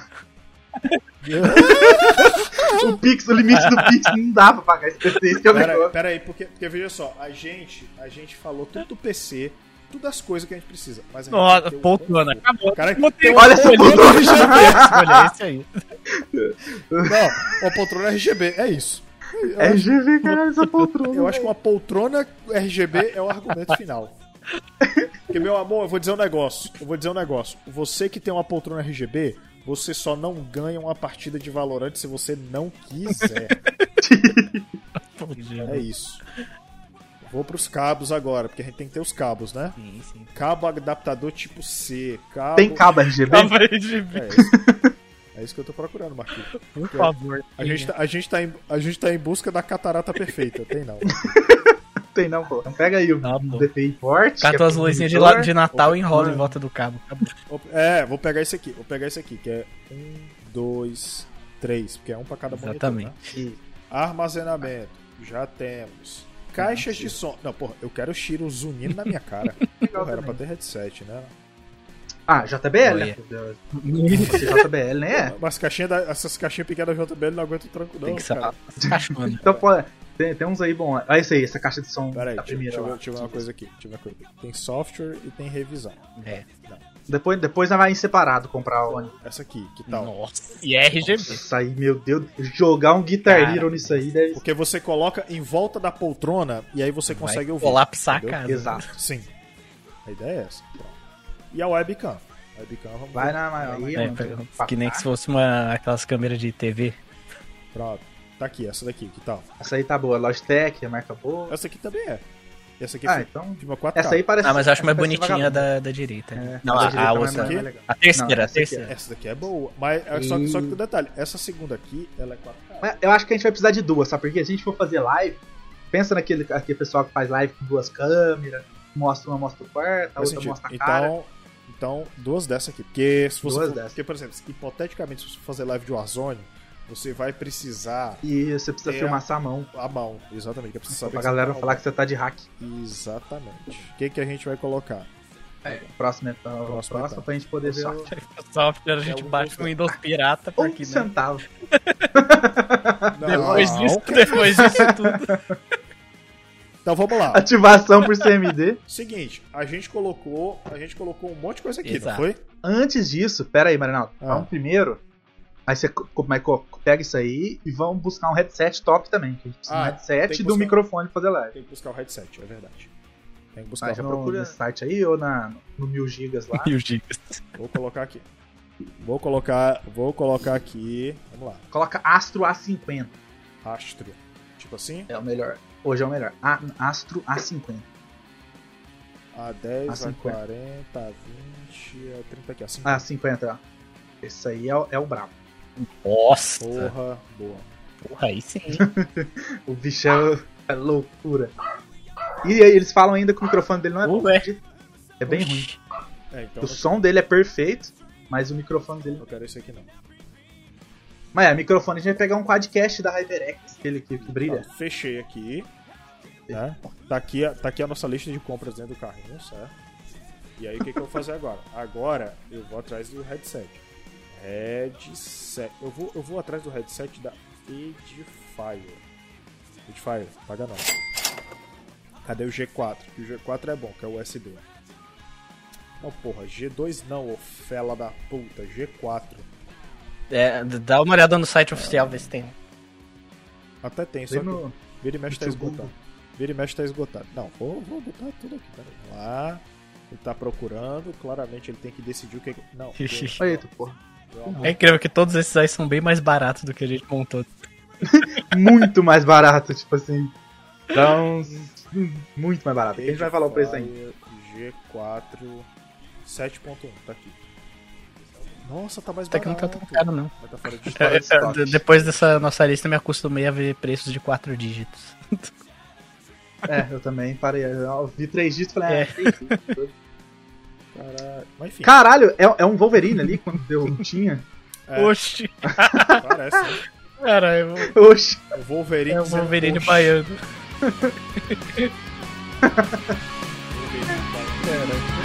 O Pix, o limite do Pix não dá pra pagar esse P C. Esse que é o Pera, negócio. pera aí, porque, porque veja só, a gente, a gente falou tudo do P C, tudo as coisas que a gente precisa. Mas a gente Nossa, tem que ter um poltrona. conforto. Acabou. Cara, Botei tem um Olha essa olhinho poltrona. no R G B, olha esse aí. Não, uma poltrona R G B, é isso. Eu, R G B, caralho, essa poltrona. eu acho que uma poltrona R G B é o argumento final. Porque, meu amor, eu vou dizer um negócio. Eu vou dizer um negócio. Você que tem uma poltrona R G B, você só não ganha uma partida de Valorant se você não quiser. É isso. Vou pros cabos agora, porque a gente tem que ter os cabos, né? Sim, sim. Cabo adaptador tipo C, cabo... Tem cabo R G B? Tava R G B, É isso. É isso que eu tô procurando, Marquinhos. por favor. A gente, tá, a, gente tá em, a gente tá em busca da catarata perfeita. Tem não. Tem não, pô. Então pega aí o Tá bom. D P I forte. que é Cata as pro luzinhas de, monitor. la- de Natal e enrola Mano. em volta do cabo. Acabou. É, vou pegar esse aqui. Vou pegar esse aqui, que é um, dois, três. Porque é um pra cada monitor, Exatamente. né? E- Armazenamento. Já temos. Caixas de som. Não, porra, eu quero o Shiro zunindo na minha cara. Porra, era pra ter headset, né? Ah, J B L, né? Olha. Esse J B L, né? Mas caixinha da, essas caixinhas pequenas da J B L não aguentam o tranco, não. Tem que ser cara. cachorro. Então, pô, tem, tem uns aí bom. Olha isso aí, essa caixa de som Pera aí, da deixa, primeira. deixa, eu ver- lá. deixa eu ver uma coisa aqui. Deixa eu ver uma coisa aqui. Tem software e tem revisão. É. Depois, depois nós vai em separado comprar o. Essa aqui, que tal? Nossa. E é R G B. Isso aí, meu Deus. Jogar um Guitar Cara. Hero nisso aí deve. Porque você coloca em volta da poltrona e aí você consegue Vai ouvir. colapsar a entendeu? casa. Exato. Sim. A ideia é essa. Pronto. E a webcam. A webcam, vamos Vai ver. na maioria. É, mano. que nem que se fosse uma, aquelas câmeras de T V. Pronto. Tá aqui, essa daqui, que tal? Essa aí tá boa. Logitech, a marca boa. Essa aqui também é. Essa aqui Ah, foi então. de uma quatro K. Essa aí parece. Ah, mas eu acho essa mais parece bonitinha vagabunda. da, da direita. É, Não, da a, direita a mais- outra mais aqui. legal. A terceira, Não, a essa aqui é- terceira. Essa daqui é boa. Mas é só, E- só que o detalhe, essa segunda aqui, ela é quatro K. Mas eu acho que a gente vai precisar de duas, sabe? Porque se a gente for fazer live, pensa naquele aquele pessoal que faz live com duas câmeras, mostra uma, mostra o quarto, a Faz outra sentido. mostra a cara. Então, então, duas dessas aqui. Porque se você Duas for, dessas. porque, por exemplo, hipoteticamente, se você for fazer live de Warzone, você vai precisar E você precisa É. filmar essa mão. a mão. Exatamente. Que é preciso saber Pra que você galera tá falar que você tá de hack. Exatamente. O que, que a gente vai colocar? Próximo então, Próximo próximo, próximo então. pra gente poder ver o... O software a gente É um bate com Windows pirata, Um porque né, centavo. depois Não. disso, depois disso tudo. Então vamos lá. Ativação por C M D. Seguinte, a gente colocou, a gente colocou um monte de coisa aqui, Exato. não foi? Antes disso, pera aí, Marinaldo. Ah. Vamos primeiro. Aí você co- como é que co- pega isso aí e vamos buscar um headset top também. Que a gente precisa de um Ah, tem headset que e do buscar- microfone pra fazer live. Tem que buscar o headset, é verdade. Tem que buscar. Ah, já no- procura nesse site aí ou na, no mil gigas lá. Mil gigas. Vou colocar aqui. Vou colocar, vou colocar aqui. Vamos lá. Coloca Astro A cinquenta. Astro. Tipo assim, É o melhor. Hoje é o melhor. A, Astro A cinquenta. A dez, A a cinquenta. quarenta, a vinte, a trinta aqui, a Ah, cinquenta. cinquenta, ó. Esse aí é, o- é o brabo. Nossa. Porra, boa. Porra, aí sim. O bichão é loucura. E aí eles falam ainda que o microfone dele não é bom. Ué. É bem ruim. É, então O som dele é perfeito, mas o microfone dele eu não quero esse aqui não. Mas é, microfone a gente vai pegar um quadcast da HyperX, aquele que, que brilha. Tá, fechei aqui. Né? Tá aqui. a- Tá aqui a nossa lista de compras dentro do carrinho, certo? E aí o que, que eu vou fazer agora? Agora eu vou atrás do headset. Headset. Eu vou, eu vou atrás do headset da Edifier. Edifier, paga não. Cadê o G quatro? O G quatro é bom, que é o U S B. Não, porra, G dois não, ô fela da puta, G quatro. É, dá uma olhada no site oficial, vê se tem. Até tem, só Vem que no- vira e mexe tá no esgotado. Google. Vira e mexe tá esgotado. Não, vou, vou botar tudo aqui, peraí. Vamos lá. Ele tá procurando, claramente ele tem que decidir o que... Não, Deus, Olha aí, tu, porra. meu amor. É incrível que todos esses aí são bem mais baratos do que a gente montou. Muito mais barato, tipo assim. Dá uns. Muito mais barato. A gente vai falar o preço aí. Edifier G quatro sete ponto um, tá aqui. Nossa, tá mais Até que não barato. tá tão caro, não. Mas tá fora de Fora de É, estoque. de- depois dessa nossa lista, eu me acostumei a ver preços de quatro dígitos. É, eu também parei. Eu vi três dígitos e falei, É. ah, três dígitos. Caralho. Mas enfim, Caralho, é, é um Wolverine ali quando deu tinha. é, Oxi! parece. Né? Cara, eu Oxi. O Wolverine, é o dizendo, Wolverine "Oxi". baiano. Wolverine baiano.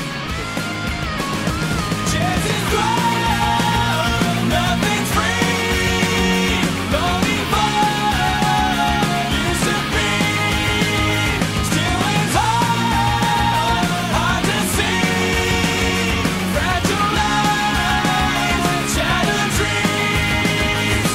Nothing's free, longing for used to be. Still it's hard, hard to see. Fragile lives, shattered dreams.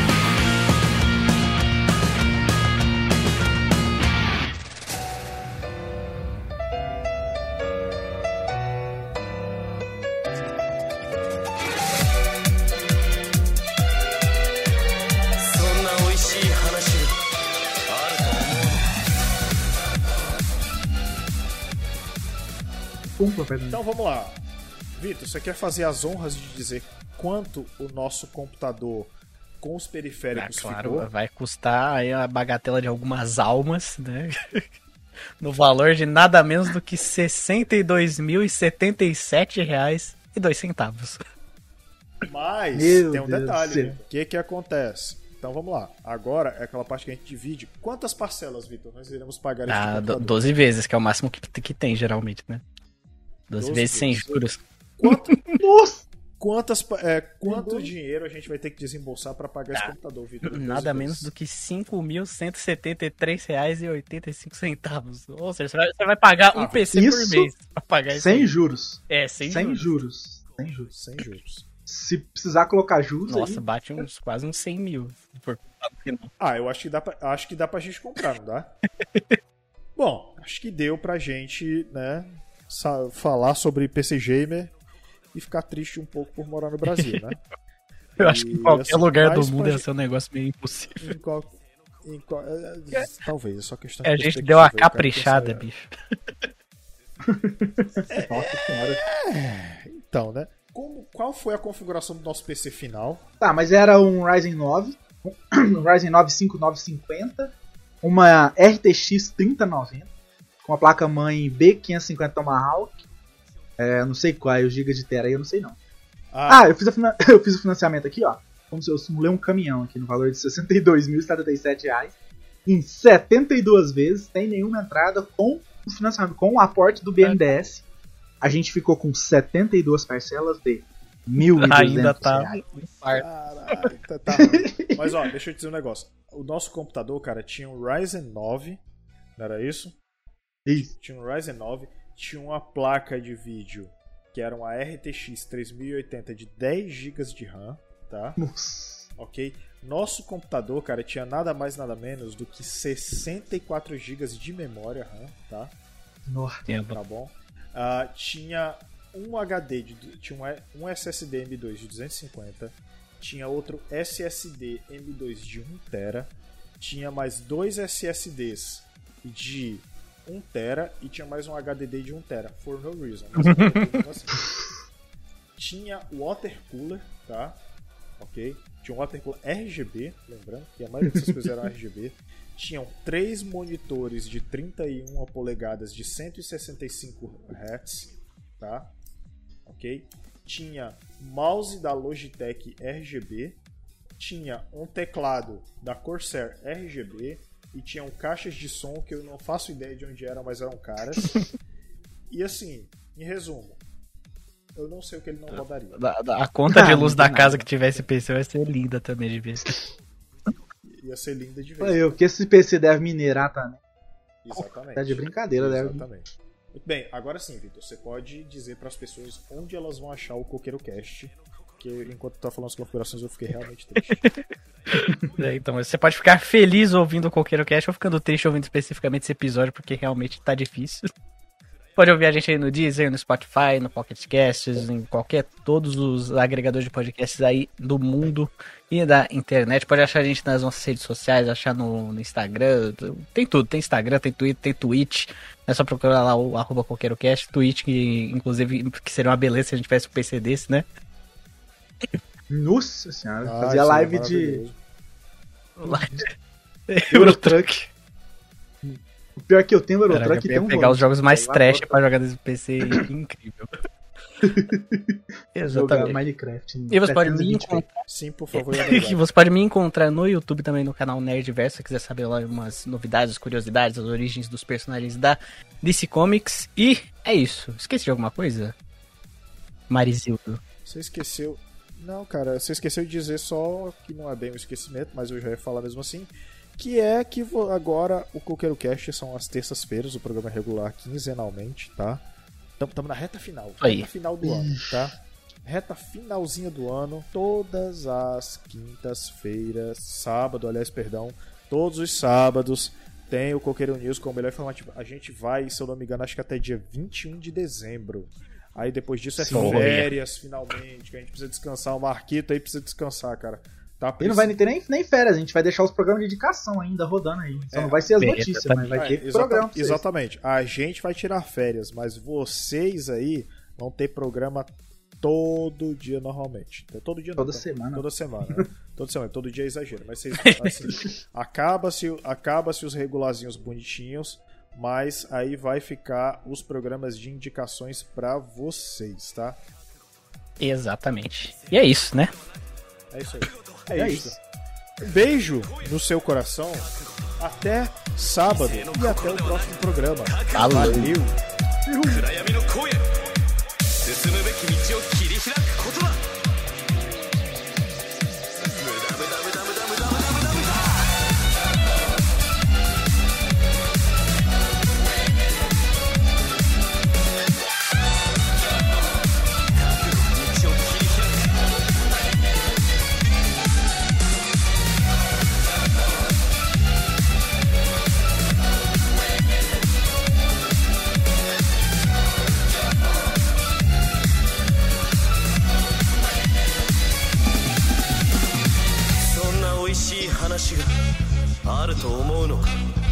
Pum, papai. Então vamos lá. Vitor, você quer fazer as honras de dizer quanto o nosso computador com os Ah, periféricos claro, ficou? vai custar aí a bagatela de algumas almas, né? No valor de nada menos do que sessenta e dois mil e setenta e sete reais e dois centavos. Mas Meu tem um Deus detalhe, do céu. né? O que que acontece? Então vamos lá. Agora é aquela parte que a gente divide. Quantas parcelas, Vitor, nós iremos pagar este Ah, do- computador? doze vezes, que é o máximo que, que tem geralmente, né? doze doze vezes sem vezes. juros. Quanto, Nossa! quantas, pa- é, quanto dinheiro a gente vai ter que desembolsar para pagar esse Ah, computador, Vitor? doze Nada vezes? menos do que cinco mil cento e setenta e três reais e oitenta e cinco centavos. Ou seja, você vai, você vai pagar um Ah, P C por isso mês pra pagar isso. Sem aí. juros. É, sem, Sem juros. juros. Sem juros. Sem juros. Se precisar colocar juros Nossa, aí. bate uns quase uns cem mil. Por... Ah, eu acho que dá pra, acho que dá pra gente comprar, não dá? Bom, acho que deu pra gente, né, sa- falar sobre P C Gamer e ficar triste um pouco por morar no Brasil, né? Eu acho que em E, qualquer assim, lugar do mais mundo pra ia gente- ser um negócio meio impossível. Em qual, em qual- é, talvez, é só questão É, de a gente perspectiva, deu uma eu quero caprichada, pensar- bicho. Nossa senhora. Então, né? Como, qual foi a configuração do nosso P C final? Tá, mas era um Ryzen nove, um Ryzen nove cinco mil novecentos e cinquenta, uma R T X trinta noventa, com a placa-mãe B quinhentos e cinquenta Tomahawk, é, não sei qual é o giga de tera aí, eu não sei não. Ah, eu fiz, a fina- eu fiz o financiamento aqui, ó, como se eu simulei um caminhão aqui, no valor de sessenta e dois mil e setenta e sete reais, em setenta e duas vezes, sem nenhuma entrada, com o financiamento, com o aporte do B N D E S, a gente ficou com setenta e duas parcelas de mil e duzentos Ainda tá. reais. Caralho, tá, tá ruim. Mas ó, deixa eu te dizer um negócio. O nosso computador, cara, tinha um Ryzen nove, não era isso? Isso. Tinha um Ryzen nove, tinha uma placa de vídeo que era uma R T X três mil e oitenta de dez gigas de RAM, tá? Nossa. Ok? Nosso computador, cara, tinha nada mais nada menos do que sessenta e quatro gigas de memória RAM, tá? Nossa. Tá bom? Ah, tinha um H D, de, tinha um, um S S D M dois de duzentos e cinquenta, tinha outro S S D M dois de um tera, tinha mais dois S S Ds de um tera e tinha mais um H D D de um tera, for no reason. Mas eu coloquei mesmo assim. Tinha water cooler, tá? Ok? Tinha um water cooler R G B, lembrando que a maioria dessas coisas eram R G B. Tinham três monitores de trinta e uma polegadas de cento e sessenta e cinco hertz, tá? Ok? Tinha mouse da Logitech R G B, tinha um teclado da Corsair R G B e tinham caixas de som que eu não faço ideia de onde eram, mas eram caras. E assim, em resumo, eu não sei o que ele não rodaria. A, a conta de Ah, luz não da tem casa nada. que tivesse P C vai ser linda também de ver. ia ser linda de ver. Olha eu, que esse P C deve minerar também. Exatamente. Tá de brincadeira, deve. Exatamente. Muito bem, agora sim, Vitor, você pode dizer para as pessoas onde elas vão achar o Coqueiro Cast, porque enquanto tá falando as configurações eu fiquei realmente triste. É, então, você pode ficar feliz ouvindo o Coqueiro Cast ou ficando triste ouvindo especificamente esse episódio, porque realmente tá difícil. Pode ouvir a gente aí no Deezer, no Spotify, no Pocket Casts, em qualquer, todos os agregadores de podcasts aí do mundo e da internet. Pode achar a gente nas nossas redes sociais, achar no, no Instagram, tem tudo, tem Instagram, tem Twitter, tem Twitch. É só procurar lá o arroba CoqueiroCast, Twitch, que inclusive que seria uma beleza se a gente tivesse um P C desse, né? Nossa senhora, Ah, fazia isso é live de maravilhoso. Eurotruck. O pior é que eu tenho o Caraca, Eurotruck eu e ia tem um pegar os jogos mais Lá trash bota- pra jogar nesse P C incrível. jogar Exatamente. Minecraft. E você pode me setecentos e vinte p. encontrar. Sim, por favor. Que você pode me encontrar no YouTube também, no canal Nerdverso, se quiser saber lá umas novidades, curiosidades, as origens dos personagens da D C Comics. E é isso. Esqueci de alguma coisa? Marizildo. Você esqueceu... Não, cara, você esqueceu de dizer só que não é bem um esquecimento, mas eu já ia falar mesmo assim, que é que vo- agora o Coqueiro Cast são as terças-feiras, o programa é regular quinzenalmente, tá? Estamos na reta final, Aí. reta final do ano, tá? Reta finalzinha do ano, todas as quintas-feiras, sábado, aliás, perdão, todos os sábados tem o Coqueiro News com o melhor informativo. A gente vai, se eu não me engano, acho que até dia vinte e um de dezembro. Aí depois disso é Sim. férias, finalmente, que a gente precisa descansar. O Marquito aí precisa descansar, cara. Tá E não vai ter nem, nem férias, a gente vai deixar os programas de indicação ainda rodando aí. Só É, não vai ser as bem, notícias, exatamente. mas vai ter É, exata- programa pra vocês. Exatamente. A gente vai tirar férias, mas vocês aí vão ter programa todo dia normalmente. Todo dia não, Toda tá? semana. Toda semana, né? Toda semana. Todo dia é exagero. Mas vocês, assim, acaba-se, acaba-se os regularzinhos bonitinhos, mas aí vai ficar os programas de indicações pra vocês, tá? Exatamente. E é isso, né? É isso aí. É, É isso. isso. Um beijo no seu coração. Até sábado e até o próximo programa. Falou. Valeu. 暗闇の荒野進むべき道を切り開くことだ無駄無駄無駄無駄無駄無駄無駄無駄道を切り開くそんな美味しい話があると思うのか